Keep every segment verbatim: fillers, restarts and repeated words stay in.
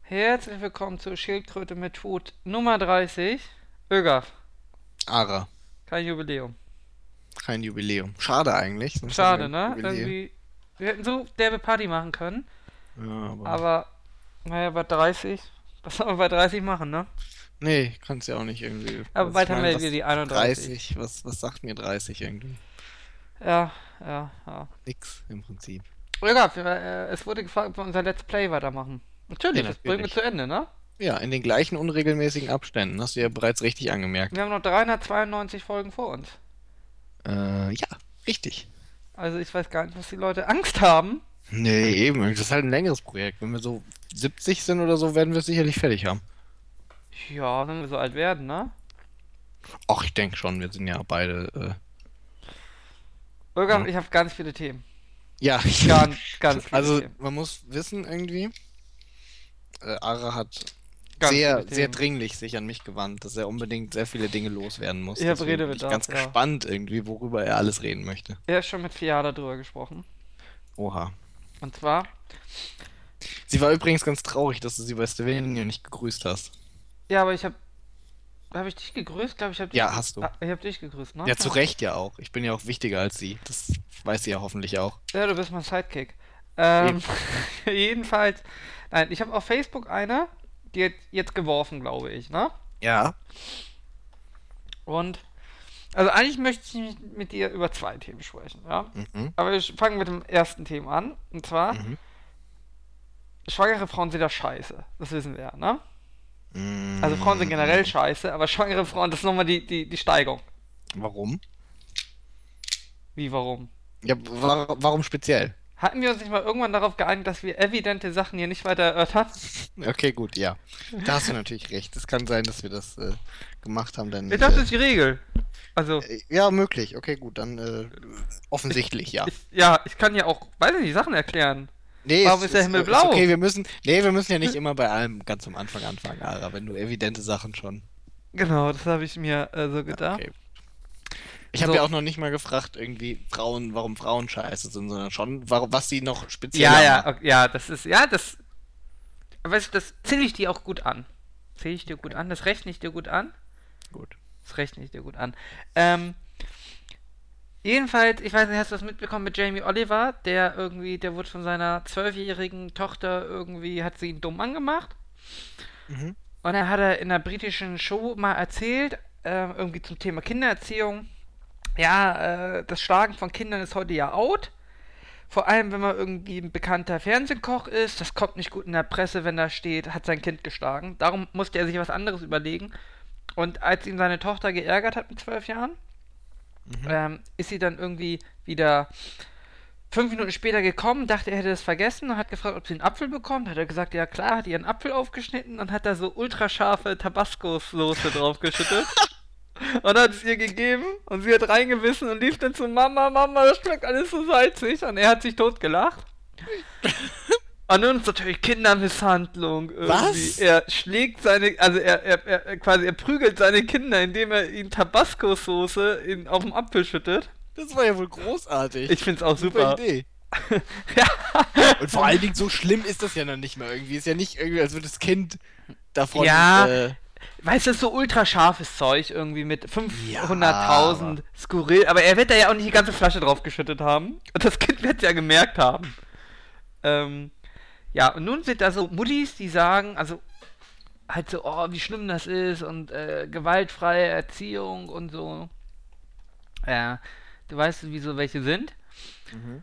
Herzlich willkommen zur Schildkröte mit Tod Nummer dreißig. Ögaf, Ara, kein Jubiläum. kein Jubiläum. Schade eigentlich, sonst hätten wir Schade, ein ne? Jubiläum. Irgendwie, wir hätten so derbe Party machen können, Ja, aber. aber, naja, bei dreißig, was soll man bei dreißig machen, ne? Nee, kann's ja auch nicht irgendwie. Aber Was, ich bald haben meine, wir wieder was die einunddreißig. dreißig, was, was sagt mir dreißig irgendwie? Ja, ja, ja. Nix im Prinzip. Ögaf, äh, es wurde gefragt, ob wir unser Let's Play weitermachen. Ja, Natürlich, das bringen wir zu natürlich. Ende, ne? Ja, in den gleichen unregelmäßigen Abständen, hast du ja bereits richtig angemerkt. Wir haben noch dreihundertzweiundneunzig Folgen vor uns. Äh, ja, richtig. Also ich weiß gar nicht, was die Leute Angst haben. Nee, eben, das ist halt ein längeres Projekt. Wenn wir so siebzig sind oder so, werden wir es sicherlich fertig haben. Ja, wenn wir so alt werden, ne? Ach, ich denke schon, wir sind ja beide, äh, Ögaf, ne? ich habe ganz viele Themen. Ja, Ganz, ganz viele also Themen. man muss wissen irgendwie, äh, Ara hat Ganz viele sehr, sehr Themen. dringlich sich an mich gewandt, dass er unbedingt sehr viele Dinge loswerden muss. Ich habe Deswegen bin ich Redebedarf, ganz ja. gespannt irgendwie, worüber er alles reden möchte. Er ist schon mit Fiala drüber gesprochen. Oha. Und zwar, Sie war übrigens ganz traurig, dass du sie bei Stevenio nicht gegrüßt hast. ja, aber ich habe, habe ich dich gegrüßt? Glaube ich, habe dich, Ja, ge hast du. ah, ich habe dich gegrüßt, ne? Ja, zu Recht ja auch. Ich bin ja auch wichtiger als sie. Das weiß sie ja hoffentlich auch. Ja, du bist mein Sidekick. Ähm, Eben. jedenfalls, nein, ich habe auf Facebook eine, die hat jetzt geworfen, glaube ich, ne? Ja. Und, also eigentlich möchte ich mit dir über zwei Themen sprechen, ja? Mhm. Aber wir fangen mit dem ersten Thema an. Und zwar, Mhm. schwangere Frauen sind ja scheiße. Das wissen wir ja, ne? Also Frauen sind generell Mm, scheiße, aber schwangere Frauen, das ist nochmal die, die, die Steigung. warum? Wie, warum? Ja, wa warum speziell? Hatten wir uns nicht mal irgendwann darauf geeinigt, dass wir evidente Sachen hier nicht weiter erörtern? Okay, gut, ja. Da hast du natürlich recht. Es kann sein, dass wir das äh, gemacht haben, Ich denn dachte, das äh, ist die Regel. Also, äh, ja, möglich. Okay, gut, dann äh, ich, offensichtlich, ja. ich, ja, ich kann ja auch, weiß ich nicht, Sachen erklären. Nee, Warum es ist der ist, Himmel äh, ist blau? okay, wir müssen, nee, wir müssen ja nicht immer bei allem ganz am Anfang anfangen, Ara, wenn du evidente Sachen schon. Genau, das habe ich mir äh, so Ja, gedacht. okay. Ich habe ja So, auch noch nicht mal gefragt, irgendwie Frauen, warum Frauen scheiße sind, sondern schon, warum, was sie noch ja, spezieller ja, macht. okay, ja, das ist, ja, das, weißt du, das zähle ich dir auch gut an. Zähle ich dir gut Okay, an, das rechne ich dir gut an. gut. Das rechne ich dir gut an. Ähm, Jedenfalls, ich weiß nicht, hast du das mitbekommen mit Jamie Oliver? Der irgendwie, der wurde von seiner zwölfjährigen Tochter irgendwie, hat sie ihn dumm angemacht. Mhm. Und er hat er in einer britischen Show mal erzählt, äh, irgendwie zum Thema Kindererziehung. Ja, äh, das Schlagen von Kindern ist heute ja out. Vor allem, wenn man irgendwie ein bekannter Fernsehkoch ist. Das kommt nicht gut in der Presse, wenn da steht, hat sein Kind geschlagen. Darum musste er sich was anderes überlegen. Und als ihn seine Tochter geärgert hat mit zwölf Jahren, Mhm. ähm, ist sie dann irgendwie wieder fünf Minuten später gekommen, dachte, er hätte es vergessen und hat gefragt, ob sie einen Apfel bekommt. Hat er gesagt, ja klar, hat ihr einen Apfel aufgeschnitten und hat da so ultrascharfe Tabasco-Soße draufgeschüttet und hat es ihr gegeben und sie hat reingebissen und lief dann zu Mama, Mama, das schmeckt alles so salzig und er hat sich totgelacht. Und nun ist natürlich Kindermisshandlung irgendwie. Was? Er schlägt seine, also er, er, er quasi, er prügelt seine Kinder, indem er ihnen Tabasco-Soße in, auf dem Apfel schüttet. Das war ja wohl großartig. Ich find's auch Super super. Idee. Ja. Und vor allen Dingen so schlimm ist das ja noch nicht mal irgendwie. Ist ja nicht irgendwie, als würde das Kind davon, Ja, äh, weißt du, so ultrascharfes Zeug irgendwie mit ja, aber. fünfhunderttausend skurril, aber er wird da ja auch nicht die ganze Flasche drauf geschüttet haben. Und das Kind wird ja gemerkt haben. Ähm, ja, und nun sind da so Muttis, die sagen, also halt so, oh, wie schlimm das ist und äh, gewaltfreie Erziehung und so. Ja, du weißt, wie so welche sind. Mhm.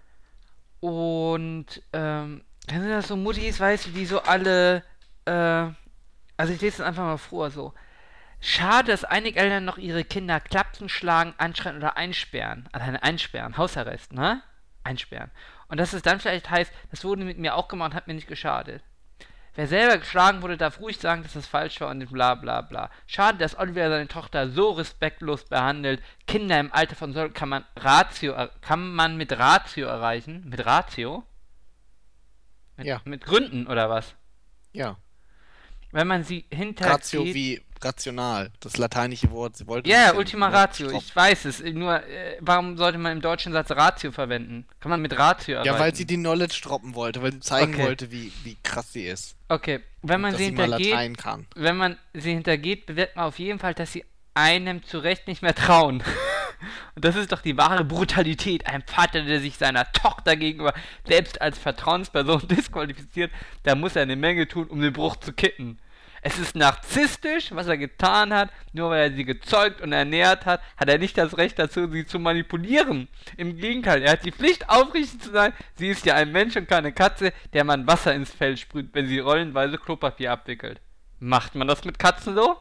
Und ähm, dann sind das so Muttis, weißt du, die so alle, äh, also ich lese es einfach mal vor, so. Schade, dass einige Eltern noch ihre Kinder klapsen, schlagen, anschreien oder einsperren. Alleine einsperren, Hausarrest, ne? Einsperren. Und dass es dann vielleicht heißt, das wurde mit mir auch gemacht und hat mir nicht geschadet. Wer selber geschlagen wurde, darf ruhig sagen, dass das falsch war und bla bla bla. Schade, dass Oliver seine Tochter so respektlos behandelt. Kinder im Alter von so kann man Ratio, kann man mit Ratio erreichen? Mit Ratio? Mit, Ja, mit Gründen oder was? ja. wenn man sie Ratio hintergeht. wie rational. Das lateinische Wort, sie wollte Ja, ein yeah, bisschen Ultima Wort Ratio, stoppen. ich weiß es. Nur, äh, warum sollte man im deutschen Satz Ratio verwenden? Kann man mit Ratio arbeiten? Ja, weil sie die Knowledge droppen wollte, weil sie zeigen Okay. wollte, wie, wie krass sie ist. Okay, wenn man Dass sie sie mal hintergeht, Latein kann. wenn man sie hintergeht, bewirkt man auf jeden Fall, dass sie einem zu Recht nicht mehr trauen. Und das ist doch die wahre Brutalität. Ein Vater, der sich seiner Tochter gegenüber selbst als Vertrauensperson disqualifiziert, da muss er eine Menge tun, um den Bruch zu kitten. Es ist narzisstisch, was er getan hat. Nur weil er sie gezeugt und ernährt hat, hat er nicht das Recht dazu, sie zu manipulieren. Im Gegenteil, er hat die Pflicht, aufrichtig zu sein. Sie ist ja ein Mensch und keine Katze, der man Wasser ins Fell sprüht, wenn sie rollenweise Klopapier abwickelt. Macht man das mit Katzen so?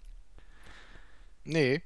Nee.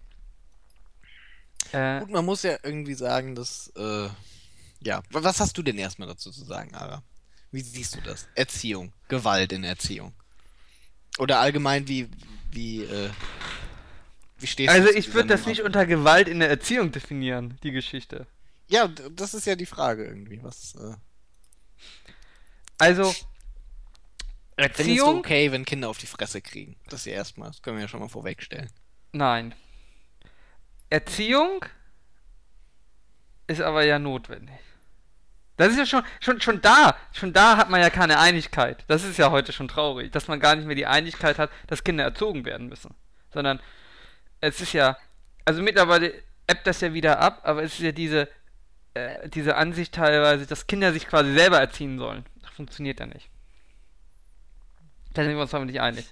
Äh, Gut, man muss ja irgendwie sagen, dass, äh, ja. Was hast du denn erstmal dazu zu sagen, Ara? Wie siehst du das? Erziehung, Gewalt in Erziehung. Oder allgemein, wie, wie, äh, wie stehst also du zu ich dieser würde das Nummer? nicht unter Gewalt in der Erziehung definieren, die Geschichte. Ja, d- das ist ja die Frage irgendwie. Was, äh, Also, findest du Erziehung? okay, wenn Kinder auf die Fresse kriegen? Das ist ja erstmal, das können wir ja schon mal vorwegstellen. Nein. Erziehung ist aber ja notwendig. Das ist ja schon, schon, schon da, schon da hat man ja keine Einigkeit. Das ist ja heute schon traurig, dass man gar nicht mehr die Einigkeit hat, dass Kinder erzogen werden müssen. Sondern es ist ja, also mittlerweile ebbt das ja wieder ab, aber es ist ja diese, äh, diese Ansicht teilweise, dass Kinder sich quasi selber erziehen sollen. Das funktioniert ja nicht. Da sind wir uns aber nicht einig.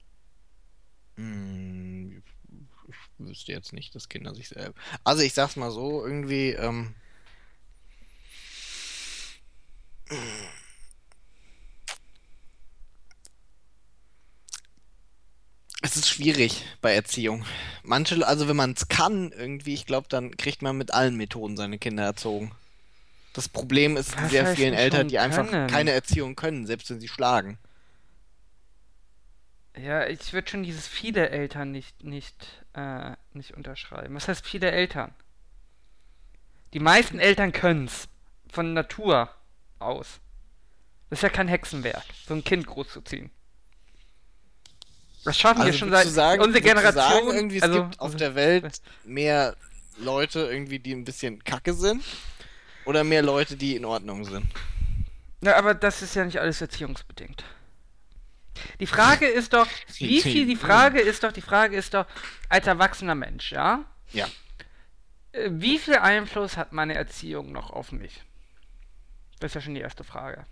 Hm, ich wüsste jetzt nicht, dass Kinder sich selber. Also ich sag's mal so, irgendwie, ähm. Es ist schwierig bei Erziehung. Manche, also wenn man es kann, irgendwie, ich glaube, dann kriegt man mit allen Methoden seine Kinder erzogen. Das Problem ist Was sehr heißt vielen denn Eltern, schon die einfach können? keine Erziehung können, selbst wenn sie schlagen. Ja, ich würde schon dieses viele Eltern nicht, nicht, äh, nicht unterschreiben. Was heißt viele Eltern? Die meisten Eltern können's. Von Natur aus. Das ist ja kein Hexenwerk, so ein Kind großzuziehen. Das schaffen wir Also schon würdest seit du sagen, unsere würdest du Generation. sagen, irgendwie, es also, gibt auf der Welt mehr Leute irgendwie, die ein bisschen kacke sind? Oder mehr Leute, die in Ordnung sind? ja, aber das ist ja nicht alles erziehungsbedingt. Die Frage ist doch, wie viel, die Frage ist doch, die Frage ist doch, als erwachsener Mensch, ja? Ja. Äh, Wie viel Einfluss hat meine Erziehung noch auf mich? Das ist ja schon die erste Frage.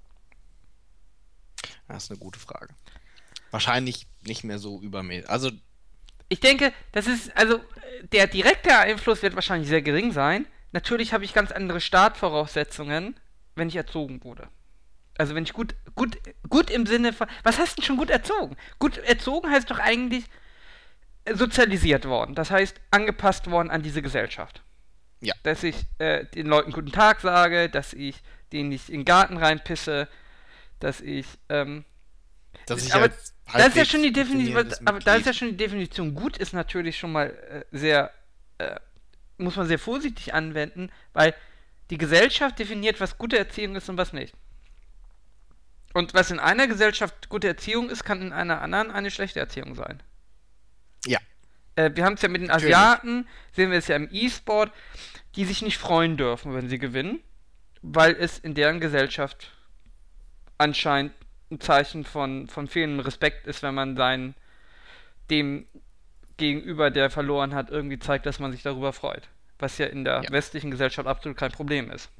Das ist eine gute Frage. Wahrscheinlich nicht mehr so übermäßig. Also, Ich denke, das ist, also, äh, der direkte Einfluss wird wahrscheinlich sehr gering sein. Natürlich habe ich ganz andere Startvoraussetzungen, wenn ich erzogen wurde. Also wenn ich gut, gut, gut im Sinne von, was heißt denn schon gut erzogen? Gut erzogen heißt doch eigentlich äh, sozialisiert worden. Das heißt, angepasst worden an diese Gesellschaft. Ja. Dass ich äh, den Leuten guten Tag sage, dass ich denen nicht in den Garten reinpisse, dass ich, ähm, dass ich aber als da ist ja halbwegs schon die Definition, funktionierendes aber da ist ja Mitglied- schon die Definition gut ist natürlich schon mal äh, sehr, äh, muss man sehr vorsichtig anwenden, weil die Gesellschaft definiert, was gute Erziehung ist und was nicht. Und was in einer Gesellschaft gute Erziehung ist, kann in einer anderen eine schlechte Erziehung sein. Ja. Äh, wir haben es ja mit den Natürlich. Asiaten, sehen wir es ja im E-Sport, die sich nicht freuen dürfen, wenn sie gewinnen, weil es in deren Gesellschaft anscheinend ein Zeichen von, von fehlendem Respekt ist, wenn man sein dem Gegenüber, der verloren hat, irgendwie zeigt, dass man sich darüber freut. Was ja in der Ja. westlichen Gesellschaft absolut kein Problem ist.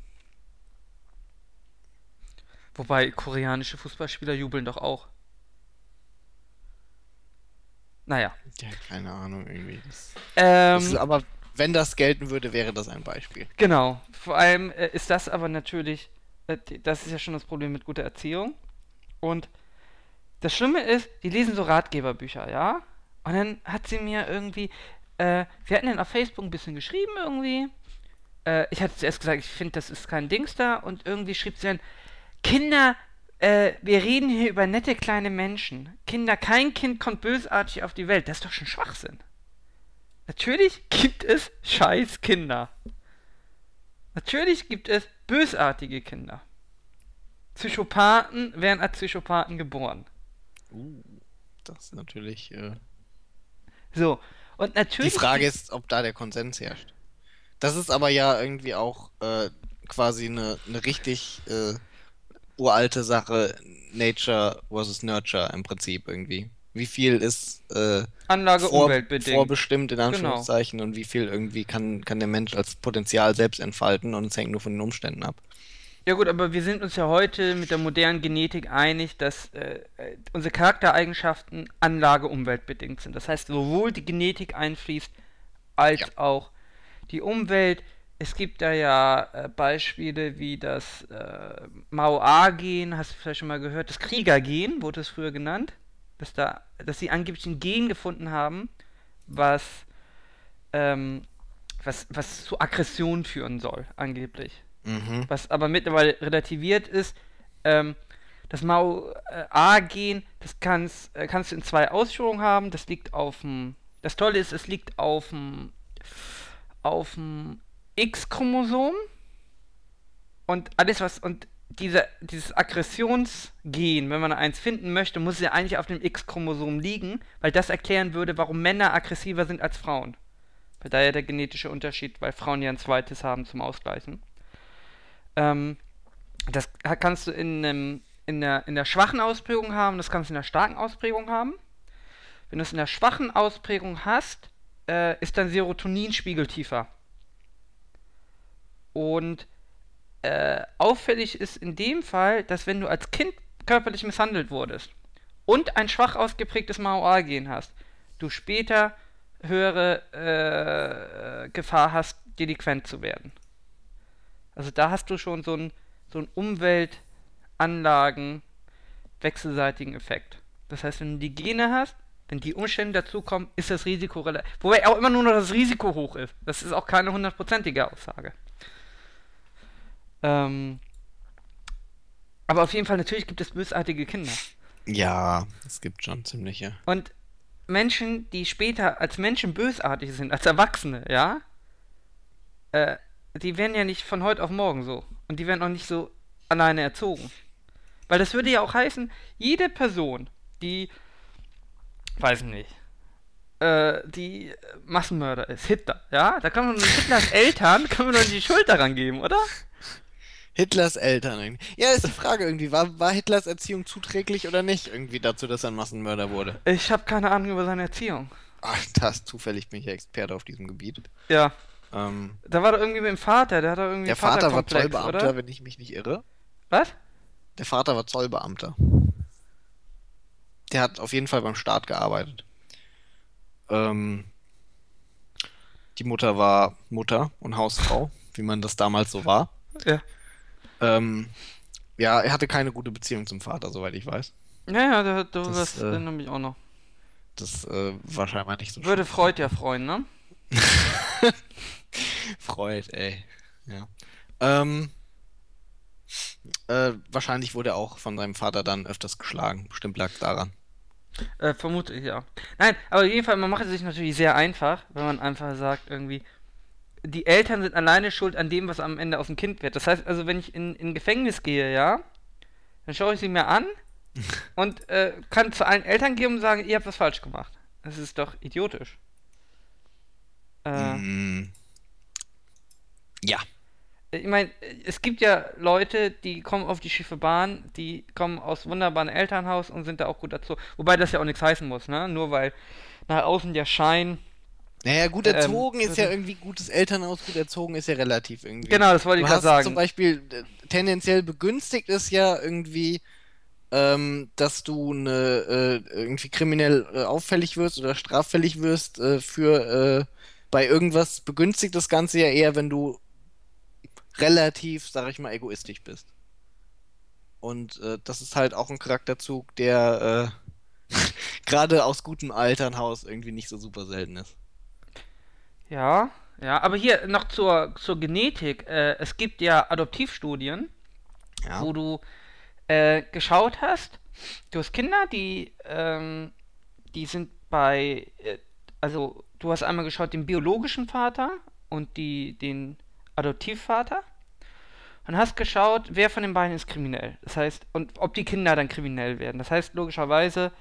Wobei koreanische Fußballspieler jubeln doch auch. Naja. Ja, keine Ahnung, irgendwie. Das, das ist, Ähm, aber wenn das gelten würde, wäre das ein Beispiel. genau. Vor allem äh, ist das aber natürlich, äh, die- das ist ja schon das Problem mit guter Erziehung. Und das Schlimme ist, die lesen so Ratgeberbücher, ja? Und dann hat sie mir irgendwie, äh, wir hatten dann auf Facebook ein bisschen geschrieben irgendwie. Äh, ich hatte zuerst gesagt, ich finde, das ist kein Dings da. Und irgendwie schrieb sie dann, Kinder, äh, wir reden hier über nette kleine Menschen. Kinder, kein Kind kommt bösartig auf die Welt. Das ist doch schon Schwachsinn. Natürlich gibt es scheiß Kinder. Natürlich gibt es bösartige Kinder. Psychopathen werden als Psychopathen geboren. Uh. Das ist natürlich. Äh, So, und die natürlich Frage gibt ist, ob da der Konsens herrscht. Das ist aber ja irgendwie auch äh, quasi eine, eine richtig äh, uralte Sache, Nature versus Nurture im Prinzip irgendwie. Wie viel ist äh, Anlage vor, umweltbedingt. vorbestimmt in Genau. Anführungszeichen und wie viel irgendwie kann, kann der Mensch als Potenzial selbst entfalten und es hängt nur von den Umständen ab. Ja gut, aber wir sind uns ja heute mit der modernen Genetik einig, dass äh, äh, unsere Charaktereigenschaften Anlage umweltbedingt sind. Das heißt, sowohl die Genetik einfließt, Ja. als auch die Umwelt. Es gibt da ja äh, Beispiele wie das äh, Mao-A-Gen, hast du vielleicht schon mal gehört, das Kriegergen wurde es früher genannt, dass da, dass sie angeblich ein Gen gefunden haben, was, ähm, was, was zu Aggression führen soll, angeblich. Mhm. Was aber mittlerweile relativiert ist. Ähm, das Mao-A-Gen, das kannst, äh, kannst du in zwei Ausführungen haben. Das liegt auf dem. Das Tolle ist, es liegt auf dem auf dem X-Chromosom und alles was und diese, dieses Aggressionsgen, wenn man eins finden möchte, muss es ja eigentlich auf dem X-Chromosom liegen, weil das erklären würde, warum Männer aggressiver sind als Frauen. Weil daher der genetische Unterschied, weil Frauen ja ein zweites haben zum Ausgleichen. Ähm, das kannst du in, einem, in, der, in der schwachen Ausprägung haben, das kannst du in der starken Ausprägung haben. Wenn du es in der schwachen Ausprägung hast, äh, ist dein Serotoninspiegel tiefer. Und äh, auffällig ist in dem Fall, dass wenn du als Kind körperlich misshandelt wurdest und ein schwach ausgeprägtes Mao-A-Gen hast, du später höhere äh, Gefahr hast, delinquent zu werden. Also da hast du schon so einen so einen Umweltanlagen wechselseitigen Effekt. Das heißt, wenn du die Gene hast, wenn die Umstände dazukommen, ist das Risiko relativ. Wobei auch immer nur noch das Risiko hoch ist. Das ist auch keine hundertprozentige Aussage. Ähm, aber auf jeden Fall, natürlich gibt es bösartige Kinder. Ja, es gibt schon ziemliche. Und Menschen, die später als Menschen bösartig sind, als Erwachsene, ja, äh, die werden ja nicht von heute auf morgen so. Und die werden auch nicht so alleine erzogen. Weil das würde ja auch heißen, jede Person, die, weiß nicht, äh, die Massenmörder ist, Hitler, ja, da kann man Hitlers Eltern, kann man doch die Schuld daran geben, oder? Hitlers Eltern irgendwie. Ja, ist die Frage irgendwie, war, war Hitlers Erziehung zuträglich oder nicht irgendwie dazu, dass er ein Massenmörder wurde? Ich habe keine Ahnung über seine Erziehung. Ach, das zufällig bin ich ja Experte auf diesem Gebiet. Ja, Ähm, da war doch irgendwie mit dem Vater, der hat doch irgendwie der einen Vater war Vaterkomplex, Zollbeamter, oder? wenn ich mich nicht irre. Was? Der Vater war Zollbeamter. Der hat auf jeden Fall beim Staat gearbeitet. Ähm, die Mutter war Mutter und Hausfrau, wie man das damals so war. Ja. Ähm, ja, er hatte keine gute Beziehung zum Vater, soweit ich weiß. Ja, ja, da, da, Das, das äh, erinnert mich auch noch. das äh, war scheinbar nicht so Würde schön. Freud ja freuen, ne? Freud, ey. Ja. Ähm, äh, wahrscheinlich wurde er auch von seinem Vater dann öfters geschlagen. Bestimmt lag es daran. Äh, vermute ich, ja. Nein, aber auf jeden Fall, man macht es sich natürlich sehr einfach, wenn man einfach sagt, irgendwie, die Eltern sind alleine schuld an dem, was am Ende aus dem Kind wird. Das heißt also, wenn ich in, in Gefängnis gehe, ja, dann schaue ich sie mir an und äh, kann zu allen Eltern gehen und sagen, ihr habt was falsch gemacht. Das ist doch idiotisch. Äh, Mm, ja. ich meine, es gibt ja Leute, die kommen auf die schiefe Bahn, die kommen aus wunderbaren Elternhaus und sind da auch gut dazu. Wobei das ja auch nichts heißen muss, ne? Nur weil nach außen der Schein. Naja, gut Ähm, erzogen ist ja irgendwie gutes Elternhaus, gut erzogen ist ja relativ irgendwie. genau, das wollte Du ich gerade hast zum sagen. Beispiel, äh, tendenziell begünstigt ist ja irgendwie, ähm, dass du eine, äh, irgendwie kriminell äh, auffällig wirst oder straffällig wirst äh, für äh, bei irgendwas begünstigt das Ganze ja eher, wenn du relativ, sag ich mal, egoistisch bist. Und äh, das ist halt auch ein Charakterzug, der äh, gerade aus gutem Elternhaus irgendwie nicht so super selten ist. Ja, ja, aber hier noch zur, zur Genetik. Äh, es gibt ja Adoptivstudien, Ja. wo du äh, geschaut hast, du hast Kinder, die, ähm, die sind bei, äh, also du hast einmal geschaut den biologischen Vater und die, den Adoptivvater und hast geschaut, wer von den beiden ist kriminell. Das heißt, und ob die Kinder dann kriminell werden. Das heißt, logischerweise,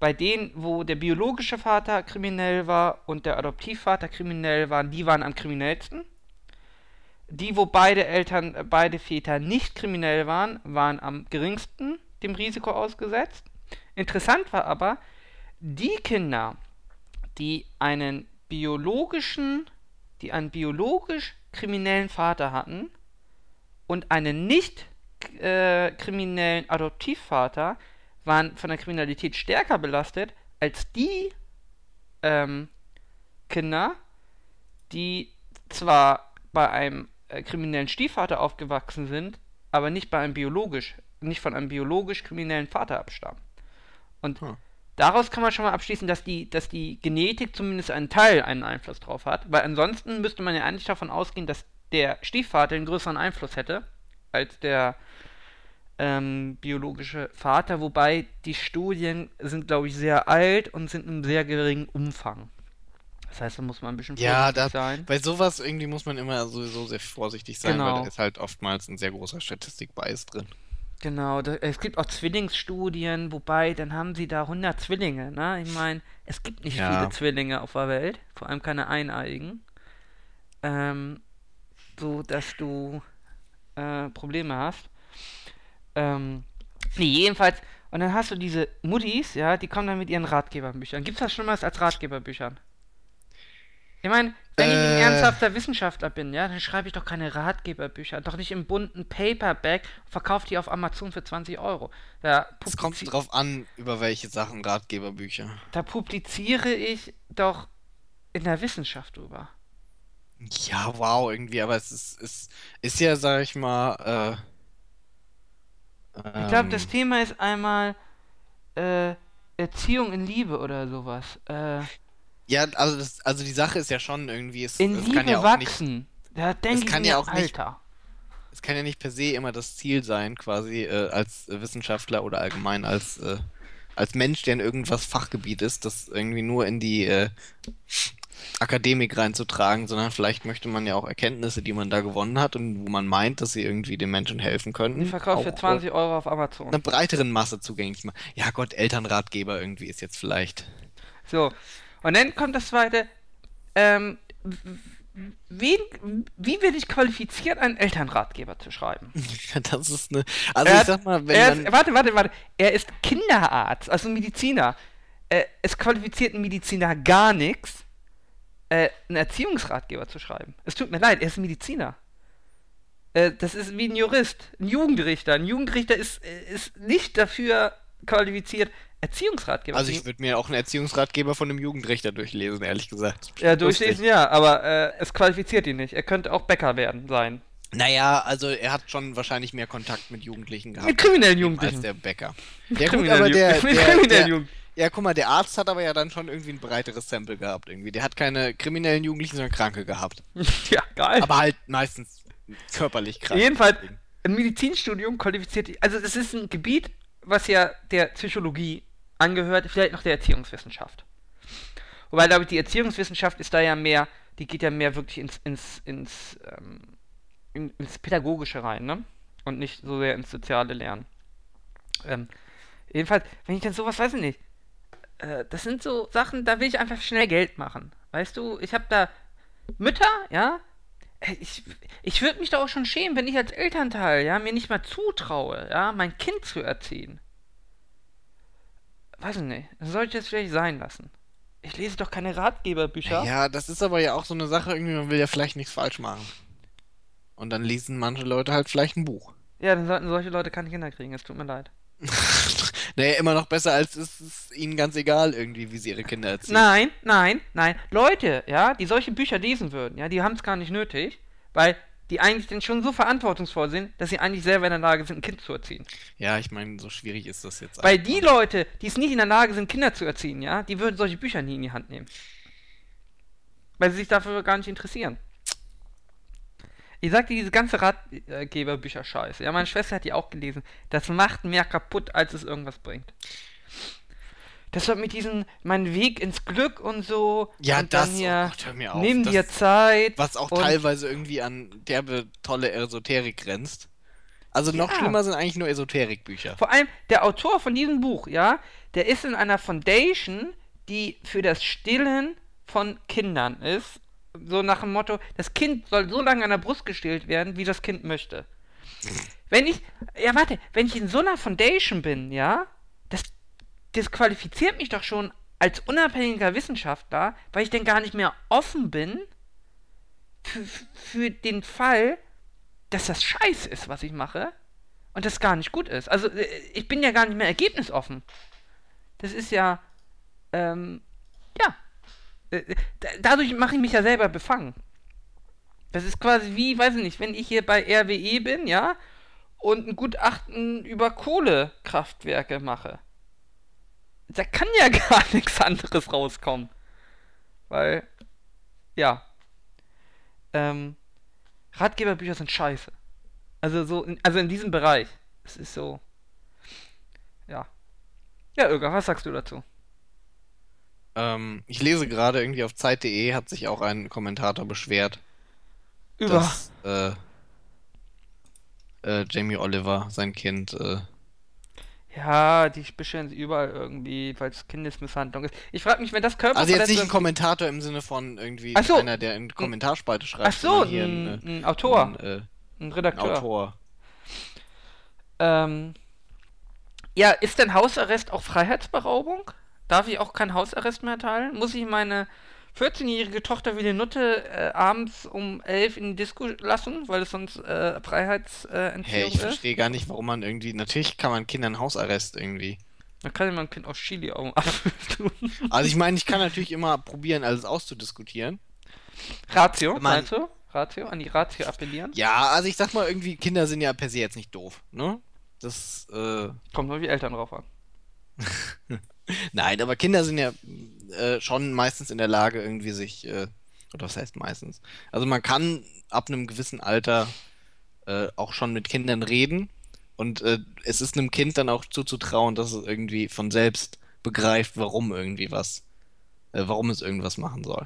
bei denen, wo der biologische Vater kriminell war und der Adoptivvater kriminell waren, die waren am kriminellsten. Die, wo beide Eltern, äh, beide Väter nicht kriminell waren, waren am geringsten dem Risiko ausgesetzt. Interessant war aber, die Kinder, die einen biologischen, die einen biologisch kriminellen Vater hatten und einen nicht äh, kriminellen Adoptivvater, waren von der Kriminalität stärker belastet als die ähm, Kinder, die zwar bei einem äh, kriminellen Stiefvater aufgewachsen sind, aber nicht bei einem biologisch, nicht von einem biologisch kriminellen Vater abstammen. Und hm. daraus kann man schon mal abschließen, dass die, dass die Genetik zumindest einen Teil einen Einfluss drauf hat, weil ansonsten müsste man ja eigentlich davon ausgehen, dass der Stiefvater einen größeren Einfluss hätte als der ähm, biologische Vater, wobei die Studien sind, glaube ich, sehr alt und sind in einem sehr geringen Umfang. Das heißt, da muss man ein bisschen Ja, vorsichtig da, sein. bei sowas irgendwie muss man immer sowieso sehr vorsichtig sein, weil Genau. da ist halt oftmals ein sehr großer Statistik-Bias drin. Genau, da, es gibt auch Zwillingsstudien, wobei dann haben sie da hundert Zwillinge, ne? Ich meine, es gibt nicht Ja. viele Zwillinge auf der Welt, vor allem keine eineiigen, ähm, so dass du äh, Probleme hast. Ähm, nee, jedenfalls, und dann hast du diese Muttis, ja, die kommen dann mit ihren Ratgeberbüchern. Gibt's das schon mal als Ratgeberbüchern? Ich meine, wenn ich ein Äh. ernsthafter Wissenschaftler bin, ja, dann schreibe ich doch keine Ratgeberbücher, doch nicht im bunten Paperback, verkaufe die auf Amazon für zwanzig Euro. Da, Es kommt publizi- drauf an, über welche Sachen Ratgeberbücher. da publiziere ich doch in der Wissenschaft drüber. Ja, wow, irgendwie, aber es ist, ist, ist ja, sag ich mal, äh, Ich glaube, das ähm, Thema ist einmal äh, Erziehung in Liebe oder sowas. Äh, ja, also das, also die Sache ist ja schon irgendwie, es, in es Liebe kann ja auch nicht, wachsen. Da denke ich kann mir, ja auch nicht- Alter. es kann ja nicht per se immer das Ziel sein, quasi äh, als äh, Wissenschaftler oder allgemein als, äh, als Mensch, der in irgendwas Fachgebiet ist, das irgendwie nur in die äh, Akademik reinzutragen, sondern vielleicht möchte man ja auch Erkenntnisse, die man da gewonnen hat und wo man meint, dass sie irgendwie den Menschen helfen könnten, Ich verkaufe für auch, äh, zwanzig Euro auf Amazon. einer breiteren Masse zugänglich machen. Ja Gott, Elternratgeber irgendwie ist jetzt vielleicht. So. Und dann kommt das zweite. Ähm, w- wen, wie werde ich qualifiziert, einen Elternratgeber zu schreiben? Das ist eine. Also Er ich hat- sag mal, wenn er man. ist, warte, warte, warte. Er ist Kinderarzt, also Mediziner. Äh, es qualifiziert ein Mediziner gar nichts, äh, einen Erziehungsratgeber zu schreiben. Es tut mir leid, er ist Mediziner. Äh, das ist wie ein Jurist, ein Jugendrichter. Ein Jugendrichter ist, äh, ist nicht dafür qualifiziert, Erziehungsratgeber Also zu ich würde mir auch einen Erziehungsratgeber von einem Jugendrichter durchlesen, ehrlich gesagt. Ja, Lustig. durchlesen ja, aber äh, es qualifiziert ihn nicht. Er könnte auch Bäcker werden sein. Naja, also er hat schon wahrscheinlich mehr Kontakt mit Jugendlichen gehabt. Mit kriminellen als Jugendlichen. der Bäcker. Mit Ja gut, kriminellen aber der, Ju- mit der, kriminellen der, Jugend- ja guck mal, der Arzt hat aber ja dann schon irgendwie ein breiteres Sample gehabt irgendwie. Der hat keine kriminellen Jugendlichen, sondern Kranke gehabt. Ja, geil. Aber halt meistens körperlich krank. Jedenfalls, ein Medizinstudium qualifiziert. Also, es ist ein Gebiet, was ja der Psychologie angehört, vielleicht noch der Erziehungswissenschaft. Wobei, glaube ich, die Erziehungswissenschaft ist da ja mehr, die geht ja mehr wirklich ins, ins, ins, ähm, in, ins Pädagogische rein, ne? Und nicht so sehr ins soziale Lernen. Ähm, jedenfalls, wenn ich dann sowas, weiß ich nicht, äh, das sind so Sachen, da will ich einfach schnell Geld machen. Weißt du, ich habe da Mütter, ja, Äh, ich, ich würde mich da auch schon schämen, wenn ich als Elternteil, ja, mir nicht mal zutraue, ja, mein Kind zu erziehen. Weiß ich nicht, dann sollte ich das vielleicht sein lassen. Ich lese doch keine Ratgeberbücher. Ja, das ist aber ja auch so eine Sache, irgendwie, man will ja vielleicht nichts falsch machen. Und dann lesen manche Leute halt vielleicht ein Buch. Ja, dann sollten solche Leute keine Kinder kriegen, es tut mir leid. Naja, immer noch besser, als ist es ihnen ganz egal irgendwie, wie sie ihre Kinder erziehen. Nein, nein, nein. Leute, ja, die solche Bücher lesen würden, ja, die haben es gar nicht nötig, weil die eigentlich dann schon so verantwortungsvoll sind, dass sie eigentlich selber in der Lage sind, ein Kind zu erziehen. Ja, ich meine, so schwierig ist das jetzt Weil auch. die Leute, die es nicht in der Lage sind, Kinder zu erziehen, ja, die würden solche Bücher nie in die Hand nehmen. Weil sie sich dafür gar nicht interessieren. Ich sag dir, diese ganze Ratgeberbücher-Scheiße. Ja, meine Schwester hat die auch gelesen. Das macht mehr kaputt, als es irgendwas bringt. Das wird mit diesem, mein Weg ins Glück und so. Ja, und das, dann hier, oh Gott, hör mir auf. nimm Das- dir Zeit. Was auch und, teilweise irgendwie an derbe tolle Esoterik grenzt. Also noch Ja. schlimmer sind eigentlich nur Esoterikbücher. Vor allem der Autor von diesem Buch, ja, der ist in einer Foundation, die für das Stillen von Kindern ist. So nach dem Motto, das Kind soll so lange an der Brust gestillt werden, wie das Kind möchte. Wenn ich, ja warte, wenn ich in so einer Foundation bin, ja, das disqualifiziert mich doch schon als unabhängiger Wissenschaftler, weil ich denn gar nicht mehr offen bin für, für den Fall, dass das scheiße ist, was ich mache und das gar nicht gut ist. Also ich bin ja gar nicht mehr ergebnisoffen. Das ist ja, ähm, ja, äh, dadurch mache ich mich ja selber befangen. Das ist quasi wie, weiß ich nicht, wenn ich hier bei R W E bin, ja, und ein Gutachten über Kohlekraftwerke mache. Da kann ja gar nichts anderes rauskommen. Weil, ja, ähm, Ratgeberbücher sind scheiße. Also so, in, also in diesem Bereich. Es ist so, ja. Ja, Irga, was sagst du dazu? Ähm, ich lese gerade irgendwie auf Zeit punkt de hat sich auch ein Kommentator beschwert, Über. dass äh, äh, Jamie Oliver, sein Kind, äh, Ja, die beschweren sich überall irgendwie, weil es Kindesmisshandlung ist. Ich frage mich, wenn das also jetzt Körperverletzung... nicht ein Kommentator im Sinne von irgendwie Ach so. einer, der in Kommentarspalte schreibt, Ach so, sondern hier ein, ein, ein äh, Autor, ein, äh, ein ein Redakteur. Autor. Ähm, ja, ist denn Hausarrest auch Freiheitsberaubung? Darf ich auch keinen Hausarrest mehr erteilen? Muss ich meine vierzehnjährige Tochter wie die Nutte äh, abends um elf in die Disco lassen, weil es sonst äh, Hä, Freiheitsentziehung ich ist? verstehe gar nicht, warum man irgendwie. Natürlich kann man Kindern Hausarrest irgendwie. Dann kann ich mein Kind aus Chili auf den Apfel tun. Also ich meine, ich kann natürlich immer probieren, alles auszudiskutieren. Ratio, Wenn man- meinst du? Ratio, an die Ratio appellieren? Ja, also ich sag mal, irgendwie, Kinder sind ja per se jetzt nicht doof, ne? Das, äh, Kommt nur die Eltern drauf an. nein, aber Kinder sind ja äh, schon meistens in der Lage, irgendwie sich, äh, oder was heißt meistens? Also man kann ab einem gewissen Alter äh, auch schon mit Kindern reden und äh, es ist einem Kind dann auch zuzutrauen, dass es irgendwie von selbst begreift, warum irgendwie was, äh, warum es irgendwas machen soll.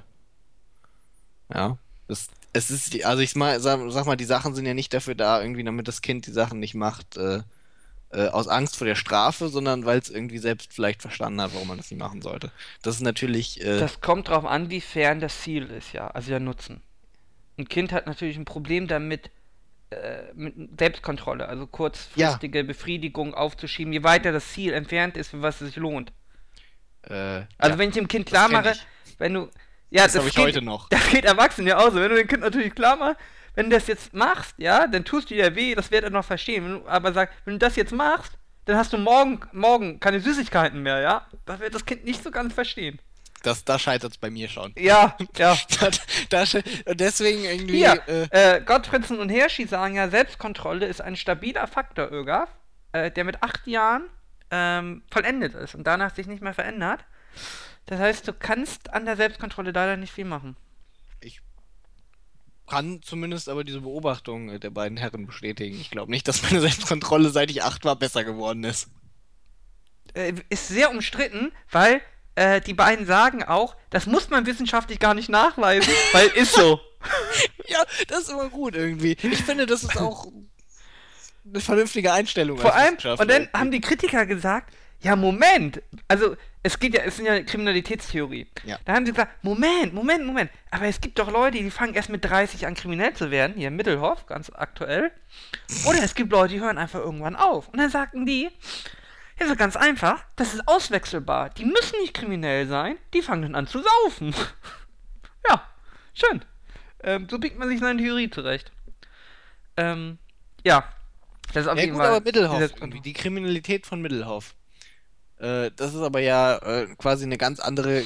Ja. Es, es ist, die- also ich mal, sag, sag mal, die Sachen sind ja nicht dafür da, irgendwie, damit das Kind die Sachen nicht macht, äh, äh, aus Angst vor der Strafe, sondern weil es irgendwie selbst vielleicht verstanden hat, warum man das nicht machen sollte. Das ist natürlich, äh, Das kommt drauf an, wie fern das Ziel ist, ja. Also der Nutzen. Ein Kind hat natürlich ein Problem damit, äh, mit Selbstkontrolle, also kurzfristige Befriedigung aufzuschieben, je weiter das Ziel entfernt ist, für was es sich lohnt. äh, Also ja, wenn ich dem Kind das klar kenn mache, ich. wenn du... Ja, Das habe ich geht, heute noch. Das geht Erwachsenen ja auch so. Wenn du dem Kind natürlich klar machst, wenn du das jetzt machst, ja, dann tust du dir weh, das wird er noch verstehen. Wenn du aber sagst, wenn du das jetzt machst, dann hast du morgen, morgen keine Süßigkeiten mehr, ja? Das wird das Kind nicht so ganz verstehen. Das, da scheitert es bei mir schon. Ja, ja. Da, da, sche- und deswegen irgendwie, Hier, äh, äh, Gottfriedsen und Hirschi sagen ja, Selbstkontrolle ist ein stabiler Faktor, Ögaf, äh, der mit acht Jahren ähm, vollendet ist und danach sich nicht mehr verändert. Das heißt, du kannst an der Selbstkontrolle leider nicht viel machen. ich kann zumindest aber diese Beobachtung äh, der beiden Herren bestätigen. Ich glaube nicht, dass meine Selbstkontrolle, seit ich acht war, besser geworden ist. Äh, ist sehr umstritten, weil äh, die beiden sagen auch, das muss man wissenschaftlich gar nicht nachweisen, weil ist so. Ja, das ist immer gut irgendwie. Ich finde, das ist auch eine vernünftige Einstellung Vor als allem, Wissenschaftler und dann irgendwie. haben die Kritiker gesagt, ja, Moment, also es geht ja, es sind ja Kriminalitätstheorie. Ja. Da haben sie gesagt, Moment, Moment, Moment, aber es gibt doch Leute, die fangen erst mit dreißig an kriminell zu werden, hier in Middelhoff, ganz aktuell. Oder es gibt Leute, die hören einfach irgendwann auf. Und dann sagten die, ja, so ganz einfach, das ist auswechselbar. Die müssen nicht kriminell sein, die fangen dann an zu saufen. Ja, schön. Ähm, so biegt man sich seine Theorie zurecht. Ähm, ja. Das ist auf Ja jeden gut, Fall aber Middelhoff diese- irgendwie, die Kriminalität von Middelhoff. Äh, das ist aber ja äh, quasi eine ganz andere.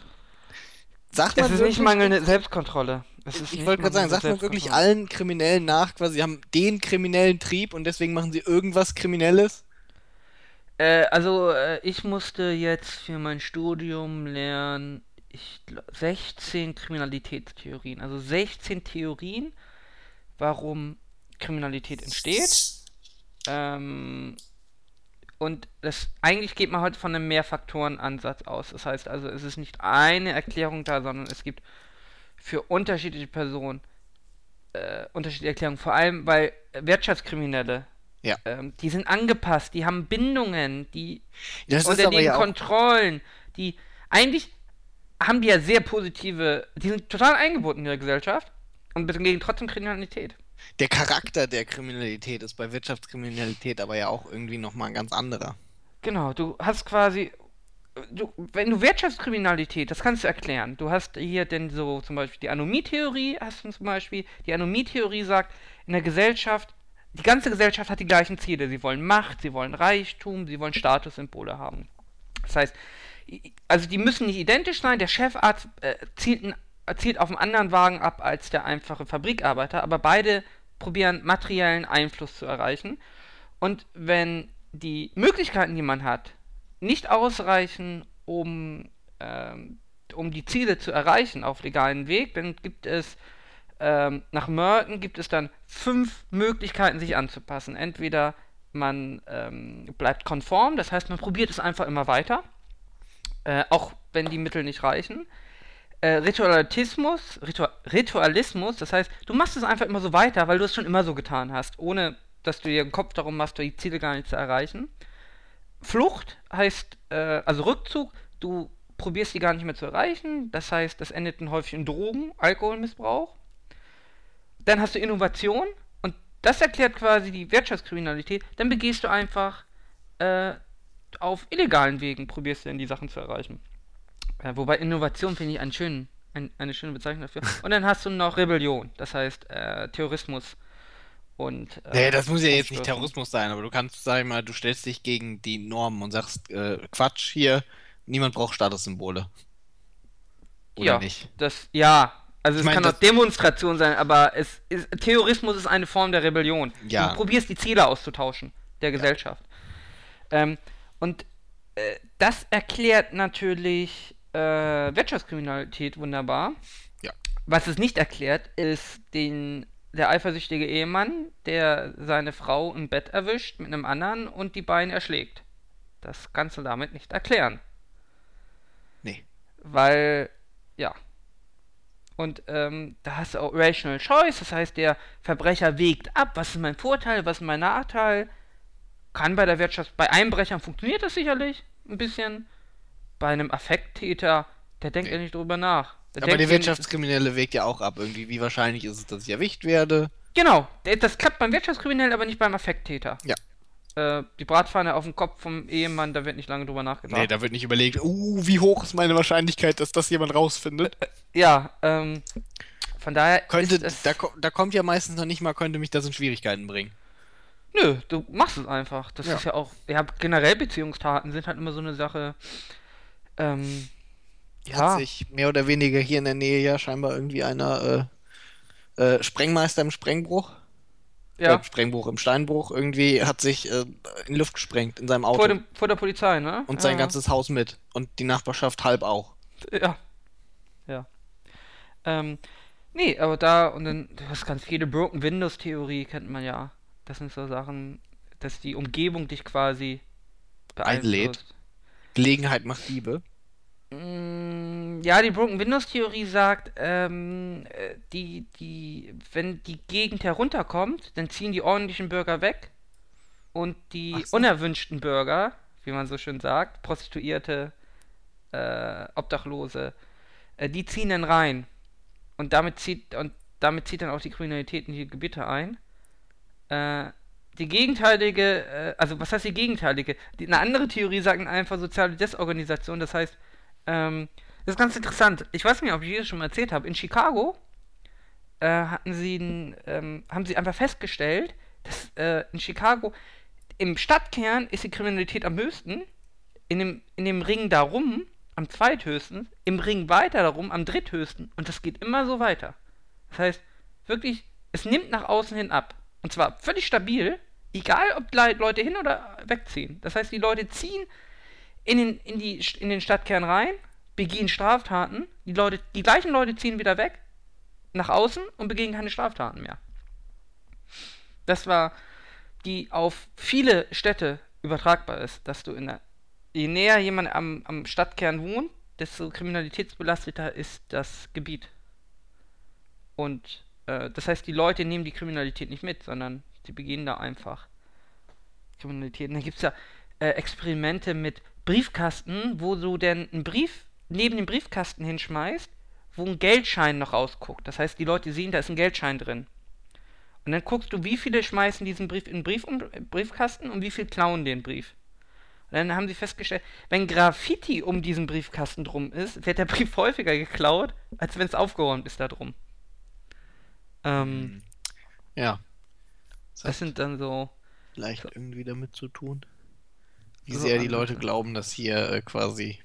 Sagt Es man ist wirklich, nicht mangelnde Selbstkontrolle. Es ist ich nicht wollte gerade sagen, mangelnde sagt man wirklich Selbstkontrolle. allen Kriminellen nach, quasi, sie haben den kriminellen Trieb und deswegen machen sie irgendwas Kriminelles? Äh, also, äh, ich musste jetzt für mein Studium lernen, ich gl- sechzehn Kriminalitätstheorien. Also sechzehn Theorien, warum Kriminalität entsteht. Ähm, und das, eigentlich geht man heute von einem Mehrfaktoren-Ansatz aus. Das heißt also, es ist nicht eine Erklärung da, sondern es gibt für unterschiedliche Personen äh, unterschiedliche Erklärungen. Vor allem, weil Wirtschaftskriminelle Ja. Ähm, die sind angepasst, die haben Bindungen, die Das ist aber unterliegen ja auch. Kontrollen, die eigentlich haben die ja sehr positive, die sind total eingebunden in der Gesellschaft und begehen trotzdem Kriminalität. Der Charakter der Kriminalität ist bei Wirtschaftskriminalität aber ja auch irgendwie nochmal ein ganz anderer. Genau, du hast quasi, du, wenn du Wirtschaftskriminalität, das kannst du erklären. Du hast hier denn so zum Beispiel die Anomie-Theorie, hast du zum Beispiel, die Anomie-Theorie sagt, in der Gesellschaft, die ganze Gesellschaft hat die gleichen Ziele. Sie wollen Macht, sie wollen Reichtum, sie wollen Statussymbole haben. Das heißt, also die müssen nicht identisch sein. Der Chefarzt äh, zielt, ein, zielt auf einen anderen Wagen ab als der einfache Fabrikarbeiter, aber beide probieren materiellen Einfluss zu erreichen. Und wenn die Möglichkeiten, die man hat, nicht ausreichen, um, ähm, um die Ziele zu erreichen auf legalen Weg, dann gibt es ähm, nach Merton gibt es dann fünf Möglichkeiten, sich anzupassen. Entweder man ähm, bleibt konform, das heißt, man probiert es einfach immer weiter, äh, auch wenn die Mittel nicht reichen. Äh, Ritualismus, Ritu Ritualismus, das heißt, du machst es einfach immer so weiter, weil du es schon immer so getan hast, ohne dass du dir den Kopf darum machst, die Ziele gar nicht zu erreichen. Flucht heißt, äh, also Rückzug, du probierst die gar nicht mehr zu erreichen, das heißt, das endet in häufig in Drogen, Alkoholmissbrauch. Dann hast du Innovation und das erklärt quasi die Wirtschaftskriminalität. Dann begehst du einfach äh, auf illegalen Wegen, probierst du dann die Sachen zu erreichen. Äh, wobei Innovation finde ich einen schönen, ein, eine schöne Bezeichnung dafür. Und dann hast du noch Rebellion, das heißt äh, Terrorismus und Nee, äh, das muss ja jetzt nicht Umstürzen. Terrorismus sein, aber du kannst, sag ich mal, du stellst dich gegen die Normen und sagst, äh, Quatsch hier, niemand braucht Statussymbole. Oder Ja, nicht? das, ja, also Ich es meine, kann auch das, Demonstration sein, aber es ist, Terrorismus ist eine Form der Rebellion. Du ja, probierst die Ziele auszutauschen der ja, Gesellschaft. Ähm, und äh, das erklärt natürlich äh, Wirtschaftskriminalität wunderbar. ja. Was es nicht erklärt, ist den, der eifersüchtige Ehemann, der seine Frau im Bett erwischt mit einem anderen und die beiden erschlägt. Das kannst du damit nicht erklären. Nee. Weil, ja. Und ähm, da hast du auch Rational Choice, das heißt, der Verbrecher wägt ab, was ist mein Vorteil, was ist mein Nachteil. Kann bei der Wirtschaft, bei Einbrechern funktioniert das sicherlich ein bisschen. Bei einem Affekttäter, der denkt ja Nee. nicht drüber nach. Der Aber der denkt sich, Wirtschaftskriminelle wägt ja auch ab, irgendwie, wie wahrscheinlich ist es, dass ich erwischt werde? genau, das klappt beim Wirtschaftskriminellen, aber nicht beim Affekttäter. Ja. Äh, die Bratpfanne auf dem Kopf vom Ehemann, da wird nicht lange drüber Nee, nachgedacht. da wird nicht überlegt, uh, wie hoch ist meine Wahrscheinlichkeit, dass das jemand rausfindet? Ja, ähm, von daher Könnte, ist es. da, ko- da kommt ja meistens noch nicht mal, könnte mich das in Schwierigkeiten bringen. Nö, du machst es einfach. Das Ja. ist ja auch. Ja, generell Beziehungstaten sind halt immer so eine Sache. Ähm, Hat ja, sich mehr oder weniger hier in der Nähe ja scheinbar irgendwie einer äh, äh, Sprengmeister im Sprengbruch, äh, ja. Sprengbruch im Steinbruch, irgendwie hat sich äh, in die Luft gesprengt in seinem Vor Auto dem, vor der Polizei, ne? und sein Ja, ganzes Haus mit und die Nachbarschaft halb auch. ja, ja. Ähm, nee, aber da, und dann, du hast ganz viele Broken Windows Theorie, kennt man ja. Das sind so Sachen, dass die Umgebung dich quasi Einlädt. beeinflusst. Gelegenheit macht Diebe. Mm, ja, die Broken Windows Theorie sagt, ähm, äh, die, die, wenn die Gegend herunterkommt, dann ziehen die ordentlichen Bürger weg und Ach die so. unerwünschten Bürger, wie man so schön sagt, Prostituierte, äh, Obdachlose, äh, die ziehen dann rein und damit zieht und damit zieht dann auch die Kriminalität in die Gebiete ein. Äh, die gegenteilige, äh, also was heißt die gegenteilige? Die, eine andere Theorie sagt einfach soziale Desorganisation, das heißt, ähm, das ist ganz interessant. Ich weiß nicht, ob ich das schon mal erzählt habe. In Chicago äh, hatten sie ein, ähm, haben sie einfach festgestellt, dass äh, in Chicago im Stadtkern ist die Kriminalität am höchsten, in dem, in dem Ring darum am zweithöchsten, im Ring weiter darum am dritthöchsten und das geht immer so weiter. Das heißt, wirklich, es nimmt nach außen hin ab. Und zwar völlig stabil, egal ob Leute hin oder wegziehen. Das heißt, die Leute ziehen in den, in die, in den Stadtkern rein, begehen Straftaten, die Leute, die gleichen Leute ziehen wieder weg, nach außen und begehen keine Straftaten mehr. Das war die auf viele Städte übertragbar ist, dass du in der, je näher jemand am, am Stadtkern wohnt, desto kriminalitätsbelasteter ist das Gebiet. Und äh, das heißt, die Leute nehmen die Kriminalität nicht mit, sondern sie begehen da einfach. Kriminalität. Und dann gibt es ja äh, Experimente mit Briefkasten, wo du denn einen Brief neben dem Briefkasten hinschmeißt, wo ein Geldschein noch rausguckt. Das heißt, die Leute sehen, da ist ein Geldschein drin. Und dann guckst du, wie viele schmeißen diesen Brief in den Brief um, Briefkasten und wie viele klauen den Brief. Und dann haben sie festgestellt, wenn Graffiti um diesen Briefkasten drum ist, wird der Brief häufiger geklaut, als wenn es aufgeräumt ist da drum. Ähm, Ja. Das das hat sind dann so, vielleicht so, irgendwie damit zu tun, wie so sehr die Leute Ansätze. glauben, dass hier äh, quasi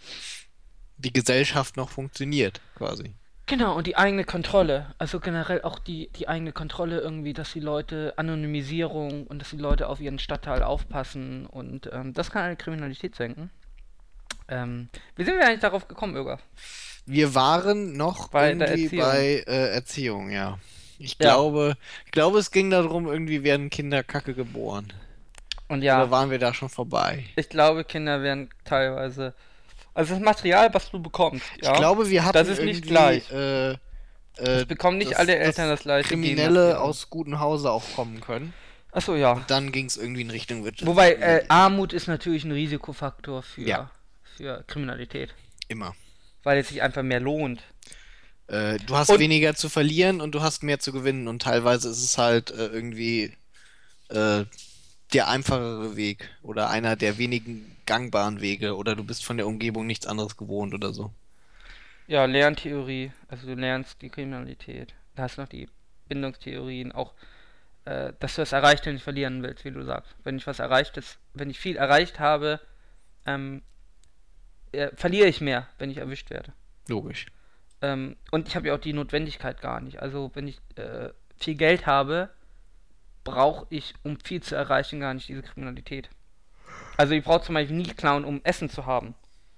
die Gesellschaft noch funktioniert, quasi. Genau, und die eigene Kontrolle. Also generell auch die, die eigene Kontrolle irgendwie, dass die Leute, Anonymisierung und dass die Leute auf ihren Stadtteil aufpassen und ähm, das kann eine Kriminalität senken. Ähm, wie sind wir eigentlich darauf gekommen, Irga? Wir waren noch Bei der irgendwie Erziehung. bei äh, Erziehung, ja. Ich Ja, glaube, ich glaube, es ging darum, irgendwie werden Kinder kacke geboren. und Oder ja, waren wir da schon vorbei? ich glaube, Kinder werden teilweise. Also das Material, was du bekommst, Ich ja, glaube, wir das hatten ist nicht irgendwie gleich. äh, Es äh, bekommen nicht dass, alle Eltern dass das gleiche Kriminelle Genmaterial. aus gutem Hause auch kommen können. Achso, ja. Und dann ging es irgendwie in Richtung Wobei, äh, Wirtschaftskriminalität. Armut ist natürlich ein Risikofaktor Ja, für, für Kriminalität. immer. Weil es sich einfach mehr lohnt. Äh, du hast Und weniger zu verlieren und du hast mehr zu gewinnen. Und teilweise ist es halt äh, irgendwie äh, der einfachere Weg oder einer der wenigen gangbaren Wege oder du bist von der Umgebung nichts anderes gewohnt oder so. ja, Lerntheorie, also du lernst die Kriminalität. Da hast du noch die Bindungstheorien, auch, äh, dass du das Erreichte nicht verlieren willst, wie du sagst. Wenn ich was erreichtes, wenn ich viel erreicht habe, ähm, äh, verliere ich mehr, wenn ich erwischt werde. Logisch. Ähm, und ich habe ja auch die Notwendigkeit gar nicht. Also wenn ich äh, viel Geld habe, brauche ich, um viel zu erreichen, gar nicht diese Kriminalität. Also ich brauche zum Beispiel nie klauen, um Essen zu haben.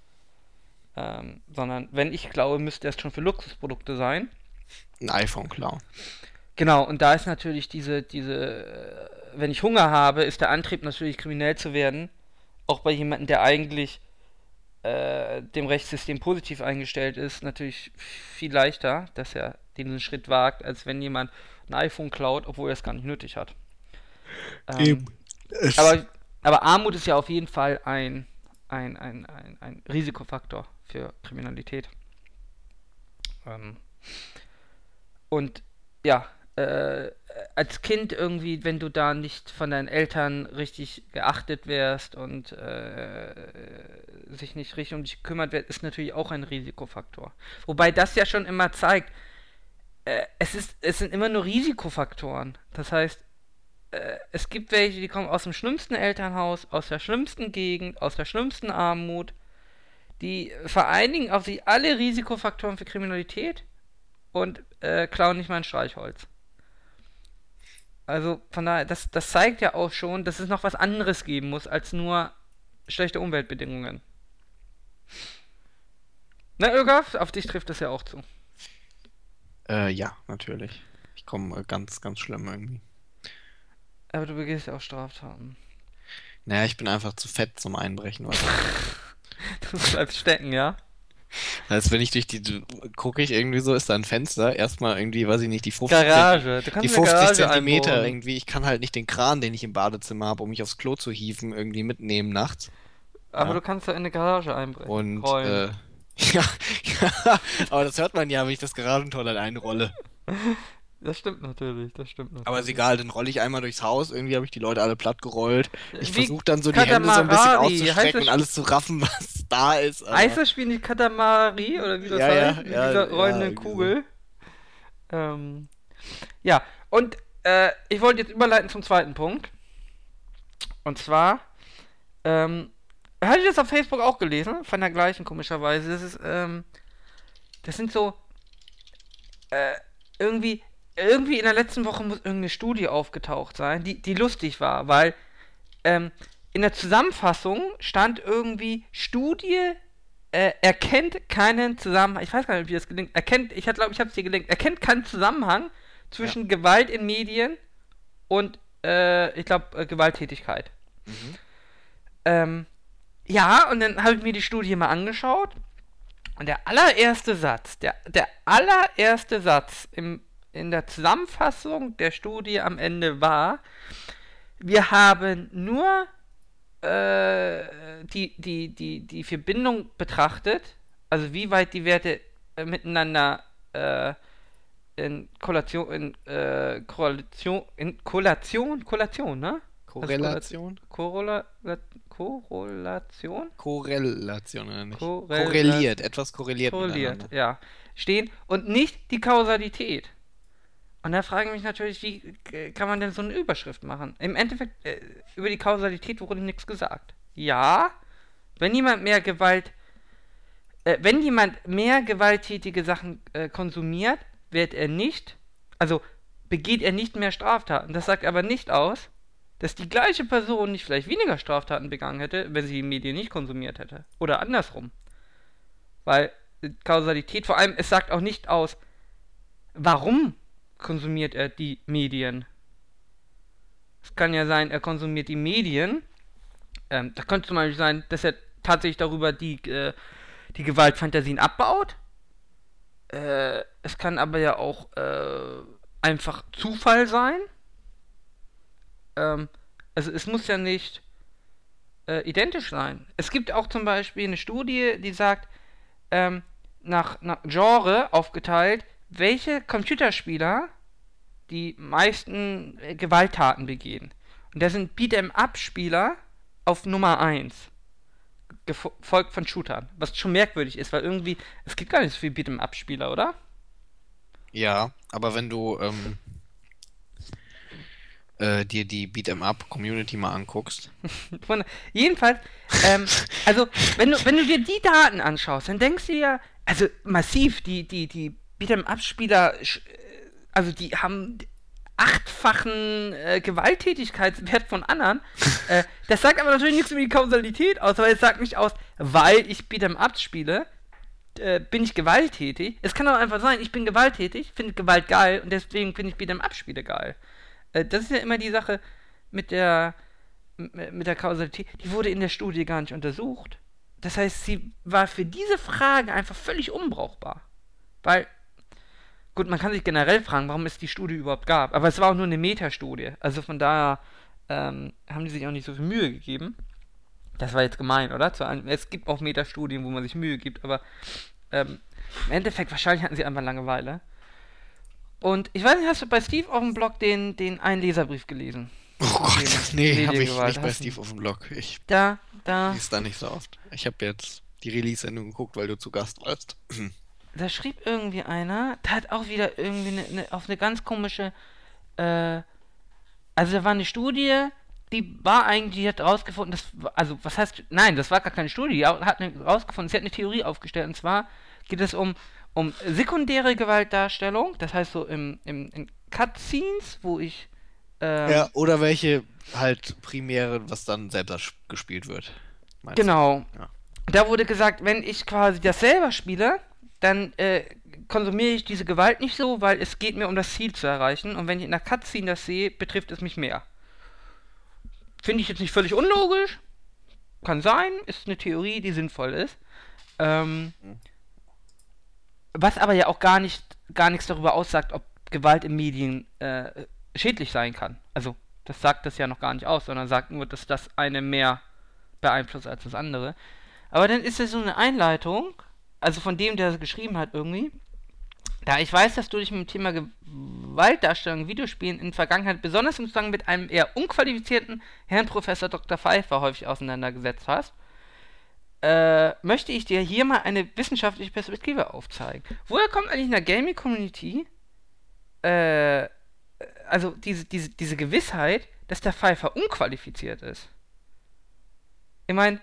Ähm, sondern wenn ich klaue, müsste es schon für Luxusprodukte sein. Ein iPhone klauen. Genau, und da ist natürlich diese, diese, äh, wenn ich Hunger habe, ist der Antrieb natürlich kriminell zu werden. Auch bei jemandem, der eigentlich äh, dem Rechtssystem positiv eingestellt ist, natürlich viel leichter, dass er diesen Schritt wagt, als wenn jemand ein iPhone klaut, obwohl er es gar nicht nötig hat. Eben. Ähm, Es, aber, aber Armut ist ja auf jeden Fall ein, ein, ein, ein, ein Risikofaktor für Kriminalität. Ähm, und ja, äh, als Kind irgendwie, wenn du da nicht von deinen Eltern richtig geachtet wärst und äh, sich nicht richtig um dich gekümmert wird, ist natürlich auch ein Risikofaktor. Wobei das ja schon immer zeigt, äh, es ist, es sind immer nur Risikofaktoren. Das heißt, äh, es gibt welche, die kommen aus dem schlimmsten Elternhaus, aus der schlimmsten Gegend, aus der schlimmsten Armut. Die vereinigen auf sich alle Risikofaktoren für Kriminalität und äh, klauen nicht mal ein Streichholz. Also von daher, das, das zeigt ja auch schon, dass es noch was anderes geben muss als nur schlechte Umweltbedingungen. Na, Irgaf, auf dich trifft das ja auch zu. äh, ja, natürlich. Ich komme äh, ganz, ganz schlimm irgendwie. Aber du begehst ja auch Straftaten. Naja, ich bin einfach zu fett zum Einbrechen, weißt du? Du bleibst stecken, ja? Als wenn ich durch die, gucke ich irgendwie so, ist da ein Fenster, erstmal irgendwie, weiß ich nicht, die fünfzig, Zenti- Garage. Du die kannst eine fünfzig Garage Zentimeter einbauen. irgendwie, ich kann halt nicht den Kran, den ich im Badezimmer habe, um mich aufs Klo zu hieven, irgendwie mitnehmen nachts. Aber Ja. du kannst ja in eine Garage einbrechen. Und, Rollen. äh, ja, ja, aber das hört man ja, wenn ich das Garagentor dann einrolle. Das stimmt natürlich, das stimmt Aber ist natürlich. egal, dann rolle ich einmal durchs Haus, irgendwie habe ich die Leute alle platt gerollt. Ich Wie versuche dann so die Hände so ein bisschen Katamari. Heißt auszustrecken und das, alles zu raffen, was da ist, heißt aber das Spiel nicht Katamari oder wie das ja, ja, heißt? Mit ja, dieser ja, rollenden irgendwie so. Kugel. Ähm, ja, und äh, ich wollte jetzt überleiten zum zweiten Punkt. Und zwar, ähm, hatte ich das auf Facebook auch gelesen, von der gleichen komischerweise. Das ist, ähm, das sind so, äh, irgendwie, irgendwie in der letzten Woche muss irgendeine Studie aufgetaucht sein, die, die lustig war, weil, ähm, in der Zusammenfassung stand irgendwie, Studie äh, erkennt keinen Zusammenhang, ich weiß gar nicht, wie das gelingt, erkennt, ich glaube, ich habe es dir gelingt, erkennt keinen Zusammenhang Ja. zwischen Gewalt in Medien und, äh, ich glaube, äh, Gewalttätigkeit. Mhm. Ähm, ja, und dann habe ich mir die Studie mal angeschaut und der allererste Satz, der, der allererste Satz im, in der Zusammenfassung der Studie am Ende war, wir haben nur äh, die, die, die, die Verbindung betrachtet, also wie weit die Werte äh, miteinander äh, in Korrelation, in äh, Korrelation, in Korrelation, Korrelation, ne? Korrelation? Korrela Korrelation? Korrelation, oder nicht? Korrela Korreliert, etwas korreliert korreliert, miteinander. ja. Stehen und nicht die Kausalität. Und da frage ich mich natürlich, wie äh, kann man denn so eine Überschrift machen? Im Endeffekt, äh, über die Kausalität wurde nichts gesagt. Ja, wenn jemand mehr Gewalt, äh, wenn jemand mehr gewalttätige Sachen äh, konsumiert, wird er nicht, also begeht er nicht mehr Straftaten. Das sagt aber nicht aus, dass die gleiche Person nicht vielleicht weniger Straftaten begangen hätte, wenn sie die Medien nicht konsumiert hätte. Oder andersrum. Weil äh, Kausalität, vor allem, es sagt auch nicht aus, warum konsumiert er die Medien. Es kann ja sein, er konsumiert die Medien. Ähm, das könnte zum Beispiel sein, dass er tatsächlich darüber die, äh, die Gewaltfantasien abbaut. Äh, es kann aber ja auch äh, einfach Zufall sein. Ähm, also es muss ja nicht äh, identisch sein. Es gibt auch zum Beispiel eine Studie, die sagt, ähm, nach, nach Genre aufgeteilt, welche Computerspieler die meisten äh, Gewalttaten begehen. Und da sind Beat'em-up-Spieler auf Nummer eins, gefolgt von Shootern. Was schon merkwürdig ist, weil irgendwie, es gibt gar nicht so viele Beat'em-up-Spieler, oder? Ja, aber wenn du ähm, äh, dir die Beat'em-up-Community mal anguckst. Von, jedenfalls, ähm, also, wenn du, wenn du dir die Daten anschaust, dann denkst du dir, also massiv, die, die, die Beat'em-up-Spieler, also die haben achtfachen äh, Gewalttätigkeitswert von anderen. äh, das sagt aber natürlich nichts über die Kausalität aus, weil es sagt nicht aus, weil ich Beat'em-up spiele, äh, bin ich gewalttätig. Es kann auch einfach sein, ich bin gewalttätig, finde Gewalt geil und deswegen finde ich Beat'em-up-Spiele geil. Äh, das ist ja immer die Sache mit der mit der Kausalität. Die wurde in der Studie gar nicht untersucht. Das heißt, sie war für diese Frage einfach völlig unbrauchbar. Weil gut, man kann sich generell fragen, warum es die Studie überhaupt gab. Aber es war auch nur eine Metastudie. Also von daher ähm, haben die sich auch nicht so viel Mühe gegeben. Das war jetzt gemein, oder? Es gibt auch Metastudien, wo man sich Mühe gibt, aber ähm, im Endeffekt, wahrscheinlich hatten sie einfach Langeweile. Und ich weiß nicht, hast du bei Steve auf dem Blog den, den einen Leserbrief gelesen? Oh Gott, nee, habe ich Mediengewalt. nicht bei Hast du- Steve auf dem Blog. Ich Da, da, lese da nicht so oft. Ich habe jetzt die Release-Sendung geguckt, weil du zu Gast warst. da schrieb irgendwie einer, da hat auch wieder irgendwie ne, ne, auf eine ganz komische, äh, also da war eine Studie, die war eigentlich, die hat rausgefunden, das, also was heißt, nein, das war gar keine Studie, die hat ne, rausgefunden, sie hat eine Theorie aufgestellt, und zwar geht es um, um sekundäre Gewaltdarstellung, das heißt so im, im, in Cutscenes, wo ich, ähm, Ja, oder welche halt primäre, was dann selbst gespielt wird. Meinst du? genau, Ja. da wurde gesagt, wenn ich quasi das selber spiele, dann äh, konsumiere ich diese Gewalt nicht so, weil es geht mir um das Ziel zu erreichen. Und wenn ich in der Cutscene das sehe, betrifft es mich mehr. Finde ich jetzt nicht völlig unlogisch. Kann sein, ist eine Theorie, die sinnvoll ist. Ähm, Mhm. was aber ja auch gar nicht, gar nichts darüber aussagt, ob Gewalt in Medien äh, schädlich sein kann. Also, das sagt das ja noch gar nicht aus, sondern sagt nur, dass das eine mehr beeinflusst als das andere. Aber dann ist es so eine Einleitung, also von dem, der es geschrieben hat irgendwie, da ich weiß, dass du dich mit dem Thema Gewaltdarstellung in Videospielen in der Vergangenheit besonders im Zusammenhang mit einem eher unqualifizierten Herrn Professor Doktor Pfeiffer häufig auseinandergesetzt hast, äh, möchte ich dir hier mal eine wissenschaftliche Perspektive aufzeigen. Woher kommt eigentlich in der Gaming-Community äh, also diese, diese, diese Gewissheit, dass der Pfeiffer unqualifiziert ist? Ich meine,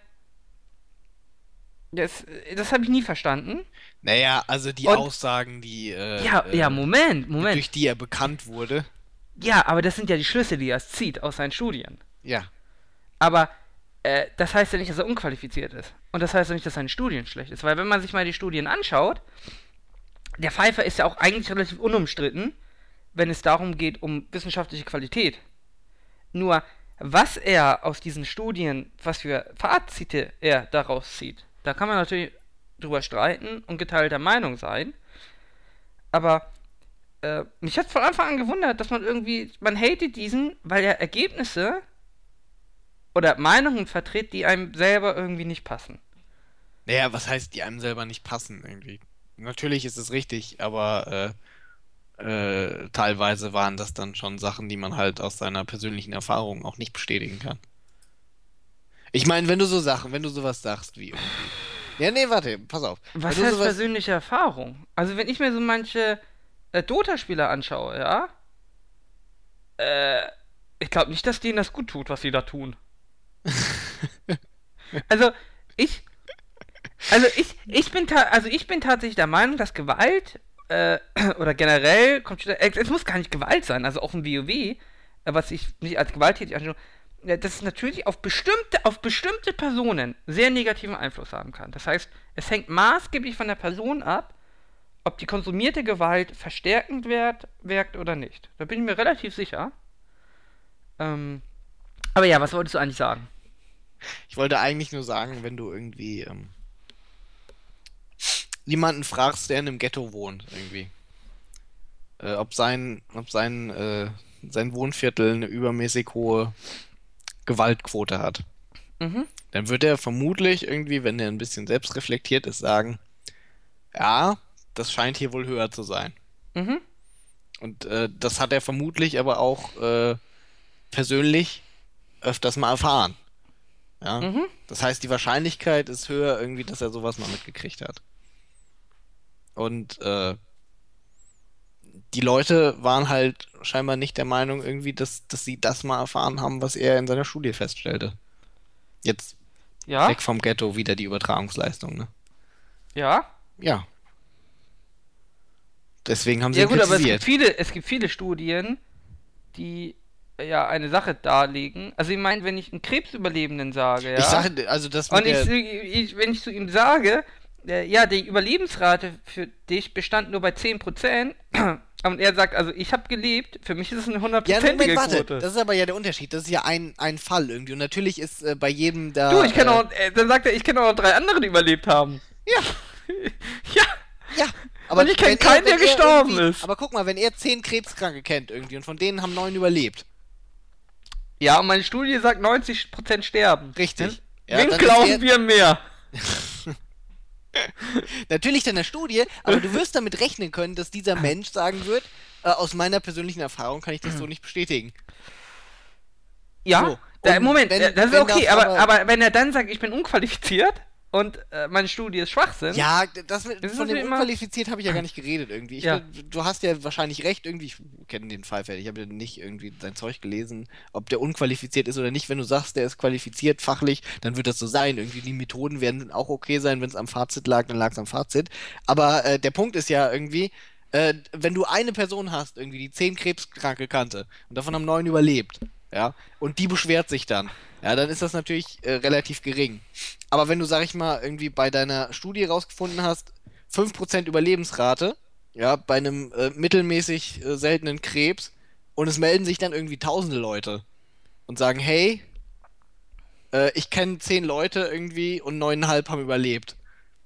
das, das habe ich nie verstanden. Naja, also die Und- Aussagen, die, äh, Ja, äh, ja, Moment, Moment. durch die er bekannt wurde. Ja, aber das sind ja die Schlüsse, die er zieht aus seinen Studien. Ja. Aber äh, das heißt ja nicht, dass er unqualifiziert ist. Und das heißt ja nicht, dass seine Studien schlecht ist. Weil wenn man sich mal die Studien anschaut, der Pfeiffer ist ja auch eigentlich relativ unumstritten, wenn es darum geht, um wissenschaftliche Qualität. Nur, was er aus diesen Studien, was für Fazite er daraus zieht, da kann man natürlich drüber streiten und geteilter Meinung sein. Aber äh, mich hat von Anfang an gewundert, dass man irgendwie, man hatet diesen, weil er Ergebnisse oder Meinungen vertritt, die einem selber irgendwie nicht passen. Naja, was heißt, die einem selber nicht passen irgendwie? Natürlich ist es richtig, aber äh, äh, teilweise waren das dann schon Sachen, die man halt aus seiner persönlichen Erfahrung auch nicht bestätigen kann. Ich meine, wenn du so Sachen, wenn du sowas sagst wie irgendwie. Ja, nee, warte, pass auf. Was Wenn du heißt sowas, persönliche Erfahrung? Also wenn ich mir so manche äh, Dota-Spieler anschaue, ja, äh, ich glaube nicht, dass denen das gut tut, was sie da tun. Also ich, also ich, ich bin ta- also ich bin tatsächlich der Meinung, dass Gewalt äh, oder generell Computer, äh, es muss gar nicht Gewalt sein, also auch ein WoW, äh, was ich nicht als gewalttätig anschaue, äh, dass es natürlich auf bestimmte, auf bestimmte Personen sehr negativen Einfluss haben kann. Das heißt, es hängt maßgeblich von der Person ab, ob die konsumierte Gewalt verstärkend wirkt, wirkt oder nicht. Da bin ich mir relativ sicher. Ähm, aber ja, was wolltest du eigentlich sagen? ich wollte eigentlich nur sagen, wenn du irgendwie ähm, jemanden fragst, der in einem Ghetto wohnt, irgendwie, äh, ob sein, ob sein, äh, sein Wohnviertel eine übermäßig hohe Gewaltquote hat, Mhm, dann wird er vermutlich irgendwie, wenn er ein bisschen selbstreflektiert ist, sagen, ja, das scheint hier wohl höher zu sein. mhm, Und äh, das hat er vermutlich aber auch äh, persönlich öfters mal erfahren. Ja? mhm. Das heißt, die Wahrscheinlichkeit ist höher irgendwie, dass er sowas mal mitgekriegt hat. Und äh, die Leute waren halt scheinbar nicht der Meinung irgendwie, dass, dass sie das mal erfahren haben, was er in seiner Studie feststellte. Jetzt Ja, weg vom Ghetto wieder die Übertragungsleistung, ne? ja. Ja. Deswegen haben sie Ja ihn gut, aber es gibt kritisiert. viele, es gibt viele Studien, die äh, ja eine Sache darlegen. Also ich meine, wenn ich einen Krebsüberlebenden sage, ja. Ich sage, also das Und mit ich, der, ich, wenn ich zu ihm sage, äh, ja, die Überlebensrate für dich bestand nur bei zehn Prozent. Und er sagt, also ich habe gelebt, für mich ist es eine Ja, hundertprozentige Moment, warte. Quote. Das ist aber ja der Unterschied. Das ist ja ein, ein Fall irgendwie. Und natürlich ist äh, bei jedem da. Du, ich kenne äh, auch, äh, dann sagt er, ich kenne auch noch drei andere, die überlebt haben. Ja, Ja, ja. Aber Und ich kenn wenn er- keinen, wenn der er gestorben irgendwie- ist. Aber guck mal, wenn er zehn Krebskranke kennt irgendwie und von denen haben neun überlebt. ja, und meine Studie sagt neunzig Prozent sterben. Richtig. Ja, Ja, Wen dann ist glauben er- wir mehr? Natürlich deiner Studie, aber du wirst damit rechnen können, dass dieser Mensch sagen wird, äh, aus meiner persönlichen Erfahrung kann ich das so nicht bestätigen. Ja, So, da, und Moment, wenn- äh, das ist wenn okay, das aber, aber- aber wenn er dann sagt, ich bin unqualifiziert und äh, meine Studie ist Schwachsinn. Ja, das mit, Das ist von dem natürlich immer- unqualifiziert habe ich ja gar nicht geredet irgendwie. Ich, Ja. Du hast ja wahrscheinlich recht irgendwie, ich kenne den Fall fertig, ich habe ja nicht irgendwie sein Zeug gelesen, ob der unqualifiziert ist oder nicht. Wenn du sagst, der ist qualifiziert fachlich, dann wird das so sein. Irgendwie die Methoden werden auch okay sein, wenn es am Fazit lag, dann lag es am Fazit. Aber äh, der Punkt ist ja irgendwie, äh, wenn du eine Person hast, irgendwie die zehn Krebskranke kannte und davon haben neun überlebt, ja, und die beschwert sich dann, ja, dann ist das natürlich äh, relativ gering. Aber wenn du, sag ich mal, irgendwie bei deiner Studie rausgefunden hast, fünf Prozent Überlebensrate, ja, bei einem äh, mittelmäßig äh, seltenen Krebs und es melden sich dann irgendwie tausende Leute und sagen, hey, äh, ich kenne zehn Leute irgendwie und neuneinhalb haben überlebt.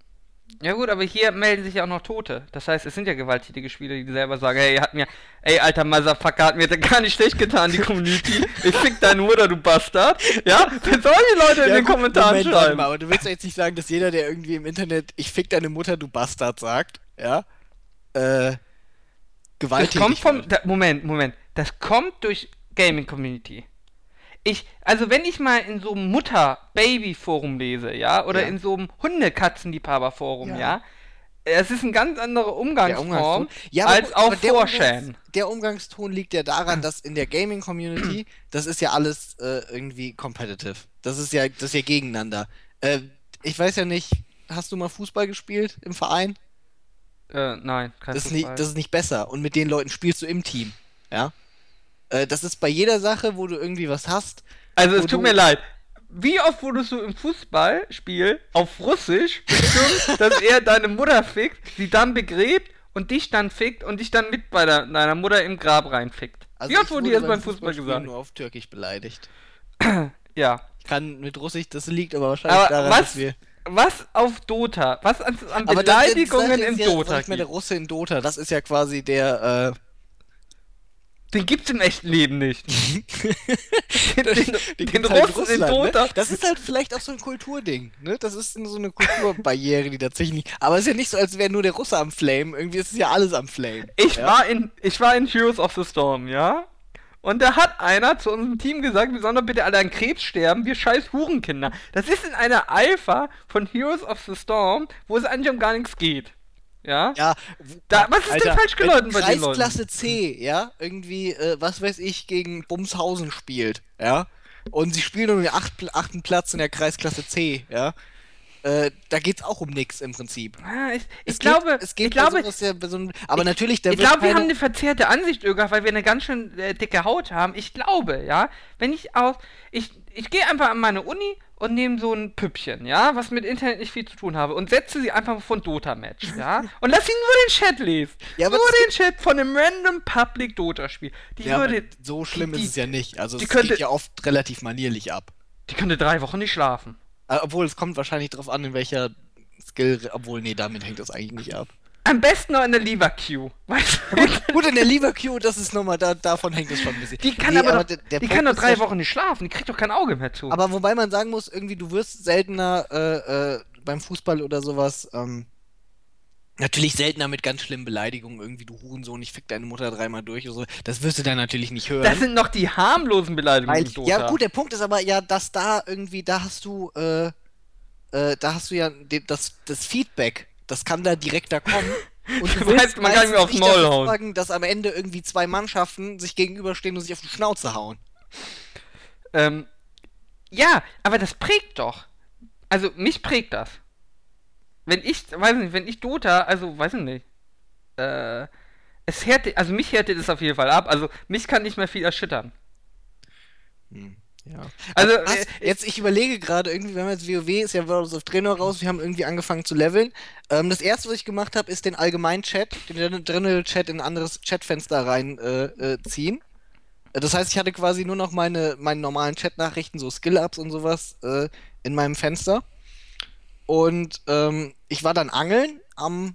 Ja gut, aber hier melden sich ja auch noch Tote. Das heißt, es sind ja gewalttätige Spieler, die selber sagen, hey, hat mir, ey, alter Motherfucker, hat mir gar nicht schlecht getan, die Community. Ich fick deine Mutter, du Bastard. Ja, wenn solche Leute in Ja, den gut, Kommentaren Moment, warte schreiben. mal, aber du willst ja jetzt nicht sagen, dass jeder, der irgendwie im Internet, ich fick deine Mutter, du Bastard sagt, ja, äh, Das gewalttätig kommt vom, wird. da, Moment, Moment, das kommt durch Gaming-Community. Ich, also wenn ich mal in so einem Mutter-Baby-Forum lese, ja, oder Ja. in so einem Hunde-Katzenliebhaber-Forum, Ja. ja, es ist eine ganz andere Der Umgangsform Umgangston. Ja, aber als gut, auf aber der four chan. Umgangs- Der Umgangston liegt ja daran, dass in der Gaming-Community, das ist ja alles äh, irgendwie competitive. Das ist ja, das ist ja gegeneinander. Äh, ich weiß ja nicht, hast du mal Fußball gespielt im Verein? Äh, nein, kein Das ist, nicht, Fußball. das ist nicht besser. Und mit den Leuten spielst du im Team. Ja? Äh, das ist bei jeder Sache, wo du irgendwie was hast. Also es wo tut du- mir leid. Wie oft wurdest du im Fußballspiel auf Russisch bestimmt, dass er deine Mutter fickt, sie dann begräbt und dich dann fickt und dich dann mit bei der, deiner Mutter im Grab reinfickt? Also Wie oft ich wurde wurde dir das beim beim Fußball Fußballspielen gesagt? nur auf Türkisch beleidigt. Ja. Ich kann mit Russisch, das liegt aber wahrscheinlich Aber daran, was, dass wir... was auf Dota, was an, an Aber das- das Beleidigungen Sache im ist ja, Dota sag ich mal, der gibt. Russe in Dota, das ist ja quasi der, äh, Den gibt's im echten Leben nicht. Den, den, Den den gibt's halt in Russen in Russland, Dota. ne? Das ist halt vielleicht auch so ein Kulturding, ne? Das ist so eine Kulturbarriere, die tatsächlich nicht. Aber es ist ja nicht so, als wäre nur der Russe am Flame. Irgendwie ist es ja alles am Flame. Ich ja? war in, ich war in Heroes of the Storm, ja? Und da hat einer zu unserem Team gesagt, wir sollen doch bitte alle an Krebs sterben, wir scheiß Hurenkinder. Das ist in einer Alpha von Heroes of the Storm, wo es eigentlich um gar nichts geht. Ja? Ja, Da, was ist Alter, denn falsch gelaufen bei den Leuten? Kreisklasse C, ja, irgendwie, äh, was weiß ich, gegen Bumshausen spielt, ja, und sie spielen um den acht, achten Platz in der Kreisklasse C, ja, äh, da geht's auch um nix im Prinzip. Ah, ich, ich Es glaube, geht, es geht ich glaube, sowas ja, bei so einem, aber natürlich, da ich wird glaube, wir keine- haben eine verzerrte Ansicht, Öger, weil wir eine ganz schön äh, dicke Haut haben. Ich glaube, ja, wenn ich aus, ich, ich gehe einfach an meine Uni und nehme so ein Püppchen, ja, was mit Internet nicht viel zu tun habe und setze sie einfach vor ein Dota-Match, ja, und lass sie nur den Chat lesen. Ja, aber nur es den Chat von einem random Public Dota-Spiel. Die ja, aber würde, so schlimm die- ist es ja nicht, also die es könnte- geht ja oft relativ manierlich ab. die könnte drei Wochen nicht schlafen. Äh, Obwohl, es kommt wahrscheinlich drauf an, in welcher Skill, obwohl, nee, damit hängt das eigentlich nicht ab. Am besten noch in der Lever-Queue, weißt du? Gut, in der Lever-Queue, das ist nochmal, da, davon hängt es schon ein bisschen. Die kann Nee, aber, doch, der- der die Punkt kann doch ist drei ja- Wochen nicht schlafen, die kriegt doch kein Auge mehr zu. Aber wobei man sagen muss, irgendwie, du wirst seltener äh, äh, beim Fußball oder sowas, ähm, natürlich seltener mit ganz schlimmen Beleidigungen, irgendwie, du Hurensohn, ich fick deine Mutter dreimal durch oder so. Das wirst du dann natürlich nicht hören. Das sind noch die harmlosen Beleidigungen Weil, im Dota. ja, gut, der Punkt ist aber ja, dass da irgendwie, da hast du, äh, äh, da hast du ja de- das, das Feedback, das kann da direkt da kommen. Und Du du willst weißt, man kann meistens mir aufs nicht Maul dafür hauen. sorgen, dass am Ende irgendwie zwei Mannschaften sich gegenüberstehen und sich auf die Schnauze hauen. Ähm, ja, aber das prägt doch. Also, mich prägt das. Wenn ich, weiß nicht, wenn ich Dota, also, weiß ich nicht, äh, es härtet, also mich härtet es auf jeden Fall ab, also mich kann nicht mehr viel erschüttern. Hm, ja. Also, Also, was, äh, jetzt, ich überlege gerade, irgendwie, wir haben jetzt WoW, ist ja World of Draenor raus, wir haben irgendwie angefangen zu leveln. Ähm, das erste, was ich gemacht habe, ist den allgemeinen Chat, den Draenor-Chat in ein anderes Chatfenster rein äh, äh, ziehen. Äh, Das heißt, ich hatte quasi nur noch meine, meine normalen Chat-Nachrichten, so Skill-Ups und sowas, äh, in meinem Fenster. Und ähm, ich war dann angeln am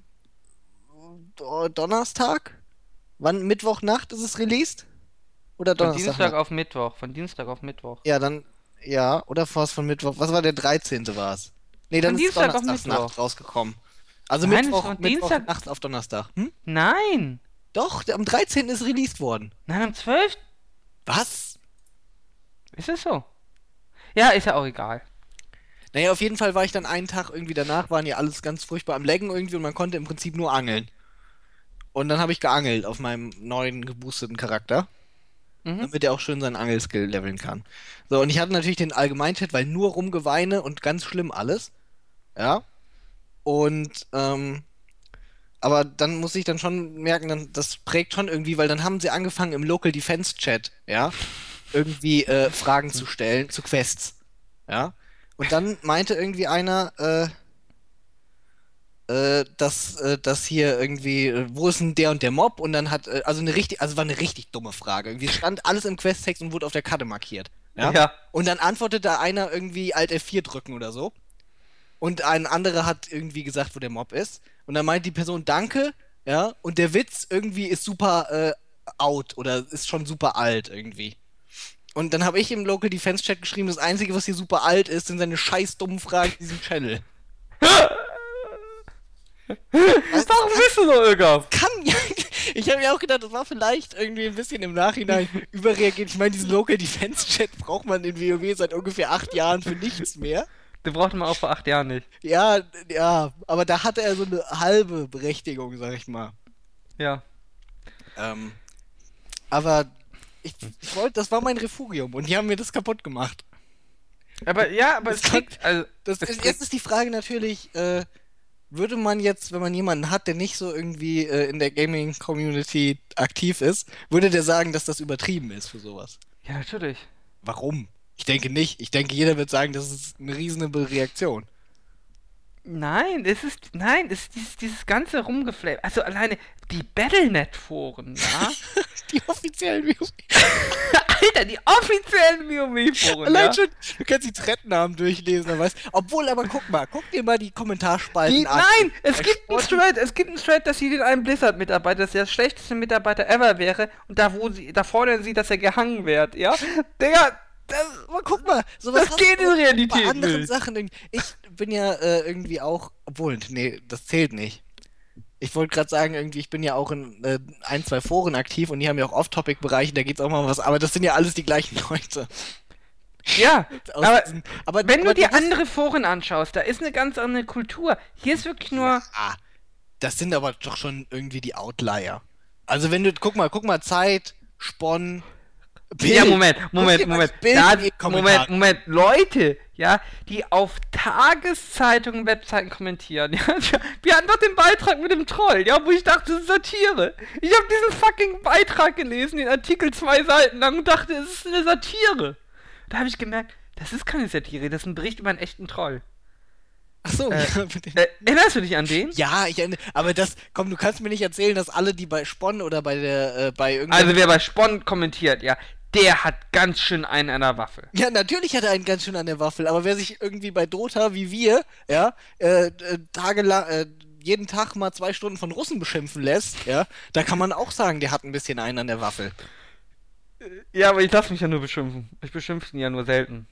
Do- Donnerstag. Wann? Mittwochnacht ist es released? Oder Von Donnerstag? Dienstag auf Mittwoch, von Dienstag auf Mittwoch. Ja, dann, ja, oder war es von Mittwoch? Was war der dreizehnte war es? Nee, dann Von ist Dienstag auf Donnerstagsnacht Mittwoch. rausgekommen. Also Nein, es Mittwoch, war Mittwoch Dienstag- Nacht auf Donnerstag. Hm? Nein! Doch, der- am dreizehnten ist released worden. Nein, am zwölften Was? Ist es so? Ja, ist ja auch egal. Naja, auf jeden Fall war ich dann einen Tag irgendwie danach, waren ja alles ganz furchtbar am Laggen irgendwie und man konnte im Prinzip nur angeln. Und dann habe ich geangelt auf meinem neuen geboosteten Charakter, Mhm. damit er auch schön seinen Angelskill leveln kann. So, und ich hatte natürlich den Allgemeinchat, weil nur Rumgeweine und ganz schlimm alles. Ja. Und, ähm, aber dann muss ich dann schon merken, dann, das prägt schon irgendwie, weil dann haben sie angefangen im Local Defense Chat, ja, irgendwie äh, Fragen zu stellen, zu Quests. Ja. Und dann meinte irgendwie einer, äh, äh, dass, äh, dass hier irgendwie, äh, wo ist denn der und der Mob? Und dann hat, äh, also eine richtig, also war eine richtig dumme Frage. Irgendwie stand alles im Questtext und wurde auf der Karte markiert. Ja? Ja. Und dann antwortete einer irgendwie Alt F vier drücken oder so. Und ein anderer hat irgendwie gesagt, wo der Mob ist. Und dann meint die Person Danke, ja. Und der Witz irgendwie ist super äh, out oder ist schon super alt irgendwie. Und dann habe ich im Local Defense Chat geschrieben, das Einzige, was hier super alt ist, sind seine scheiß dummen Fragen in diesem Channel. Warum bist du so, Öger? Kann ja. Ich habe mir auch gedacht, das war vielleicht irgendwie ein bisschen im Nachhinein überreagiert. Ich meine, diesen Local Defense Chat braucht man in WoW seit ungefähr acht Jahren für nichts mehr. Den brauchte man auch vor acht Jahren nicht. Ja, ja, aber da hatte er so eine halbe Berechtigung, sag ich mal. Ja. Ähm, aber ich, ich wollte, das war mein Refugium und die haben mir das kaputt gemacht. Aber ja, aber Es es kriegt, also, Das, es jetzt kriegt, ist die Frage natürlich, äh, würde man jetzt, wenn man jemanden hat, der nicht so irgendwie äh, in der Gaming-Community aktiv ist, würde der sagen, dass das übertrieben ist für sowas? ja, natürlich. Warum? Ich denke nicht. Ich denke, jeder wird sagen, das ist eine reasonable Reaktion. Nein, es ist, nein, es ist dieses, dieses ganze Rumgeflape. Also alleine die Battlenet-Foren, ja? Die offiziellen WoW. Alter, die offiziellen WoW-Foren, Allein ja? schon, du kannst die Threadnamen durchlesen, dann weißt obwohl, aber guck mal, guck dir mal die Kommentarspalten Die, an. nein, es Bei gibt einen Sport- Thread, es gibt einen Thread, dass sie den einen Blizzard-Mitarbeiter, dass der schlechteste Mitarbeiter ever wäre und da wo sie, da fordern sie, dass er gehangen wird, ja? Digga, das, Aber guck mal, sowas Das hast geht du in bei Realität anderen nicht. Sachen. irgendwie- Ich bin ja äh, irgendwie auch, obwohl, nee, das zählt nicht. Ich wollte gerade sagen, irgendwie, ich bin ja auch in äh, ein, zwei Foren aktiv und die haben ja auch Off-Topic-Bereiche, da geht's auch mal um was, aber das sind ja alles die gleichen Leute. ja, Aus aber diesen- aber wenn du aber dir wirst- andere Foren anschaust, da ist eine ganz andere Kultur. Hier ist wirklich nur, Ja, das sind aber doch schon irgendwie die Outlier. Also wenn du, guck mal, guck mal, Zeit, Spon, Bild. ja, Moment, Guck Moment, dir mal Moment, das Bild da, in die Kommentare. Moment, Moment, Leute, ja, die auf Tageszeitungen, Webseiten kommentieren, ja, wir hatten doch den Beitrag mit dem Troll, ja, wo ich dachte, das ist Satire. Ich habe diesen fucking Beitrag gelesen, den Artikel zwei Seiten lang und dachte, es ist eine Satire. Da habe ich gemerkt, das ist keine Satire, das ist ein Bericht über einen echten Troll. Achso, Äh, ja, mit den- Äh, erinnerst du dich an den? ja, ich, aber das, komm, du kannst mir nicht erzählen, dass alle, die bei Spon oder bei der, äh, bei irgendeinem... Also wer bei Spon kommentiert, ja, der hat ganz schön einen an der Waffe. Ja, natürlich hat er einen ganz schön an der Waffel, aber wer sich irgendwie bei Dota wie wir, ja, äh, äh, tagelang, äh, jeden Tag mal zwei Stunden von Russen beschimpfen lässt, ja, da kann man auch sagen, der hat ein bisschen einen an der Waffel. Ja, aber ich lasse mich ja nur beschimpfen. Ich beschimpfe ihn ja nur selten.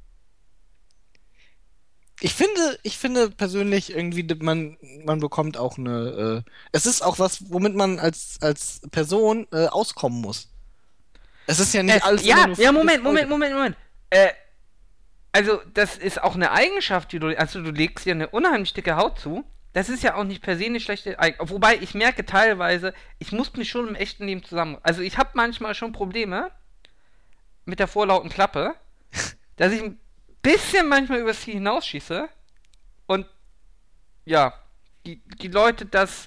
Ich finde, ich finde persönlich irgendwie, man, man bekommt auch eine, äh, es ist auch was, womit man als, als Person äh, auskommen muss. Es ist ja nicht Äh, alles ja, immer nur ja, Friede, Moment, Freude. Moment, Moment, Moment. Äh, also, das ist auch eine Eigenschaft, die du, also du legst dir eine unheimlich dicke Haut zu. Das ist ja auch nicht per se eine schlechte Eigenschaft. Wobei ich merke teilweise, ich muss mich schon im echten Leben zusammen. Also ich habe manchmal schon Probleme mit der vorlauten Klappe, dass ich ein bisschen manchmal übers Ziel hinausschieße und ja, die, die Leute das,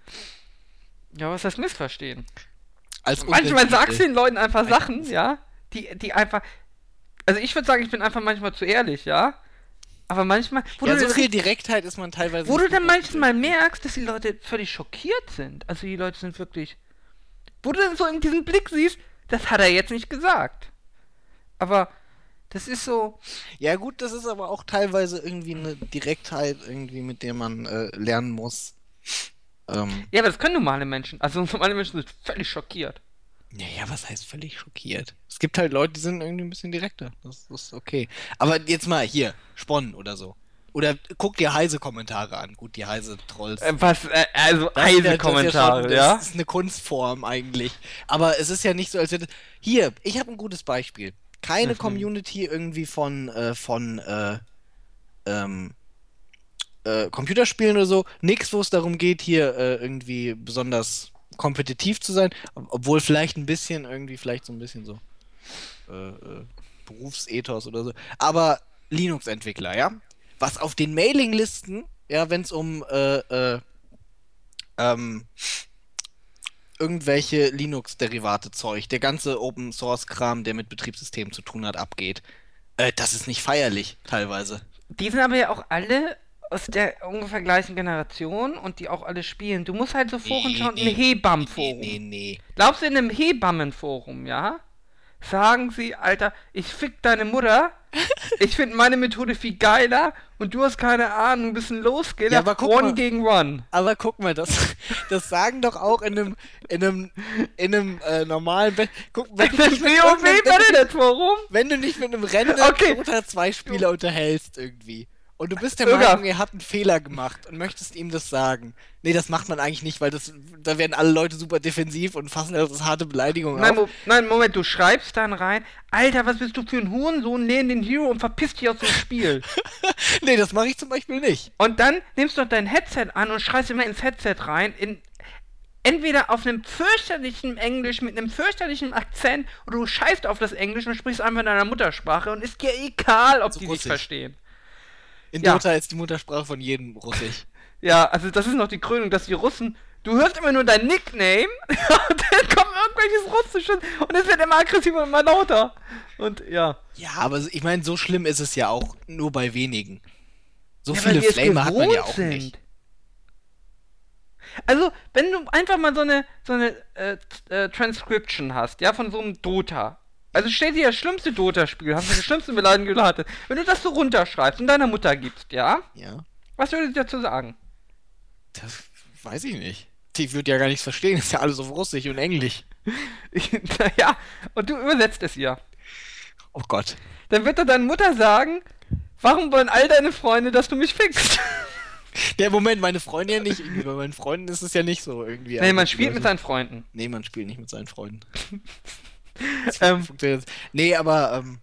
ja, was heißt missverstehen. Als Manchmal Untertitel. sagst du den Leuten einfach Sachen, ja, die, die einfach, also ich würde sagen, ich bin einfach manchmal zu ehrlich, ja, aber manchmal, wo Ja, du so dann, viel Direktheit ist man teilweise wo du nicht dann gewohnt. manchmal merkst, dass die Leute völlig schockiert sind, also die Leute sind wirklich, wo du dann so in diesem Blick siehst, das hat er jetzt nicht gesagt, aber das ist so, Ja gut, das ist aber auch teilweise irgendwie eine Direktheit, irgendwie, mit der man äh, lernen muss. Ähm, ja, aber das können normale Menschen, also normale Menschen sind völlig schockiert. naja, was heißt völlig schockiert? Es gibt halt Leute, die sind irgendwie ein bisschen direkter. Das, das ist okay. Aber jetzt mal hier, Sponnen oder so. Oder guck dir Heise-Kommentare an. Gut, die Heise-Trolls. Äh, was, äh, also Das ist ja- heise Kommentare, das ist ja? Das ist eine Kunstform eigentlich. Aber es ist ja nicht so, als hätte. Hier, ich habe ein gutes Beispiel. Keine Mhm. Community irgendwie von, äh, von äh, ähm, äh, Computerspielen oder so. Nix, wo es darum geht, hier äh, irgendwie besonders kompetitiv zu sein. Ob- Obwohl vielleicht ein bisschen, irgendwie, vielleicht so ein bisschen so äh, äh, Berufsethos oder so. Aber Linux-Entwickler, ja? Was auf den Mailinglisten, ja, wenn es um äh, äh, ähm, irgendwelche Linux-Derivate Zeug, der ganze Open-Source-Kram, der mit Betriebssystemen zu tun hat, abgeht. Äh, das ist nicht feierlich, teilweise. Die sind aber ja auch alle aus der ungefähr gleichen Generation und die auch alle spielen. Du musst halt so Foren schauen, ein Hebammenforum. Nee, nee, nee. Glaubst du, in einem Hebammenforum, ja? Sagen sie, Alter, ich fick deine Mutter, ich finde meine Methode viel geiler und du hast keine Ahnung, ein bisschen losgehen. Ja, aber guck One mal. gegen One. Aber guck mal, das, das sagen doch auch in einem, in einem, in einem äh, normalen Bett. Guck, wenn du Das dich mit irgendeinem- wenn, du dich- WoW-Internet-Forum? wenn du nicht mit einem rennenden Okay. Dota zwei Spieler unterhältst irgendwie. Und du bist der Irga. Meinung, er hat einen Fehler gemacht und möchtest ihm das sagen. Nee, das macht man eigentlich nicht, weil das, da werden alle Leute super defensiv und fassen das als harte Beleidigung Nein, auf. Mo nein, Moment, du schreibst dann rein, Alter, was bist du für ein Hurensohn, lehn den Hero und verpiss dich aus dem Spiel. Nee, das mache ich zum Beispiel nicht. Und dann nimmst du dein Headset an und schreist immer ins Headset rein, in entweder auf einem fürchterlichen Englisch mit einem fürchterlichen Akzent oder du scheißt auf das Englisch und sprichst einfach in deiner Muttersprache und ist dir egal, ob So die Russisch. dich verstehen. In Ja. Dota ist die Muttersprache von jedem Russisch. Ja, also das ist noch die Krönung, dass die Russen, du hörst immer nur dein Nickname und dann kommt irgendwelches Russisches und es wird immer aggressiver und immer lauter. Und ja. Ja, aber ich meine, so schlimm ist es ja auch nur bei wenigen. So Ja, weil viele wir es Flamer hat man ja gewohnt auch sind. nicht. Also, wenn du einfach mal so eine, so eine äh, t- äh, Transcription hast, ja, von so einem Dota. Also stell dir das schlimmste Dota-Spiel, hast du die schlimmsten Beleidigungen gehabt. Wenn du das so runterschreibst und deiner Mutter gibst, ja, Ja, was würde sie dazu sagen? das weiß ich nicht. Die würde ja gar nichts verstehen, ist ja alles auf Russisch und Englisch. Naja, und du übersetzt es ihr. Oh Gott. Dann wird doch deine Mutter sagen, warum wollen all deine Freunde, dass du mich fickst? Der Moment, meine Freunde ja nicht irgendwie. Bei meinen Freunden ist es ja nicht so irgendwie. Nee, Also, man spielt also- mit seinen Freunden. Nee, man spielt nicht mit seinen Freunden. Ähm, Funktioniert. Nee, aber ähm,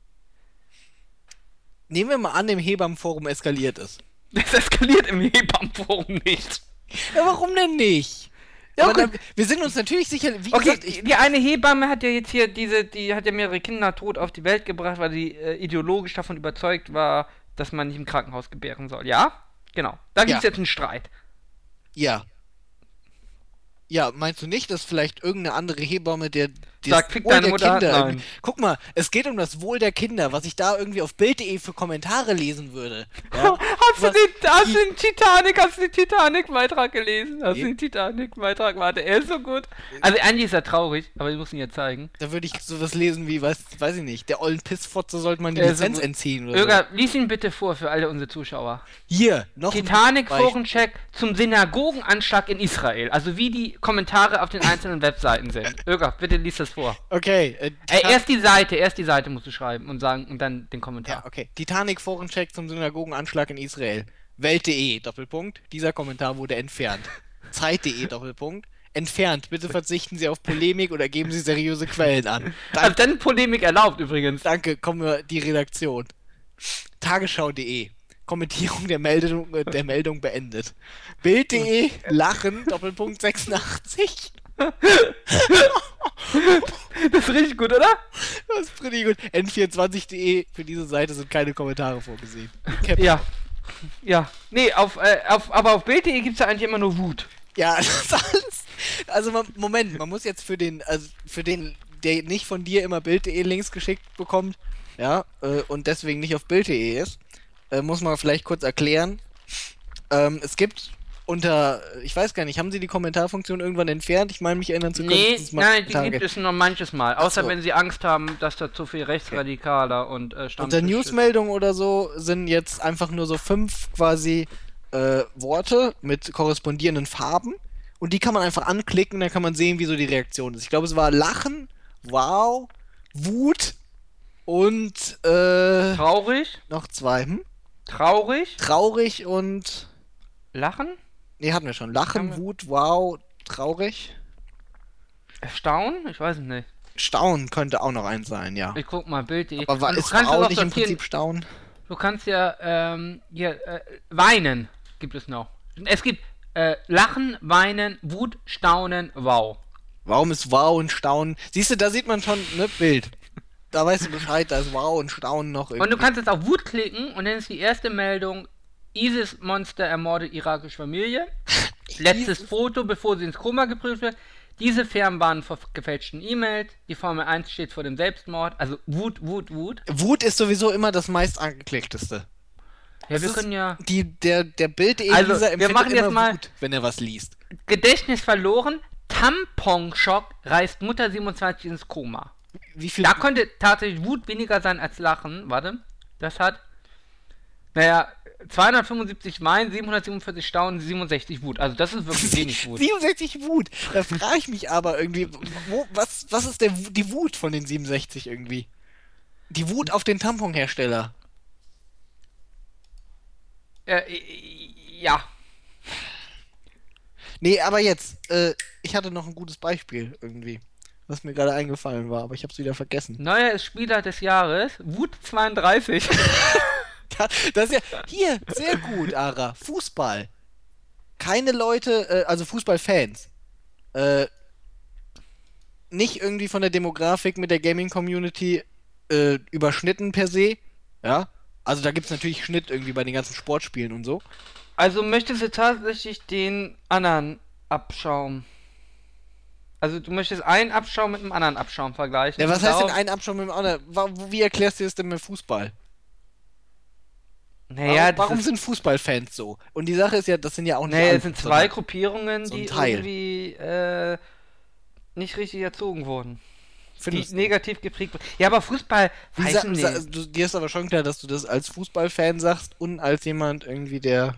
nehmen wir mal an, im Hebammenforum eskaliert es. Das eskaliert im Hebammenforum nicht. Ja, warum denn nicht? Ja, aber gut. dann, wir sind uns natürlich sicher, wie Okay, gesagt, ich, die eine Hebamme hat ja jetzt hier diese, die hat ja mehrere Kinder tot auf die Welt gebracht, weil sie äh, ideologisch davon überzeugt war, dass man nicht im Krankenhaus gebären soll. Ja? Genau. Da gibt es Ja. jetzt einen Streit. ja. Ja, meinst du nicht, dass vielleicht irgendeine andere Hebamme, der das Sagt, fick Wohl deine der Mutter, Kinder nein. irgendwie- Guck mal, es geht um das Wohl der Kinder, was ich da irgendwie auf Bild punkt de für Kommentare lesen würde. Ja? Hast du Was- den, hast die- du den Titanic, hast du den Titanic-Beitrag gelesen? Hast Nee. du den Titanic-Beitrag? Warte, er ist so gut. Also eigentlich ist er traurig, aber ich muss ihn jetzt zeigen. Da würde ich sowas lesen wie, weiß, weiß ich nicht, der ollen Pissfotze sollte man die Er ist so Lizenz gut. entziehen oder so. Öger, lies ihn bitte vor für alle unsere Zuschauer. Hier, noch ein Titanic-Forencheck zum Synagogenanschlag in Israel. Also wie die Kommentare auf den einzelnen Webseiten sind. Öger, bitte lies das vor. Okay, äh, Ey, Titan- erst die Seite, erst die Seite musst du schreiben und sagen und dann den Kommentar. ja, okay. Titanic-Forencheck zum Synagogenanschlag in Israel. Welt punkt de, Doppelpunkt. Dieser Kommentar wurde entfernt. Zeit punkt de, Doppelpunkt. Entfernt. Bitte verzichten Sie auf Polemik oder geben Sie seriöse Quellen an. Also Danke, dann Polemik erlaubt übrigens. danke kommen wir die Redaktion. Tagesschau punkt de. Kommentierung der Meldung, äh, der Meldung beendet. Bild punkt de, Lachen, Doppelpunkt sechsundachtzig. Das ist richtig gut, oder? Das ist pretty gut. N vierundzwanzig punkt de, für diese Seite sind keine Kommentare vorgesehen. Cap- Ja. Ja. Nee, auf, äh, auf, aber auf Bild punkt de gibt es ja eigentlich immer nur Wut. Ja, das ist alles. Also man, Moment, man muss jetzt für den, also für den, der nicht von dir immer Bild punkt de Links geschickt bekommt, ja, äh, und deswegen nicht auf Bild punkt de ist, äh, muss man vielleicht kurz erklären. Ähm, es gibt unter, ich weiß gar nicht, haben sie die Kommentarfunktion irgendwann entfernt? Ich meine mich erinnern zu können. Nee, dass es mal nein, die Tage- gibt es noch manches Mal. Außer so. wenn sie Angst haben, dass da zu viel Rechtsradikaler und äh, Stammtisch Unter Newsmeldungen oder so sind jetzt einfach nur so fünf quasi äh, Worte mit korrespondierenden Farben und die kann man einfach anklicken, dann kann man sehen, wie so die Reaktion ist. Ich glaube, es war Lachen, Wow, Wut und äh, Traurig, noch zwei. Hm? traurig, Traurig und Lachen, nee, hatten wir schon. Haben Lachen, wir- Wut, Wow, traurig. Erstaunen? Ich weiß es nicht. Staunen könnte auch noch eins sein, ja. Ich guck mal, Bild punkt de. Aber war, Und du ist kannst Wow auch nicht im sortieren. Prinzip Staunen? Du kannst ja, ähm, hier, äh, weinen gibt es noch. Es gibt äh, Lachen, Weinen, Wut, Staunen, Wow. Warum ist Wow und Staunen? Siehst du, da sieht man schon, ne, Bild. Da weißt du Bescheid, da ist Wow und Staunen noch irgendwie. Und du kannst jetzt auf Wut klicken und dann ist die erste Meldung: ISIS-Monster ermordet irakische Familie. Letztes Foto, bevor sie ins Koma geprüft wird. Diese Firmen waren vor gefälschten E-Mails. Die Formel eins steht vor dem Selbstmord. Also Wut, Wut, Wut. Wut ist sowieso immer das meist angeklickteste. Ja, Das wir ist können ja. Die, der der Bild Also, Leser wir empfindet machen jetzt immer mal- Wut, wenn er was liest. Gedächtnis verloren. Tamponschock reißt Mutter siebenundzwanzig ins Koma. Wie viel Da könnte tatsächlich Wut weniger sein als Lachen. Warte. Das hat. Naja, zweihundertfünfundsiebzig Wein, siebenhundertsiebenundvierzig Staunen, siebenundsechzig Wut. Also das ist wirklich wenig Wut. siebenundsechzig Wut. Da frage ich mich aber irgendwie, wo, was, was ist der, Wu- die Wut von den siebenundsechzig irgendwie? Die Wut auf den Tamponhersteller. Äh, ja. Nee, aber jetzt, äh, ich hatte noch ein gutes Beispiel irgendwie, was mir gerade eingefallen war, aber ich hab's wieder vergessen. Neuer Spieler des Jahres. Wut zweiunddreißig. Da- Das ist ja, hier, sehr gut, Ara. Fußball. Keine Leute, äh, also Fußballfans, äh, nicht irgendwie von der Demografik mit der Gaming-Community äh, überschnitten per se, ja. Also da gibt's natürlich Schnitt irgendwie bei den ganzen Sportspielen und so. Also möchtest du tatsächlich den anderen Abschaum. Also du möchtest einen Abschaum mit einem anderen Abschaum vergleichen. Ja, was Und heißt denn darauf- ein Abstand mit dem anderen? Wa- Wie erklärst du das denn mit Fußball? Naja, Warum, das warum ist. sind Fußballfans so? Und die Sache ist ja, das sind ja auch nicht Nee, alle, es sind zwei sondern Gruppierungen, so ein die Teil. irgendwie äh, nicht richtig erzogen wurden. Die Findest du? negativ geprägt wurden. Ja, aber Fußball, Wie weiß sa sa nicht. du, dir ist aber schon klar, dass du das als Fußballfan sagst und als jemand irgendwie, der.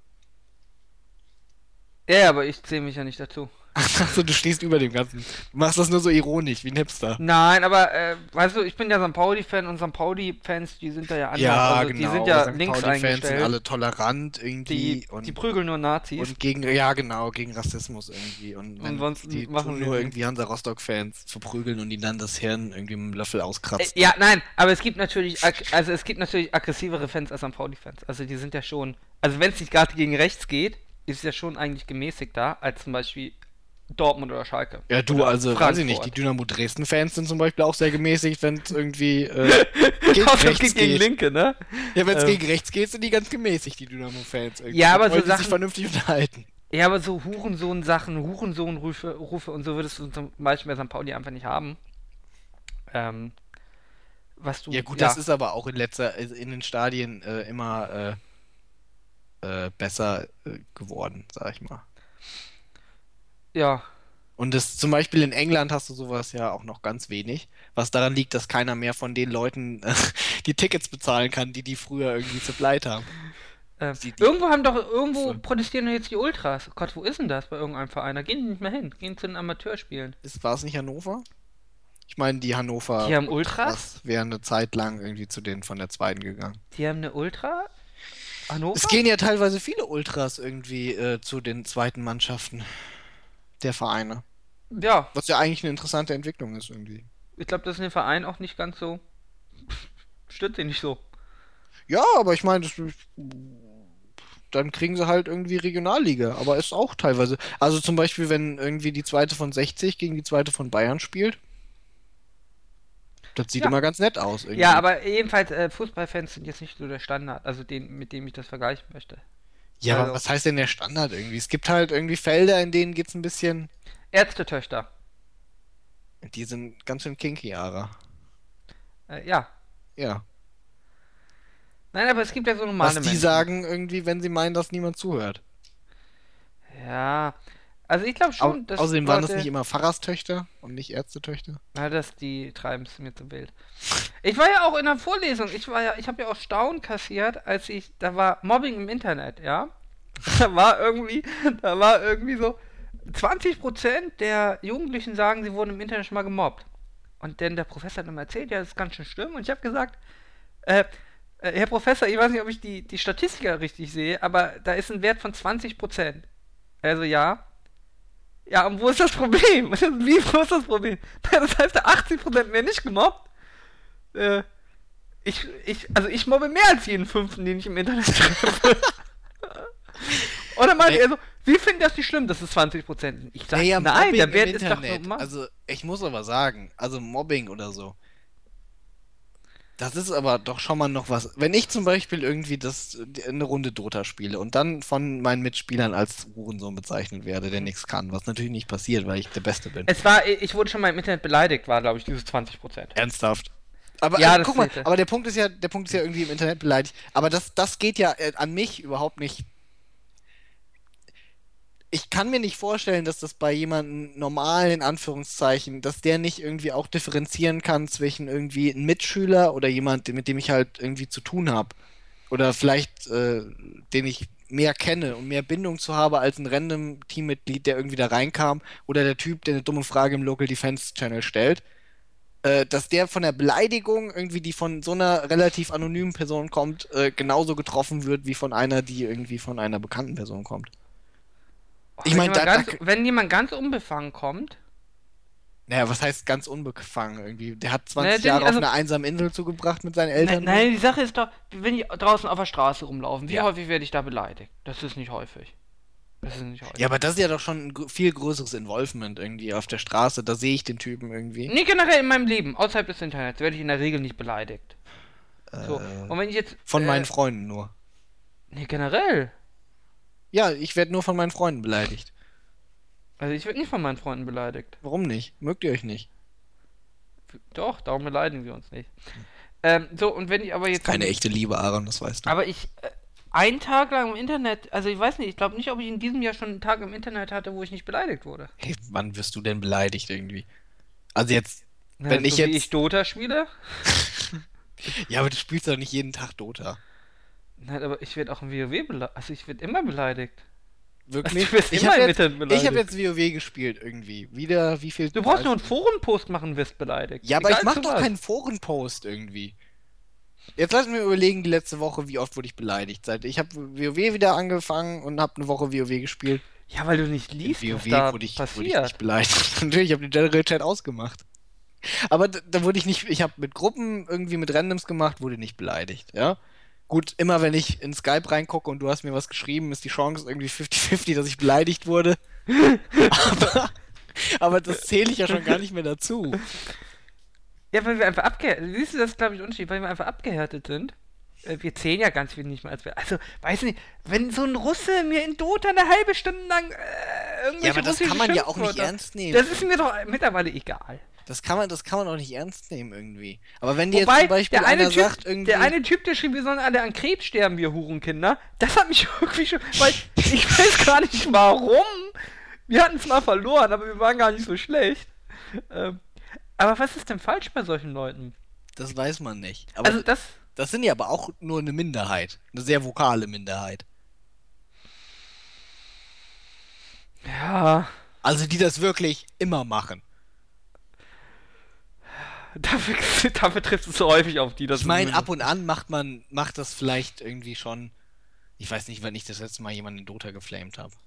Ja, ja, aber ich zähle mich ja nicht dazu. Achso, du stehst über dem Ganzen. Du machst das nur so ironisch, wie ein Hipster. Nein, aber äh, weißt du, ich bin ja Sankt Pauli-Fan und Sankt Pauli-Fans, die sind da ja anders. Ja, Also die sind genau. ja Sankt links Pauli-Fans sind eingestellt. alle tolerant Die, irgendwie die und, prügeln nur Nazis. und gegen, ja, genau, gegen Rassismus irgendwie. Und wenn Ansonsten die machen tun sie nur nichts. irgendwie Hansa Rostock-Fans verprügeln und ihnen dann das Hirn irgendwie mit dem Löffel Äh, auskratzen. ja, nein, aber es gibt natürlich, ag- also es gibt natürlich aggressivere Fans als Sankt Pauli-Fans. Also die sind ja schon, also wenn es nicht gerade gegen rechts geht, ist es ja schon eigentlich gemäßigter als zum Beispiel Dortmund oder Schalke. Ja, du, Oder also, weiß ich nicht, die Frankfurt. Dynamo Dresden-Fans sind zum Beispiel auch sehr gemäßigt, wenn es irgendwie äh, gegen Außer es rechts geht gegen geht. Linke, ne? Ja, wenn es Ähm, gegen rechts geht, sind die ganz gemäßigt, die Dynamo-Fans irgendwie. ja, Da aber so wollen die sich Sachen, vernünftig unterhalten. ja, aber so Hurensohn-Sachen, Hurensohn-Rufe Rufe und so würdest du zum Beispiel bei Sankt Pauli einfach nicht haben. Ähm, was Ja, du, gut, das ja, ist aber auch in letzter, in den Stadien äh, immer äh, äh, besser äh, geworden, sag ich mal. ja, Und das zum Beispiel in England hast du sowas ja auch noch ganz wenig, was daran liegt, dass keiner mehr von den Leuten äh, die Tickets bezahlen kann, die die früher irgendwie supplied haben. ähm, Die, die, irgendwo haben doch, irgendwo so. protestieren doch jetzt die Ultras. Gott, wo ist denn das bei irgendeinem Verein? Da gehen die nicht mehr hin. Gehen zu den Amateurspielen. Ist, war es nicht Hannover? Ich meine, die Hannover Die haben Ultras? Ultras wären eine Zeit lang irgendwie zu denen von der zweiten gegangen. Die haben eine Ultra? Es Hannover? gehen ja teilweise viele Ultras irgendwie äh, zu den zweiten Mannschaften der Vereine. Ja, Was ja eigentlich eine interessante Entwicklung ist irgendwie. ich glaube, das ist in den Verein auch nicht ganz so. Stört sie nicht so. Ja, aber ich meine, das, dann kriegen sie halt irgendwie Regionalliga. Aber ist auch teilweise. Also zum Beispiel, wenn irgendwie die zweite von sechzig gegen die zweite von Bayern spielt, das sieht Ja. immer ganz nett aus irgendwie. Ja, aber jedenfalls, äh, Fußballfans sind jetzt nicht so der Standard, also den, mit dem ich das vergleichen möchte. Ja, aber Also, was heißt denn der Standard irgendwie? Es gibt halt irgendwie Felder, in denen geht's ein bisschen. Ärztetöchter. Die sind ganz schön kinky, Ara. Äh, ja. Ja. Nein, aber es gibt ja so Was normale die Menschen. sagen irgendwie, wenn sie meinen, dass niemand zuhört. Ja. Also ich glaube Au schon, dass außerdem waren das Leute. nicht immer Pfarrerstöchter und nicht Ärztetöchter. Na, das, die treiben es mir zu wild. Ich war ja auch in der Vorlesung. Ich war ja, ich habe ja auch Staunen kassiert, als ich, da war Mobbing im Internet, ja. Da war irgendwie, da war irgendwie so zwanzig Prozent der Jugendlichen sagen, sie wurden im Internet schon mal gemobbt. Und dann der Professor hat immer erzählt, ja, das ist ganz schön schlimm. Und ich habe gesagt, äh, äh, Herr Professor, ich weiß nicht, ob ich die, die Statistik richtig sehe, aber da ist ein Wert von zwanzig Prozent. Also ja. Ja, und wo ist das Problem? Wie, wo ist das Problem? Das heißt, der achtzig Prozent werden nicht gemobbt. Äh, ich, ich, also ich mobbe mehr als jeden Fünften, den ich im Internet treffe. Oder meinte Nee. er so, Sie finden das nicht schlimm, dass es zwanzig Prozent sind? Ich sag, Naja, nein, Mobbing der Wert im ist doch Internet. normal. Also, ich muss aber sagen, also Mobbing oder so. Das ist aber doch schon mal noch was. Wenn ich zum Beispiel irgendwie das, eine Runde Dota spiele und dann von meinen Mitspielern als Hurensohn bezeichnet werde, der nichts kann, was natürlich nicht passiert, weil ich der Beste bin. Es war, ich wurde schon mal im Internet beleidigt, war glaube ich dieses zwanzig Prozent. Ernsthaft. Aber Ja, äh, das guck mal, zählte. aber der Punkt ist ja, der Punkt ist ja irgendwie im Internet beleidigt. Aber das, das geht ja äh, an mich überhaupt nicht. Ich kann mir nicht vorstellen, dass das bei jemandem normal, in Anführungszeichen, dass der nicht irgendwie auch differenzieren kann zwischen irgendwie einem Mitschüler oder jemand, mit dem ich halt irgendwie zu tun habe. Oder vielleicht, äh, den ich mehr kenne und mehr Bindung zu habe als ein random Teammitglied, der irgendwie da reinkam. Oder der Typ, der eine dumme Frage im Local Defense Channel stellt. Äh, dass der von der Beleidigung irgendwie, die von so einer relativ anonymen Person kommt, äh, genauso getroffen wird, wie von einer, die irgendwie von einer bekannten Person kommt. Ich wenn, meine, jemand da, da, ganz, wenn jemand ganz unbefangen kommt, naja, was heißt ganz unbefangen irgendwie? Der hat ne, zwanzig den, Jahre auf also, einer einsamen Insel zugebracht mit seinen ne, Eltern. nein, die Sache ist doch, wenn die draußen auf der Straße rumlaufen, wie Ja. häufig werde ich da beleidigt? Das ist nicht häufig. Das ist nicht häufig. Ja, aber das ist ja doch schon ein gr- viel größeres Involvement irgendwie auf der Straße. Da sehe ich den Typen irgendwie. Nee, generell in meinem Leben, außerhalb des Internets, werde ich in der Regel nicht beleidigt. So. Äh, Und wenn ich jetzt. von äh, meinen Freunden nur. Nee, generell. Ja, ich werde nur von meinen Freunden beleidigt. Also ich werde nicht von meinen Freunden beleidigt. Warum nicht? Mögt ihr euch nicht? Doch, darum beleidigen wir uns nicht. Ähm, so, und wenn ich aber jetzt... Keine echte Liebe, Aaron, das weißt du. Aber ich... Äh, einen Tag lang im Internet, also ich weiß nicht, ich glaube nicht, ob ich in diesem Jahr schon einen Tag im Internet hatte, wo ich nicht beleidigt wurde. Hey, wann wirst du denn beleidigt irgendwie? Also jetzt, Na, wenn so ich wie jetzt... ich Dota spiele? Ja, aber du spielst doch nicht jeden Tag Dota. Nein, aber ich werde auch im WoW beleidigt. Also ich werde immer beleidigt. Wirklich? Also du wirst Ich immer habe im jetzt, Internet beleidigt. ich hab jetzt WoW gespielt irgendwie. Wieder, wie viel... Du brauchst nur einen Forenpost machen und wirst beleidigt. Ja, aber Egal ich mach zu doch was. keinen Forenpost irgendwie. Jetzt lass mir überlegen, die letzte Woche, wie oft wurde ich beleidigt. Seit ich habe WoW wieder angefangen und habe eine Woche WoW gespielt. Ja, weil du nicht In liest, was WoW da wurde ich, wurde ich passiert. nicht beleidigt. Natürlich, ich habe den General Chat ausgemacht. Aber da, da wurde ich nicht, ich habe mit Gruppen irgendwie mit Randoms gemacht, wurde nicht beleidigt, ja. Gut, immer wenn ich in Skype reingucke und du hast mir was geschrieben, ist die Chance irgendwie fünfzig fünfzig, dass ich beleidigt wurde. aber, aber das zähle ich ja schon gar nicht mehr dazu. Ja, weil wir einfach abgehärtet sind. Siehst du, das ist, glaube ich, Unterschied, weil wir einfach abgehärtet sind. Äh, Wir zählen ja ganz viel nicht mehr als wir. Also, weiß nicht, wenn so ein Russe mir in Dota eine halbe Stunde lang äh, irgendwelche Ja, aber das russischen kann man ja auch nicht Schimpfwörter- ernst nehmen. Das ist mir doch mittlerweile egal. Das kann man, das kann man auch nicht ernst nehmen irgendwie. Aber wenn dir jetzt Wobei, zum Beispiel der eine, einer typ, sagt irgendwie... der eine Typ, der schrieb, wir sollen alle an Krebs sterben, wir Hurenkinder, das hat mich irgendwie schon, weil ich weiß gar nicht warum. Wir hatten es mal verloren, aber wir waren gar nicht so schlecht. Ähm, aber was ist denn falsch bei solchen Leuten? Das weiß man nicht. Aber Also das, das sind ja aber auch nur eine Minderheit. Eine sehr vokale Minderheit. ja, Also die das wirklich immer machen. dafür, dafür trifft es so häufig auf die, dass Ich meine, es- ab und an macht man, macht das vielleicht irgendwie schon. Ich weiß nicht, wann ich das letzte Mal jemanden in Dota geflamed habe.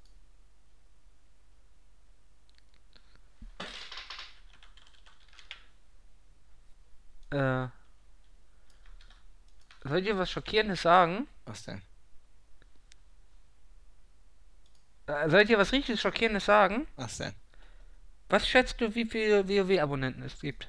Äh, soll ich dir was Schockierendes sagen? Was denn? Äh, soll ich dir was richtig Schockierendes sagen? Was denn? Was schätzt du, wie viele WoW-Abonnenten es gibt?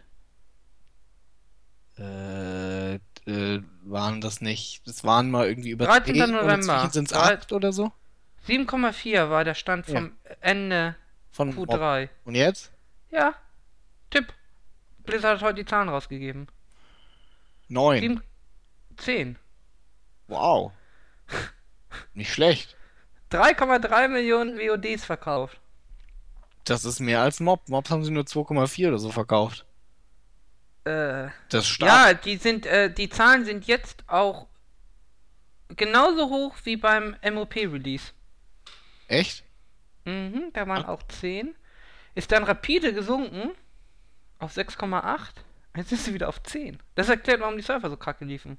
Äh, äh, waren das nicht. Das waren mal irgendwie über dreizehnter zehn und November. inzwischen sind es Drei- acht oder so? sieben Komma vier war der Stand Ja. vom Ende Von Q Mob. drei. Und jetzt? Ja, Tipp. Blizzard hat heute die Zahlen rausgegeben. Neun. Sieben, zehn. Wow. Nicht schlecht. drei Komma drei Millionen W O Ds verkauft. Das ist mehr als Mob. Mobs haben sie nur zwei Komma vier oder so verkauft. Äh, Das ist stark. ja, die sind, äh, die Zahlen sind jetzt auch genauso hoch wie beim M O P-Release. Echt? Mhm, da waren auch zehn. Ist dann rapide gesunken auf sechs Komma acht. Jetzt ist sie wieder auf zehn. Das erklärt, warum die Server so kacke liefen.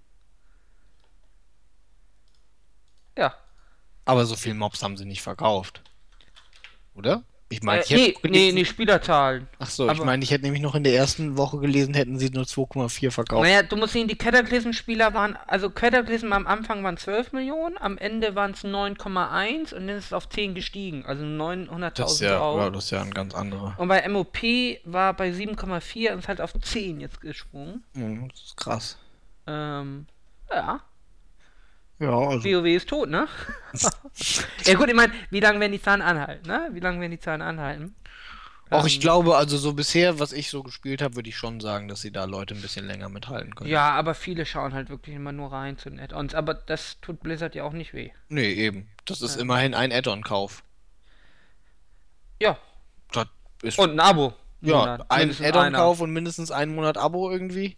Ja. Aber so viel Mobs haben sie nicht verkauft. Oder? Ich meine, Äh, ich nee, hätte nee, gelesen- nee, Spielerzahlen. Ach so, ich aber- meine, ich hätte nämlich noch in der ersten Woche gelesen, hätten sie nur zwei Komma vier verkauft. Naja, du musst sehen, die Cataclysm-Spieler waren, also Cataclysm am Anfang waren zwölf Millionen, am Ende waren es neun Komma eins und dann ist es auf zehn gestiegen, also Das ist neunhunderttausend ja, drauf. ja, das ist ja ein ganz anderer. Und bei M O P war bei sieben Komma vier und ist halt auf zehn jetzt gesprungen. Mhm, das ist krass. Ähm, ja, Ja, also. WoW ist tot, ne? Ja gut, ich meine, wie lange werden die Zahlen anhalten, ne? Wie lange werden die Zahlen anhalten? Auch ich Ähm, glaube, also so bisher, was ich so gespielt habe, würde ich schon sagen, dass sie da Leute ein bisschen länger mithalten können. Ja, aber viele schauen halt wirklich immer nur rein zu den Add-ons. Aber das tut Blizzard ja auch nicht weh. Nee, eben. Das ist Ja. immerhin ein Add-on-Kauf. Ja, Das ist und ein Abo. ja Monat. ein Mindestens Add-on-Kauf und mindestens einen Monat Abo irgendwie.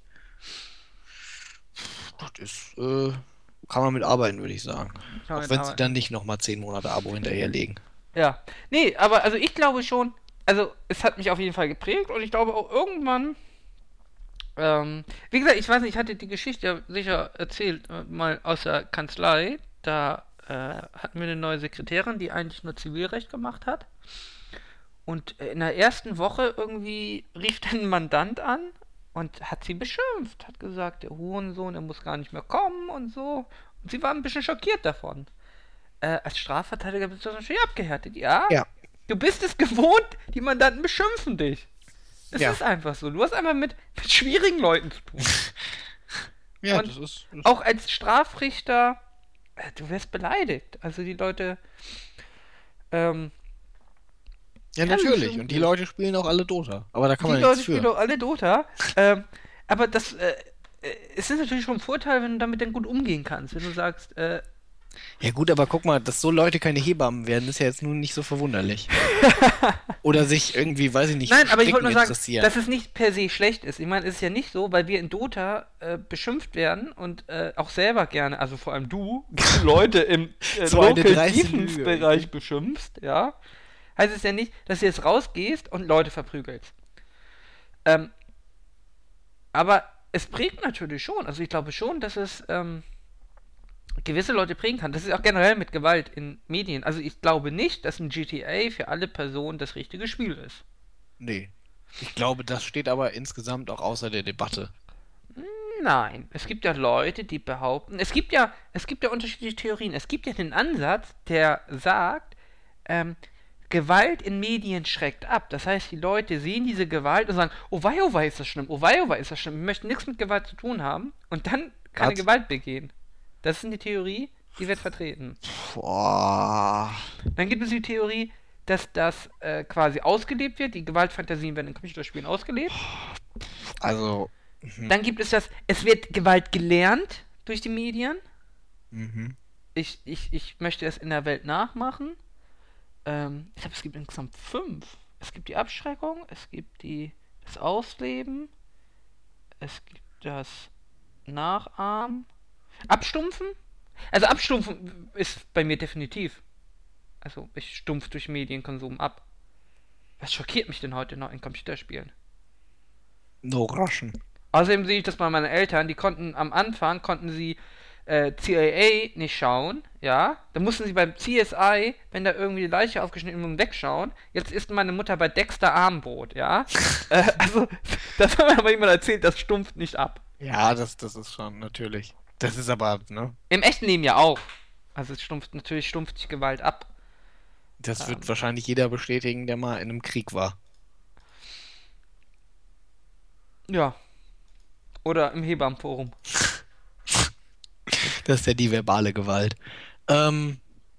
Das ist, äh, kann man mit arbeiten, würde ich sagen. einer. Kann man Auch wenn sie arbeiten. dann nicht nochmal zehn Monate Abo hinterherlegen. Ja. Nee, aber also ich glaube schon, also es hat mich auf jeden Fall geprägt und ich glaube auch irgendwann, ähm, wie gesagt, ich weiß nicht, ich hatte die Geschichte ja sicher erzählt, äh, mal aus der Kanzlei, da äh, hatten wir eine neue Sekretärin, die eigentlich nur Zivilrecht gemacht hat. Und äh, in der ersten Woche irgendwie rief dann ein Mandant an und hat sie beschimpft, hat gesagt, der Hurensohn, der muss gar nicht mehr kommen und so. Und sie war ein bisschen schockiert davon. Äh, als Strafverteidiger bist du natürlich abgehärtet, ja? Ja. Du bist es gewohnt, die Mandanten beschimpfen dich. Es Ja. ist einfach so. Du hast einfach mit, mit schwierigen Leuten zu tun. Ja, Und das ist. Das Auch als Strafrichter, äh, du wirst beleidigt. Also die Leute, ähm, ja, Ja, natürlich. bestimmt. Und die Leute spielen auch alle Dota. Aber da kann die man Leute nichts spielen für. doch alle Dota. ähm, aber das, äh, äh, es ist natürlich schon ein Vorteil, wenn du damit dann gut umgehen kannst. Wenn du sagst, äh, Ja gut, aber guck mal, dass so Leute keine Hebammen werden, ist ja jetzt nun nicht so verwunderlich. Oder sich irgendwie, weiß ich nicht, für Nein, aber ich wollte Stricken nur sagen, interessieren. dass es nicht per se schlecht ist. Ich meine, es ist ja nicht so, weil wir in Dota äh, beschimpft werden und äh, auch selber gerne, also vor allem du, Leute im äh, So eine Local dreiste Defense Lüge. Bereich beschimpfst, ja, heißt es ja nicht, dass du jetzt rausgehst und Leute verprügelst. Ähm, aber es prägt natürlich schon. Also ich glaube schon, dass es ähm, gewisse Leute prägen kann. Das ist auch generell mit Gewalt in Medien. Also ich glaube nicht, dass ein G T A für alle Personen das richtige Spiel ist. Nee. Ich glaube, das steht aber insgesamt auch außer der Debatte. Nein, es gibt ja Leute, die behaupten, es gibt ja, es gibt ja unterschiedliche Theorien. Es gibt ja den Ansatz, der sagt, ähm, Gewalt in Medien schreckt ab. Das heißt, die Leute sehen diese Gewalt und sagen, oh wei, oh wei, ist das schlimm, oh wei, oh wei, ist das schlimm. Wir möchten nichts mit Gewalt zu tun haben und dann keine Was? Gewalt begehen. Das ist eine Theorie, die wird vertreten. Boah. Dann gibt es die Theorie, dass das äh, quasi ausgelebt wird. Die Gewaltfantasien werden in Computerspielen ausgelebt. Also. Mhm. Dann gibt es das, es wird Gewalt gelernt durch die Medien. Mhm. Ich, ich, ich möchte es in der Welt nachmachen. Ähm, ich glaube, es gibt insgesamt fünf. Es gibt die Abschreckung, es gibt die, das Ausleben, es gibt das Nachahmen. Abstumpfen? Also Abstumpfen ist bei mir definitiv. Also ich stumpf durch Medienkonsum ab. Was schockiert mich denn heute noch in Computerspielen? No Russian. Außerdem sehe ich das bei meinen Eltern, die konnten am Anfang, konnten sie äh, C I A nicht schauen, ja. Da mussten sie beim C S I, wenn da irgendwie die Leiche aufgeschnitten wird, wegschauen. Jetzt isst meine Mutter bei Dexter Armbrot, ja. äh, also, das hat mir aber jemand erzählt, das stumpft nicht ab. Ja, das, das ist schon natürlich. Das ist aber, ne? Im echten Leben ja auch. Also es stumpft, natürlich stumpft sich Gewalt ab. Das Ähm, wird wahrscheinlich jeder bestätigen, der mal in einem Krieg war. ja. Oder im Hebammenforum. Das ist ja die verbale Gewalt. Ähm,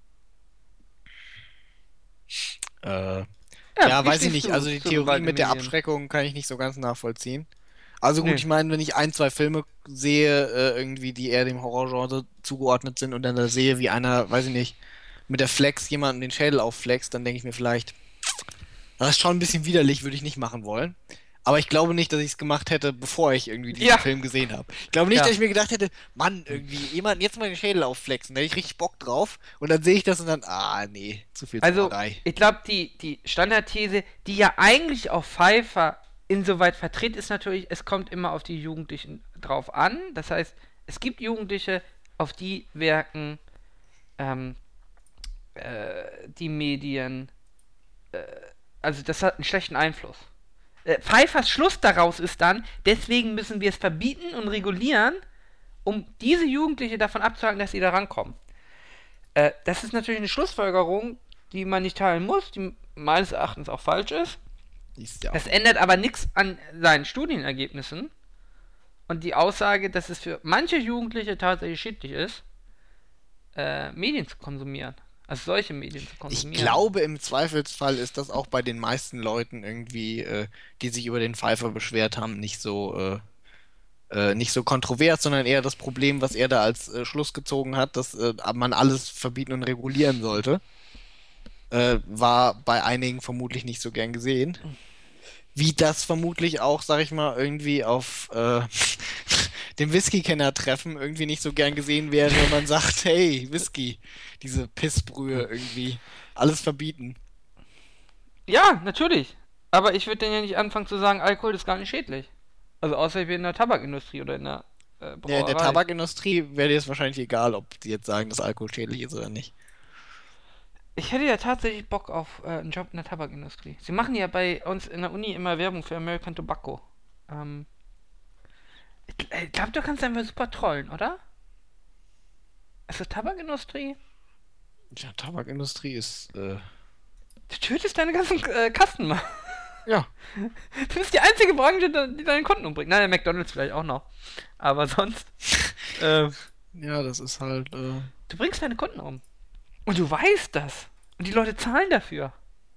äh, ja, wie weiß ich stehst nicht. du Also die zur Theorie Gewalt in mit der Medien? Abschreckung kann ich nicht so ganz nachvollziehen. Also gut, Nö. ich meine, wenn ich ein, zwei Filme sehe, äh, irgendwie, die eher dem Horrorgenre zugeordnet sind und dann da sehe, wie einer, weiß ich nicht, mit der Flex jemanden den Schädel aufflext, dann denke ich mir vielleicht, das ist schon ein bisschen widerlich, würde ich nicht machen wollen. Aber ich glaube nicht, dass ich es gemacht hätte, bevor ich irgendwie diesen Ja. Film gesehen habe. Ich glaube nicht, Ja. dass ich mir gedacht hätte, Mann, irgendwie jemanden jetzt mal den Schädel aufflexen, da hätte ich richtig Bock drauf. Und dann sehe ich das und dann, ah, nee, zu viel Also, Zauberei. ich glaube, die, die Standardthese, die ja eigentlich auch Pfeiffer insoweit vertritt, ist natürlich, es kommt immer auf die Jugendlichen drauf an. Das heißt, es gibt Jugendliche, auf die wirken ähm, äh, die Medien, äh, also das hat einen schlechten Einfluss. Äh, Pfeiffers Schluss daraus ist dann, deswegen müssen wir es verbieten und regulieren, um diese Jugendliche davon abzuhalten, dass sie da rankommen. Äh, das ist natürlich eine Schlussfolgerung, die man nicht teilen muss, die meines Erachtens auch falsch ist. Ist ja Das auch. ändert aber nichts an seinen Studienergebnissen. Und die Aussage, dass es für manche Jugendliche tatsächlich schädlich ist, äh, Medien zu konsumieren. Also solche Medien zu Ich konsumieren. glaube, im Zweifelsfall ist das auch bei den meisten Leuten irgendwie, äh, die sich über den Pfeifer beschwert haben, nicht so, äh, äh, nicht so kontrovers, sondern eher das Problem, was er da als äh, Schluss gezogen hat, dass äh, man alles verbieten und regulieren sollte, äh, war bei einigen vermutlich nicht so gern gesehen. Wie das vermutlich auch, sag ich mal, irgendwie auf äh, dem Whisky-Kenner-Treffen irgendwie nicht so gern gesehen wäre, wenn man sagt, hey, Whisky, diese Pissbrühe irgendwie, alles verbieten. Ja, natürlich. Aber ich würde dann ja nicht anfangen zu sagen, Alkohol ist gar nicht schädlich. Also außer ich bin in der Tabakindustrie oder in der äh, Ja, in der Brauerei. Tabakindustrie wäre dir es wahrscheinlich egal, ob die jetzt sagen, dass Alkohol schädlich ist oder nicht. Ich hätte ja tatsächlich Bock auf äh, einen Job in der Tabakindustrie. Sie machen ja bei uns in der Uni immer Werbung für American Tobacco. Ähm, ich ich glaube, du kannst einfach super trollen, oder? Also Tabakindustrie? Ja, Tabakindustrie ist, äh, Du tötest deine ganzen äh, Customer. ja. Du bist die einzige Branche, die deinen Kunden umbringt. Nein, der McDonalds vielleicht auch noch. Aber sonst. Äh, Ja, das ist halt, äh, du bringst deine Kunden um. Und du weißt das. Und die Leute zahlen dafür.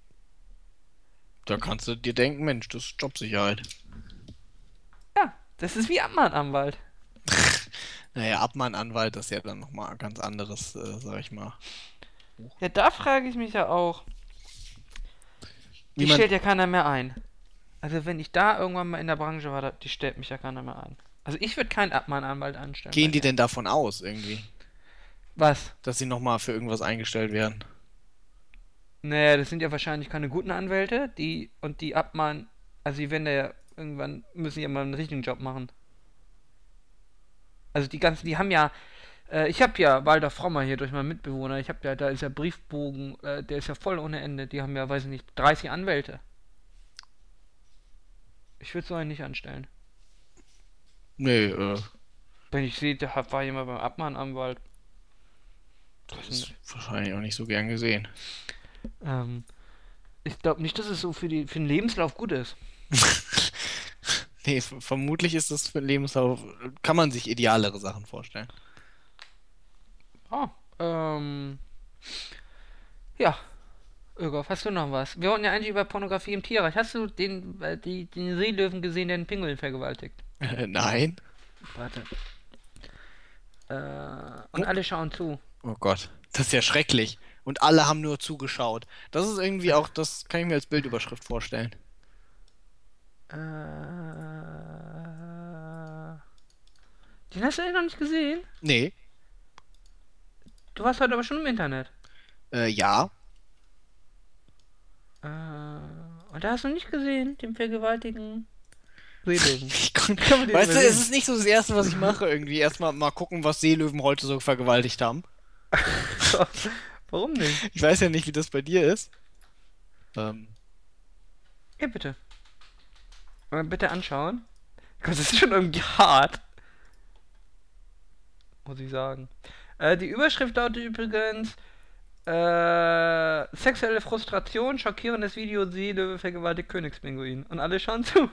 da kannst du dir denken, Mensch, das ist Jobsicherheit. Ja, das ist wie Amtmann-Anwalt. Naja, Abmahnanwalt ist ja dann nochmal ein ganz anderes, äh, sag ich mal. Ja, da frage ich mich ja auch. Wie Die man, stellt ja keiner mehr ein. Also wenn ich da irgendwann mal in der Branche war, da- die stellt mich ja keiner mehr ein. Also ich würde keinen Abmahnanwalt anstellen bei gehen die der. denn davon aus, irgendwie, Was? dass sie nochmal für irgendwas eingestellt werden? Naja, das sind ja wahrscheinlich keine guten Anwälte, die und die abmahnen. Also die werden da ja irgendwann, müssen ja mal einen richtigen Job machen. Also die ganzen, die haben ja, äh, ich habe ja Walter Frommer hier durch meinen Mitbewohner, ich habe ja, da ist ja Briefbogen, äh, der ist ja voll ohne Ende. Die haben ja, weiß ich nicht, dreißig Anwälte. Ich würde so einen nicht anstellen. Nee, äh, Wenn ich sehe, da war jemand beim Abmahnanwalt. das Was ist denn? wahrscheinlich auch nicht so gern gesehen. Ähm, ich glaube nicht, dass es so für, die, für den Lebenslauf gut ist. Nee, v- vermutlich ist das für den Lebenslauf, kann man sich idealere Sachen vorstellen. Ah, ähm, ja, Ögoff, hast du noch was? Wir wollten ja eigentlich über Pornografie im Tierreich. Hast du den, äh, die, den Seelöwen gesehen, der den Pinguin vergewaltigt? Äh, nein. Warte. Äh, und Oh, alle schauen zu. oh Gott, das ist ja schrecklich. Und alle haben nur zugeschaut. Das ist irgendwie auch, das kann ich mir als Bildüberschrift vorstellen. Äh, den hast du ja noch nicht gesehen? Nee, Du warst heute aber schon im Internet. äh, ja. Äh, und da hast du nicht gesehen, den vergewaltigen Seelöwen. Ich kon- Kann man den Weißt du, es übersehen? ist nicht so das Erste, was ich mache, irgendwie. Erstmal mal gucken, was Seelöwen heute so vergewaltigt haben. Warum nicht? Ich weiß ja nicht, wie das bei dir ist. Ähm, Ja, bitte. Mal bitte anschauen. Gott, das ist schon irgendwie hart. Muss ich sagen. Äh, die Überschrift lautet übrigens: äh, Sexuelle Frustration, schockierendes Video, Seelöwe vergewaltigt Königspinguin. Und alle schauen zu.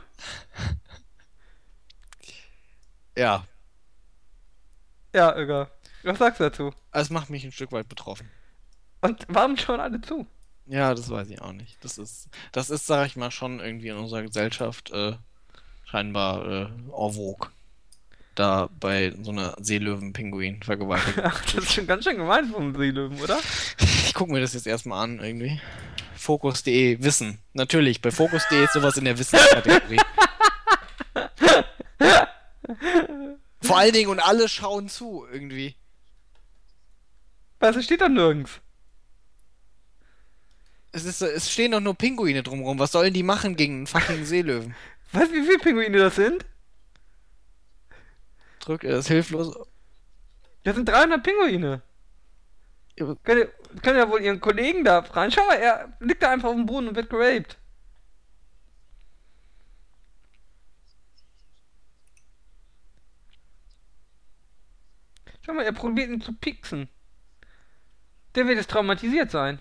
ja, Ja, Öger. Was sagst du dazu? es macht mich ein Stück weit betroffen. Und warum schauen alle zu? Ja, das weiß ich auch nicht. Das ist, das ist, sag ich mal, schon irgendwie in unserer Gesellschaft äh, scheinbar äh, en vogue. Da bei so einer Seelöwen-Pinguin-Vergewaltigung. Ach, das ist schon ganz schön gemein vom Seelöwen, oder? Ich gucke mir das jetzt erstmal an, irgendwie. Fokus punkt de, Wissen. Natürlich, bei Fokus punkt de ist sowas in der Wissenskategorie. Vor allen Dingen und alle schauen zu, irgendwie. Was, es steht da nirgends. Es ist, so- es stehen doch nur Pinguine drumrum. Was sollen die machen gegen einen fucking Seelöwen? Weißt du, wie viele Pinguine das sind? Drück, er ist hilflos. Das sind dreihundert Pinguine. Können ja, können ja wohl ihren Kollegen da fragen. Schau mal, er liegt da einfach auf dem Boden und wird geraped. Schau mal, er probiert ihn zu pixen. Der wird jetzt traumatisiert sein.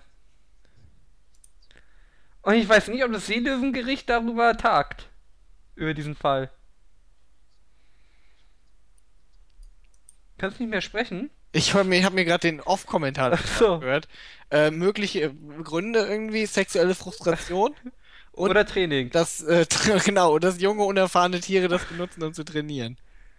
Und ich weiß nicht, ob das Seelöwengericht darüber tagt. Über diesen Fall. Kannst nicht mehr sprechen? Ich habe mir, hab mir gerade den Off-Kommentar Ach dazu so. angehört. Äh, mögliche Gründe irgendwie, sexuelle Frustration und Oder Training. das, äh, genau, und dass junge, unerfahrene Tiere das benutzen, um zu trainieren.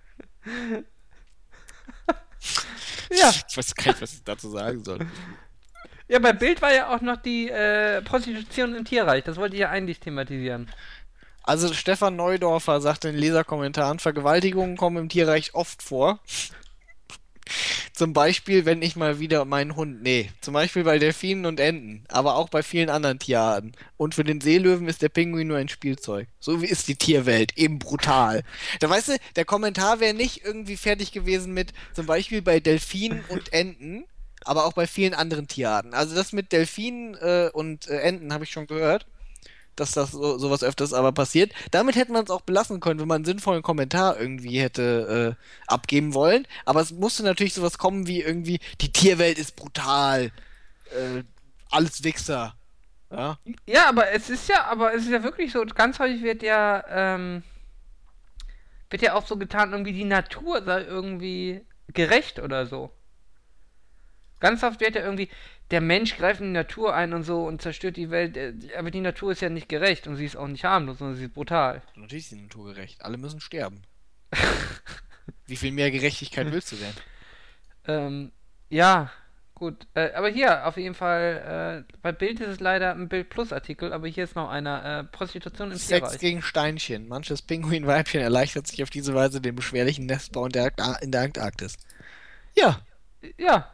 Ja. Ich weiß gar nicht, was ich dazu sagen soll. Ja, bei Bild war ja auch noch die äh, Prostitution im Tierreich. Das wollte ich ja eigentlich thematisieren. Also Stefan Neudorfer sagt in den Leserkommentaren, Vergewaltigungen kommen im Tierreich oft vor. Zum Beispiel, wenn ich mal wieder meinen Hund, nee, zum Beispiel bei Delfinen und Enten, aber auch bei vielen anderen Tierarten. Und für den Seelöwen ist der Pinguin nur ein Spielzeug. So wie ist die Tierwelt, eben brutal. Da weißt du, der Kommentar wäre nicht irgendwie fertig gewesen mit, zum Beispiel bei Delfinen und Enten, aber auch bei vielen anderen Tierarten. Also das mit Delfinen äh, und äh, Enten habe ich schon gehört, dass das so, sowas öfters aber passiert. Damit hätte man es auch belassen können, wenn man einen sinnvollen Kommentar irgendwie hätte äh, abgeben wollen. Aber es musste natürlich sowas kommen wie irgendwie, die Tierwelt ist brutal, äh, alles Wichser. Ja? Ja, aber es ist ja, aber es ist ja wirklich so, ganz häufig wird ja, ähm, wird ja auch so getan, irgendwie die Natur sei irgendwie gerecht oder so. Ganz oft wird ja irgendwie, der Mensch greift in die Natur ein und so und zerstört die Welt, äh, aber die Natur ist ja nicht gerecht und sie ist auch nicht harmlos, sondern sie ist brutal. Natürlich ist die Natur gerecht. Alle müssen sterben. Wie viel mehr Gerechtigkeit willst du denn? Ähm, ja, gut. Äh, aber hier, auf jeden Fall, äh, bei Bild ist es leider ein Bild-Plus-Artikel, aber hier ist noch einer. Äh, Prostitution im Sex Tierreich. gegen Steinchen. Manches Pinguinweibchen erleichtert sich auf diese Weise den beschwerlichen Nestbau in der, Arkta- in der Antarktis. Ja, Ja,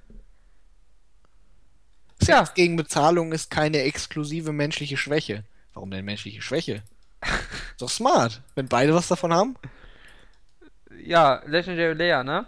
Sex ja, gegen Bezahlung ist keine exklusive menschliche Schwäche. Warum denn menschliche Schwäche? Ist doch smart, wenn beide was davon haben. ja, Legendary Layer, ne?